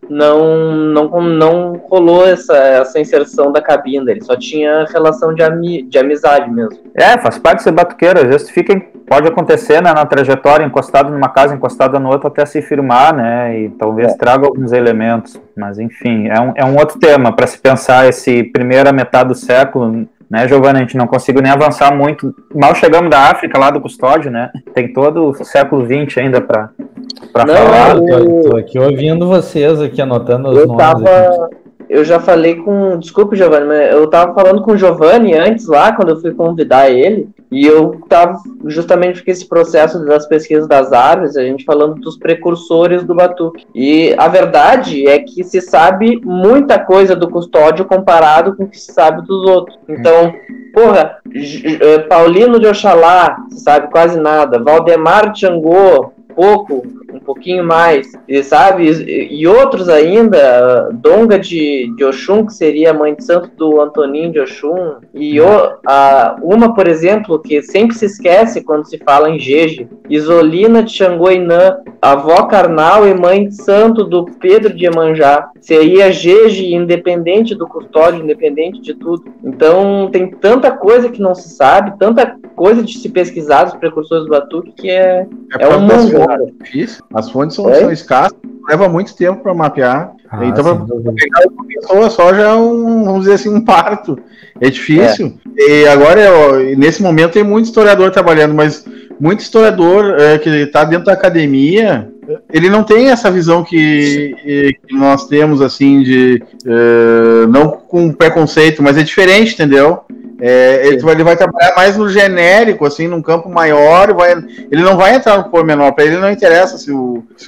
não rolou essa inserção da cabinda. Ele só tinha relação de amizade mesmo. Faz parte de ser batuqueiro. Às vezes pode acontecer, né, na trajetória, encostado numa casa, encostado no outro, até se firmar, né, e talvez traga alguns elementos. Mas, enfim, é um outro tema para se pensar esse primeira metade do século, né, Giovanni? A gente não conseguiu nem avançar muito. Mal chegamos da África, lá do Custódio, né? Tem todo o século XX ainda para falar. Tô aqui ouvindo vocês, aqui anotando os nomes. Eu já falei com... Desculpa, Giovanni, mas eu tava falando com o Giovanni antes lá, quando eu fui convidar ele, e eu tava justamente com esse processo das pesquisas das árvores, a gente falando dos precursores do batuque. E a verdade é que se sabe muita coisa do Custódio comparado com o que se sabe dos outros. Então, porra, Paulino de Oxalá, se sabe quase nada. Valdemar de Xangô, um pouquinho mais, sabe? E outros ainda, Donga de Oxum, que seria a mãe de santo do Antoninho de Oxum, e uma, por exemplo, que sempre se esquece quando se fala em Jeje, Isolina de Xangoinã, avó carnal e mãe de santo do Pedro de Iemanjá. Seria Jeje independente do Custódio, independente de tudo. Então tem tanta coisa que não se sabe, tanta coisa de se pesquisar dos precursores do batuque que é um mundo. Difícil. As fontes são escassas, leva muito tempo para mapear. Então, para pegar uma pessoa só já é vamos dizer assim, um parto. É difícil. E agora, nesse momento, tem muito historiador trabalhando, mas muito historiador que está dentro da academia, ele não tem essa visão que nós temos, assim, de não com preconceito, mas é diferente, entendeu? Ele vai trabalhar mais no genérico, assim, num campo maior, ele não vai entrar no pormenor. Para ele não interessa se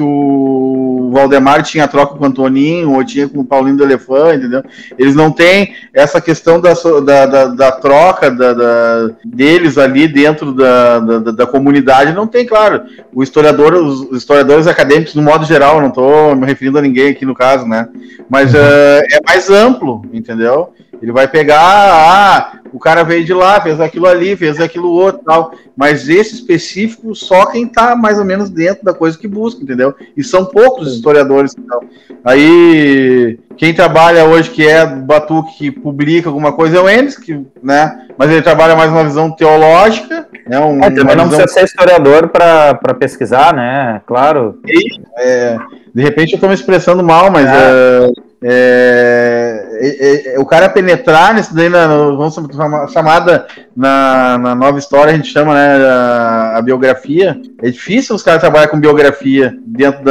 o Valdemar tinha troca com o Antoninho ou tinha com o Paulinho do Elefante, entendeu? Eles não têm essa questão da troca deles ali dentro da comunidade, não tem, claro. Os historiadores acadêmicos, no modo geral, não estou me referindo a ninguém aqui no caso, né? Mas é mais amplo, entendeu? Ele vai pegar, o cara veio de lá, fez aquilo ali, fez aquilo outro, tal. Mas esse específico, só quem está mais ou menos dentro da coisa que busca, entendeu? E são poucos historiadores. Então. Aí, quem trabalha hoje, que é batuque, que publica alguma coisa, é o Enes, né? Mas ele trabalha mais uma visão teológica. Né? Também não precisa ser historiador para pesquisar, né? Claro. De repente eu estou me expressando mal, mas... o cara penetrar nisso daí, vamos chamada na nova história, a gente chama, né, a biografia. É difícil os caras trabalharem com biografia dentro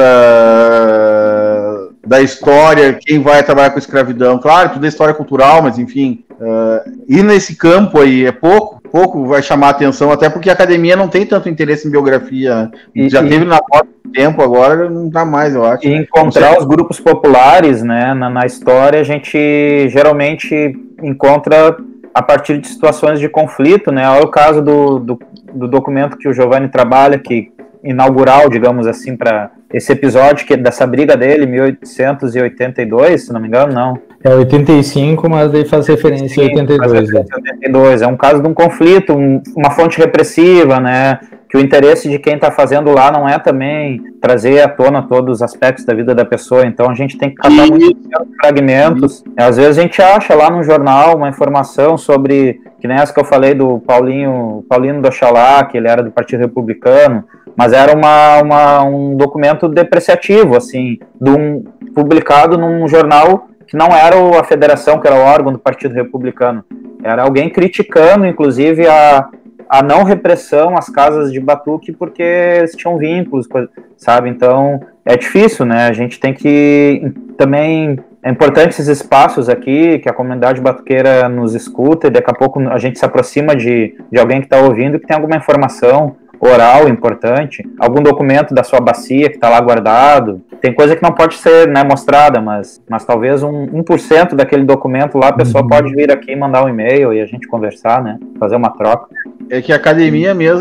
da história, quem vai trabalhar com escravidão. Claro, tudo é história cultural, mas enfim, ir nesse campo aí é pouco vai chamar a atenção, até porque a academia não tem tanto interesse em biografia. Já teve na moda tempo, agora não dá mais, eu acho. E encontrar os grupos populares, né, na história, a gente geralmente encontra a partir de situações de conflito, né? Olha o caso do documento que o Giovanni trabalha, que inaugural, digamos assim, para esse episódio, que é dessa briga dele, 1882, se não me engano, não. É 85, mas daí faz referência a 82. 82. É um caso de um conflito, uma fonte repressiva, né? Que o interesse de quem está fazendo lá não é também trazer à tona todos os aspectos da vida da pessoa. Então a gente tem que catar muitos fragmentos. Às vezes a gente acha lá no jornal uma informação sobre, que nem essa que eu falei do Paulino do Oxalá, que ele era do Partido Republicano, mas era um documento depreciativo, assim, publicado num jornal que não era a federação, que era o órgão do Partido Republicano. Era alguém criticando, inclusive, a não repressão às casas de batuque, porque eles tinham vínculos, sabe? Então, é difícil, né? A gente tem que também... É importante esses espaços aqui, que a comunidade batuqueira nos escuta, e daqui a pouco a gente se aproxima de alguém que está ouvindo, que tem alguma informação, oral importante, algum documento da sua bacia que está lá guardado. Tem coisa que não pode ser, né, mostrada, mas talvez 1% daquele documento lá, a pessoa pode vir aqui e mandar um e-mail e a gente conversar, né, fazer uma troca. É que a academia mesmo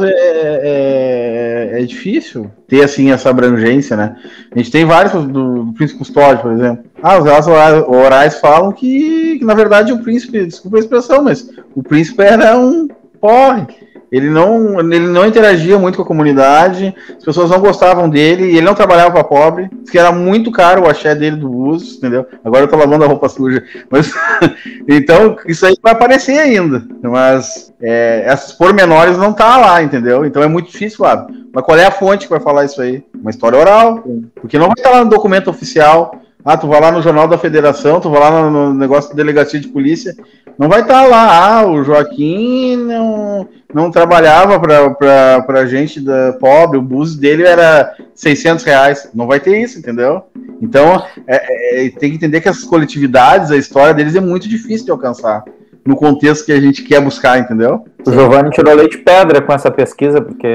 é difícil ter, assim, essa abrangência, né? A gente tem vários do Príncipe Custódio, por exemplo. Os relatos orais falam que, na verdade, o príncipe, desculpa a expressão, mas o príncipe era um porre. Ele não interagia muito com a comunidade, as pessoas não gostavam dele, e ele não trabalhava para pobre, que era muito caro o axé dele do uso, entendeu? Agora eu tô lavando a roupa suja. Mas, então, isso aí vai aparecer ainda, mas esses pormenores não tá lá, entendeu? Então é muito difícil, Flávio. Mas qual é a fonte que vai falar isso aí? Uma história oral, porque não vai estar lá no documento oficial. Tu vai lá no Jornal da Federação, tu vai lá no negócio da delegacia de polícia, não vai estar lá, o Joaquim não trabalhava pra gente pobre, o bus dele era R$600, não vai ter isso, entendeu? Então, tem que entender que essas coletividades, a história deles é muito difícil de alcançar, no contexto que a gente quer buscar, entendeu? O Giovanni tirou leite pedra com essa pesquisa, porque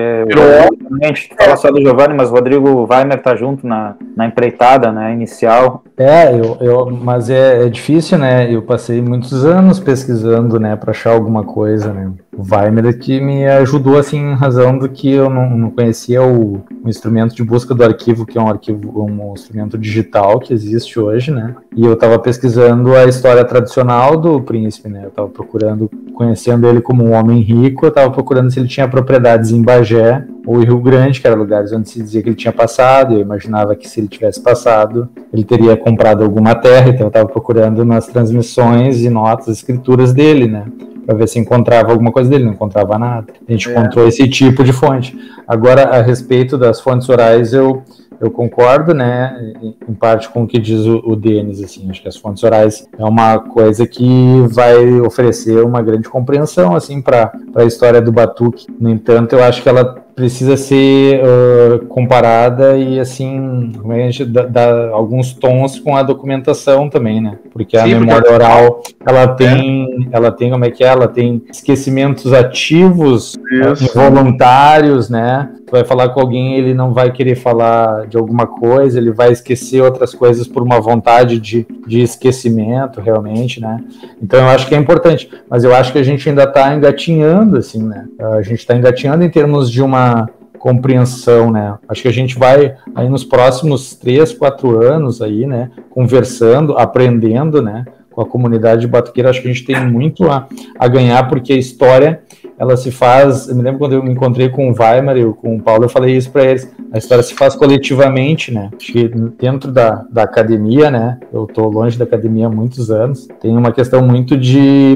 a gente fala só do Giovanni, mas o Rodrigo Weimer tá junto na empreitada, né, inicial. Mas é difícil, né? Eu passei muitos anos pesquisando, né, para achar alguma coisa, né? O Weimer que me ajudou, assim, em razão do que eu não conhecia o instrumento de busca do arquivo, que é um instrumento digital que existe hoje, né? E eu estava pesquisando a história tradicional do príncipe, né? Eu estava procurando, conhecendo ele como um homem rico, eu estava procurando se ele tinha propriedades em Bagé ou em Rio Grande, que eram lugares onde se dizia que ele tinha passado. Eu imaginava que se ele tivesse passado, ele teria comprado alguma terra, então eu estava procurando nas transmissões e notas, escrituras dele, né? Para ver se encontrava alguma coisa dele, não encontrava nada. A gente encontrou esse tipo de fonte. Agora, a respeito das fontes orais, eu concordo, né, em parte com o que diz o Denis, assim, acho que as fontes orais é uma coisa que vai oferecer uma grande compreensão, assim, para a história do batuque. No entanto, eu acho que ela precisa ser comparada e, assim, a gente dá alguns tons com a documentação também, né? Porque a memória oral, ela tem, como é que é? Ela tem esquecimentos ativos, involuntários, né? Tu vai falar com alguém, ele não vai querer falar de alguma coisa, ele vai esquecer outras coisas por uma vontade de esquecimento, realmente, né? Então, eu acho que é importante, mas eu acho que a gente ainda está engatinhando, assim, né? A gente está engatinhando em termos de uma compreensão, né? Acho que a gente vai aí nos próximos 3, 4 anos aí, né? Conversando, aprendendo, né? Com a comunidade batuqueira, acho que a gente tem muito a ganhar, porque a história, ela se faz... Eu me lembro quando eu me encontrei com o Weimar e com o Paulo, eu falei isso para eles, a história se faz coletivamente, né? Acho que dentro da academia, né? Eu tô longe da academia há muitos anos, tem uma questão muito de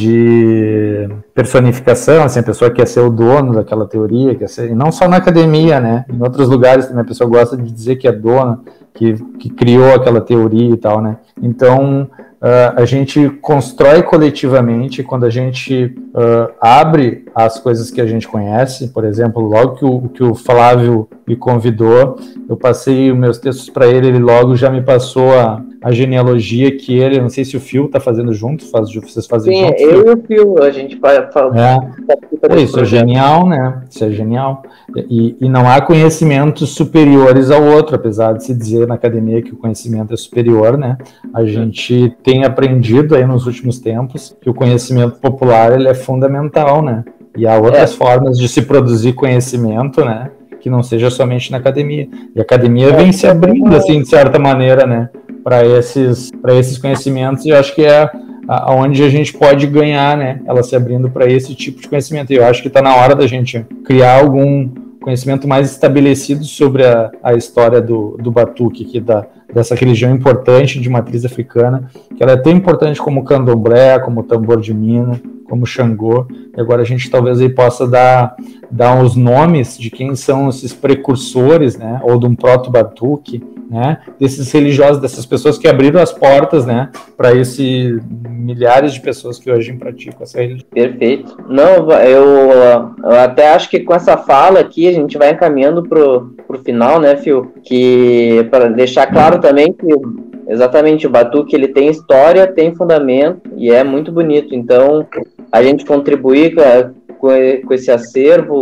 personificação, assim, a pessoa quer ser o dono daquela teoria, quer ser, e não só na academia, né? Em outros lugares também a pessoa gosta de dizer que é dona, que criou aquela teoria e tal, né? Então, a gente constrói coletivamente quando a gente abre as coisas que a gente conhece. Por exemplo, logo que o Flávio me convidou, eu passei os meus textos para ele, ele logo já me passou a genealogia que ele, não sei se o Fio está fazendo junto, vocês fazem junto? Sim, eu e o Fio, a gente fala. Isso é genial, né? Isso é genial. E não há conhecimentos superiores ao outro, apesar de se dizer na academia que o conhecimento é superior, né? A gente tem aprendido aí nos últimos tempos que o conhecimento popular, ele é fundamental, né? E há outras formas de se produzir conhecimento, né? Que não seja somente na academia. E a academia vem se abrindo, assim, de certa maneira, né? Para esses conhecimentos, e eu acho que é onde a gente pode ganhar, né? Ela se abrindo para esse tipo de conhecimento. E eu acho que está na hora da gente criar algum conhecimento mais estabelecido sobre a história do batuque, dessa religião importante de matriz africana, que ela é tão importante como o candomblé, como o tambor de mina, como o Xangô. E agora a gente talvez aí possa dar os nomes de quem são esses precursores, né? Ou de um proto-batuque, né? Desses religiosos, dessas pessoas que abriram as portas, né? Para esses milhares de pessoas que hoje praticam essa religião. Perfeito. Não, eu até acho que com essa fala aqui a gente vai encaminhando pro final, né, Fio? Que para deixar claro também que exatamente o batuque, ele tem história, tem fundamento e é muito bonito. Então, a gente contribuir com esse acervo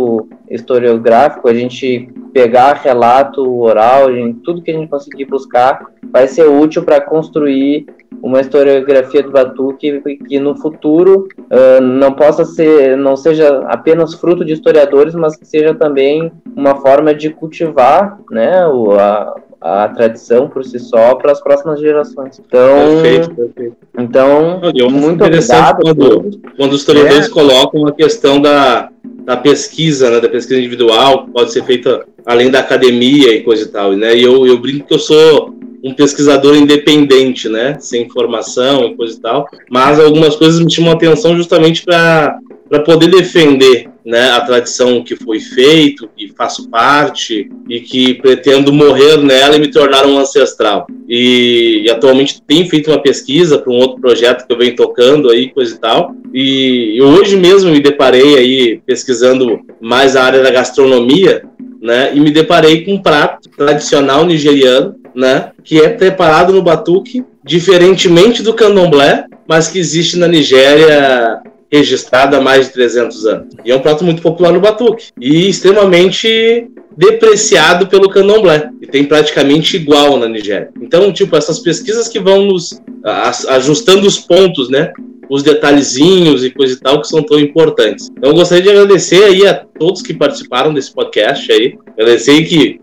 historiográfico, a gente pegar relato oral, tudo que a gente conseguir buscar vai ser útil para construir uma historiografia do Batuque que no futuro não seja apenas fruto de historiadores, mas que seja também uma forma de cultivar, né, a tradição por si só para as próximas gerações. Então, Perfeito. Então, muito interessante obrigado. quando os historiadores colocam a questão da pesquisa, né, da pesquisa individual, que pode ser feita além da academia e coisa e tal, né? E eu brinco que eu sou um pesquisador independente, né, sem formação e coisa e tal, mas algumas coisas me chamam a atenção justamente para poder defender, né, a tradição que foi feito, que faço parte e que pretendo morrer nela e me tornar um ancestral. E atualmente tenho feito uma pesquisa para um outro projeto que eu venho tocando aí, coisa e tal, e hoje mesmo me deparei aí pesquisando mais a área da gastronomia, né, e me deparei com um prato tradicional nigeriano, né, que é preparado no batuque, diferentemente do candomblé, mas que existe na Nigéria registrado há mais de 300 anos. E é um prato muito popular no batuque e extremamente depreciado pelo candomblé, e tem praticamente igual na Nigéria. Então, tipo, essas pesquisas que vão nos ajustando os pontos, né, os detalhezinhos e coisa e tal que são tão importantes. Então, eu gostaria de agradecer aí a todos que participaram desse podcast aí. Agradecer que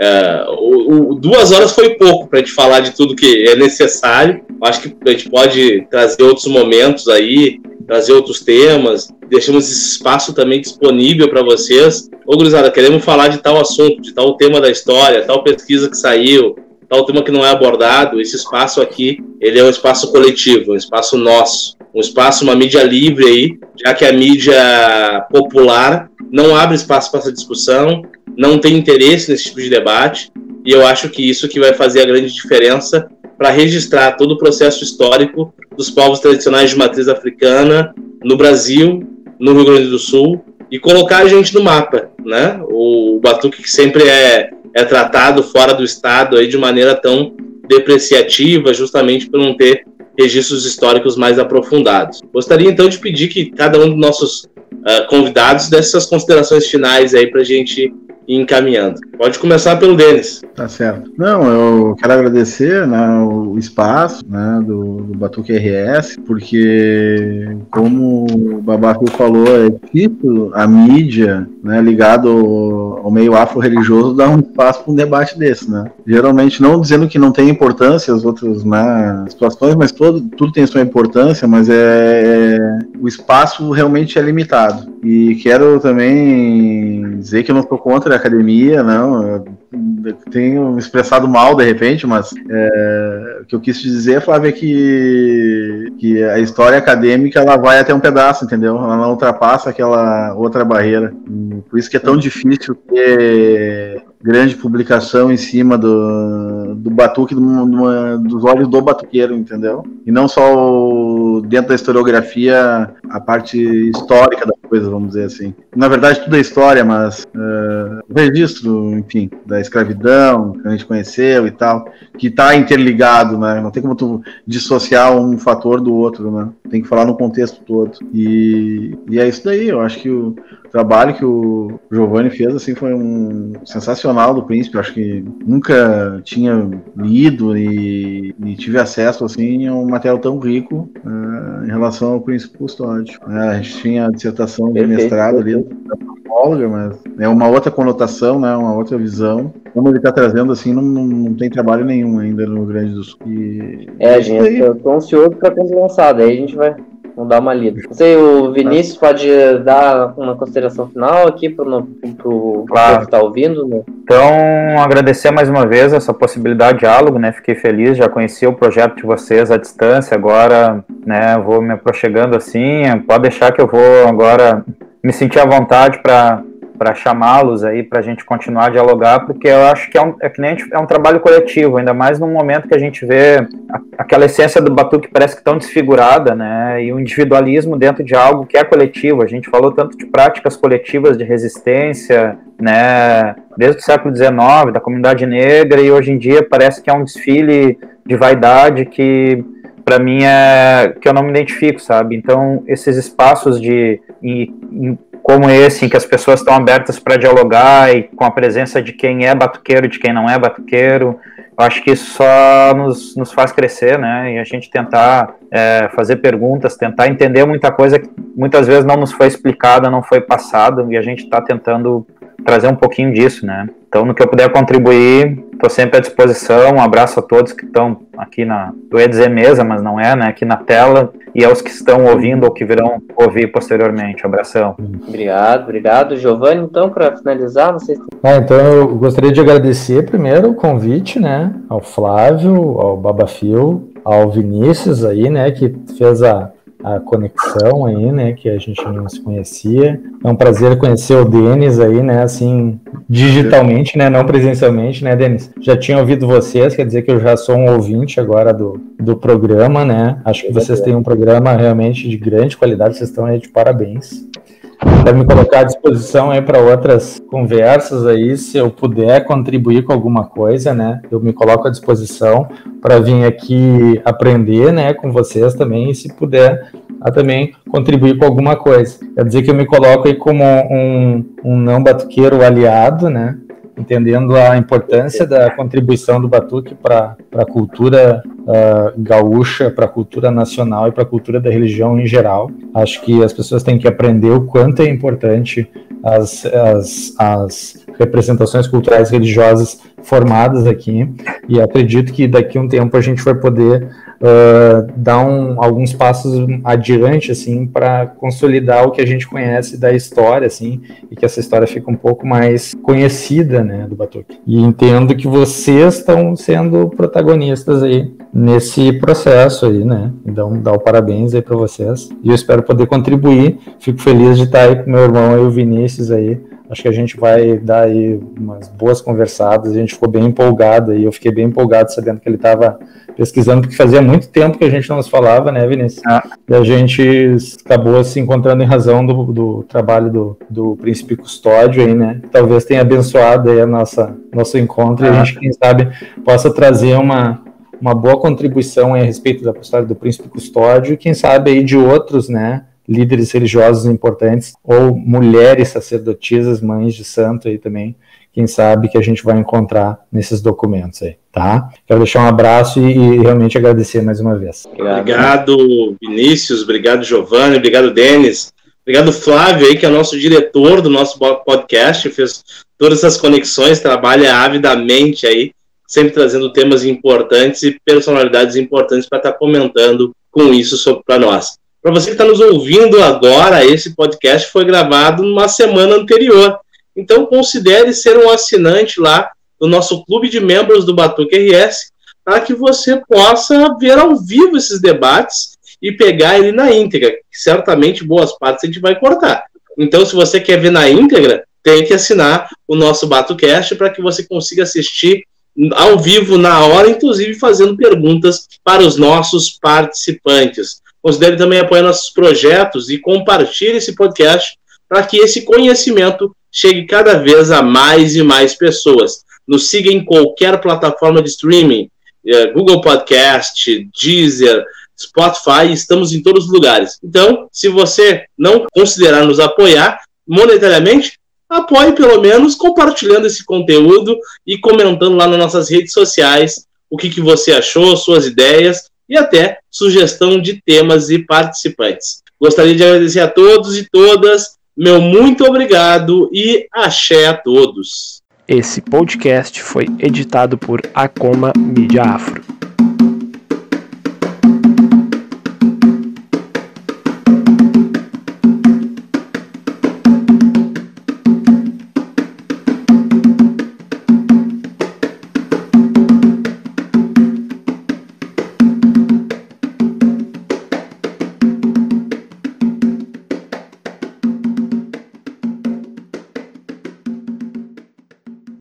2 horas foi pouco para a gente falar de tudo que é necessário. Acho que a gente pode trazer outros momentos aí, trazer outros temas. Deixamos esse espaço também disponível para vocês. Ô, gurizada, queremos falar de tal assunto, de tal tema da história, tal pesquisa que saiu, tal tema que não é abordado. Esse espaço aqui, ele é um espaço coletivo, um espaço nosso, um espaço, uma mídia livre aí, já que a mídia popular não abre espaço para essa discussão, não tem interesse nesse tipo de debate, e eu acho que isso que vai fazer a grande diferença para registrar todo o processo histórico dos povos tradicionais de matriz africana no Brasil, no Rio Grande do Sul, e colocar a gente no mapa, né? O batuque que sempre é tratado fora do estado aí de maneira tão depreciativa, justamente por não ter registros históricos mais aprofundados. Gostaria então de pedir que cada um dos nossos convidados desse suas considerações finais aí para a gente ir encaminhando. Pode começar pelo Denis. Tá certo. Não, eu quero agradecer, né, o espaço, né, do Batuque RS, porque, como o Babacu falou, é difícil a mídia, né, ligada ao meio afro-religioso dar um espaço para um debate desse, né? Geralmente, não dizendo que não tem importância as outras, né, situações, mas tudo tem sua importância, mas o espaço realmente é limitado. E quero também dizer que eu não estou contra a academia, não. Eu tenho me expressado mal de repente, mas o que eu quis dizer, Flávio, é que a história acadêmica ela vai até um pedaço, entendeu? Ela não ultrapassa aquela outra barreira. Por isso que é tão difícil ter grande publicação em cima do batuque, dos olhos do batuqueiro, entendeu? E não só dentro da historiografia, a parte histórica da coisa, vamos dizer assim. Na verdade, tudo é história, mas o registro, enfim, da escravidão, que a gente conheceu e tal, que está interligado, né? Não tem como tu dissociar um fator do outro, né? Tem que falar no contexto todo. E é isso daí, eu acho que o trabalho que o Giovanni fez assim foi sensacional do Príncipe. Eu acho que nunca tinha lido e tive acesso assim a um material tão rico em relação ao Príncipe Custódio. A gente tinha a dissertação de mestrado ali da antropóloga, mas é uma outra conotação, né, uma outra visão. Como ele está trazendo assim, não tem trabalho nenhum ainda no Rio Grande do Sul. Gente, eu tô ansioso para quando lançado, aí a gente vai dar uma lida. Não sei, o Vinícius pode dar uma consideração final aqui pro claro, que está ouvindo, né? Então, agradecer mais uma vez essa possibilidade de diálogo, né? Fiquei feliz, já conheci o projeto de vocês à distância, agora, né, vou me aproximando assim, pode deixar que eu vou agora me sentir à vontade para chamá-los aí, para a gente continuar a dialogar, porque eu acho que é um trabalho coletivo, ainda mais num momento que a gente vê aquela essência do batuque parece que tão desfigurada, né, e o individualismo dentro de algo que é coletivo. A gente falou tanto de práticas coletivas de resistência, né, desde o século XIX, da comunidade negra, e hoje em dia parece que é um desfile de vaidade que, para mim, que eu não me identifico, sabe? Então, esses espaços como esse, em que as pessoas estão abertas para dialogar e com a presença de quem é batuqueiro e de quem não é batuqueiro, eu acho que isso só nos faz crescer, né? E a gente tentar fazer perguntas, tentar entender muita coisa que muitas vezes não nos foi explicada, não foi passada, e a gente está tentando trazer um pouquinho disso, né? Então, no que eu puder contribuir, estou sempre à disposição. Um abraço a todos que estão aqui eu ia dizer mesa, mas não é, né? Aqui na tela, e aos que estão ouvindo ou que virão ouvir posteriormente. Um abração. Obrigado. Giovanni, então, para finalizar, vocês... Então eu gostaria de agradecer primeiro o convite, né? Ao Flávio, ao Babafio, ao Vinícius aí, né? Que fez a conexão aí, né, que a gente não se conhecia. É um prazer conhecer o Denis aí, né, assim, digitalmente, né, não presencialmente, né, Denis? Já tinha ouvido vocês, quer dizer que eu já sou um ouvinte agora do programa, né? Acho que vocês têm um programa realmente de grande qualidade, vocês estão aí de parabéns. Quero me colocar à disposição aí para outras conversas aí, se eu puder contribuir com alguma coisa, né? Eu me coloco à disposição para vir aqui aprender, né, com vocês também, e se puder também contribuir com alguma coisa. Quer dizer que eu me coloco aí como um não batuqueiro aliado, né? Entendendo a importância da contribuição do batuque para a cultura gaúcha, para a cultura nacional e para a cultura da religião em geral. Acho que as pessoas têm que aprender o quanto é importante as representações culturais religiosas formadas aqui, e acredito que daqui a um tempo a gente vai poder dar alguns passos adiante, assim, para consolidar o que a gente conhece da história, assim, e que essa história fique um pouco mais conhecida, né, do batuque. E entendo que vocês estão sendo protagonistas aí nesse processo aí, né, então dá o parabéns aí para vocês, e eu espero poder contribuir. Fico feliz de estar aí com meu irmão e o Vinícius aí. Acho que a gente vai dar aí umas boas conversadas. A gente ficou bem empolgado aí. Eu fiquei bem empolgado sabendo que ele estava pesquisando, porque fazia muito tempo que a gente não se falava, né, Vinícius? E a gente acabou se encontrando em razão do trabalho do Príncipe Custódio aí, né? Talvez tenha abençoado aí nosso encontro, e a gente, quem sabe, possa trazer uma boa contribuição aí a respeito da história do Príncipe Custódio, e quem sabe aí de outros, né, líderes religiosos importantes, ou mulheres sacerdotisas, mães de santo aí também, quem sabe que a gente vai encontrar nesses documentos aí, tá? Quero deixar um abraço e realmente agradecer mais uma vez. Obrigado, Vinícius, obrigado, Giovanni, obrigado, Denis, obrigado, Flávio aí, que é o nosso diretor do nosso podcast, fez todas essas conexões, trabalha avidamente aí, sempre trazendo temas importantes e personalidades importantes para estar comentando com isso para nós. Para você que está nos ouvindo agora, esse podcast foi gravado numa semana anterior. Então, considere ser um assinante lá do nosso clube de membros do Batuque RS, para que você possa ver ao vivo esses debates e pegar ele na íntegra. Certamente, boas partes a gente vai cortar. Então, se você quer ver na íntegra, tem que assinar o nosso BatuCast para que você consiga assistir ao vivo, na hora, inclusive fazendo perguntas para os nossos participantes. Considere também apoiar nossos projetos e compartilhe esse podcast para que esse conhecimento chegue cada vez a mais e mais pessoas. Nos siga em qualquer plataforma de streaming, Google Podcast, Deezer, Spotify, estamos em todos os lugares. Então, se você não considerar nos apoiar monetariamente, apoie pelo menos compartilhando esse conteúdo e comentando lá nas nossas redes sociais o que você achou, suas ideias, e até sugestão de temas e participantes. Gostaria de agradecer a todos e todas, meu muito obrigado e axé a todos. Esse podcast foi editado por Acoma Mídia Afro.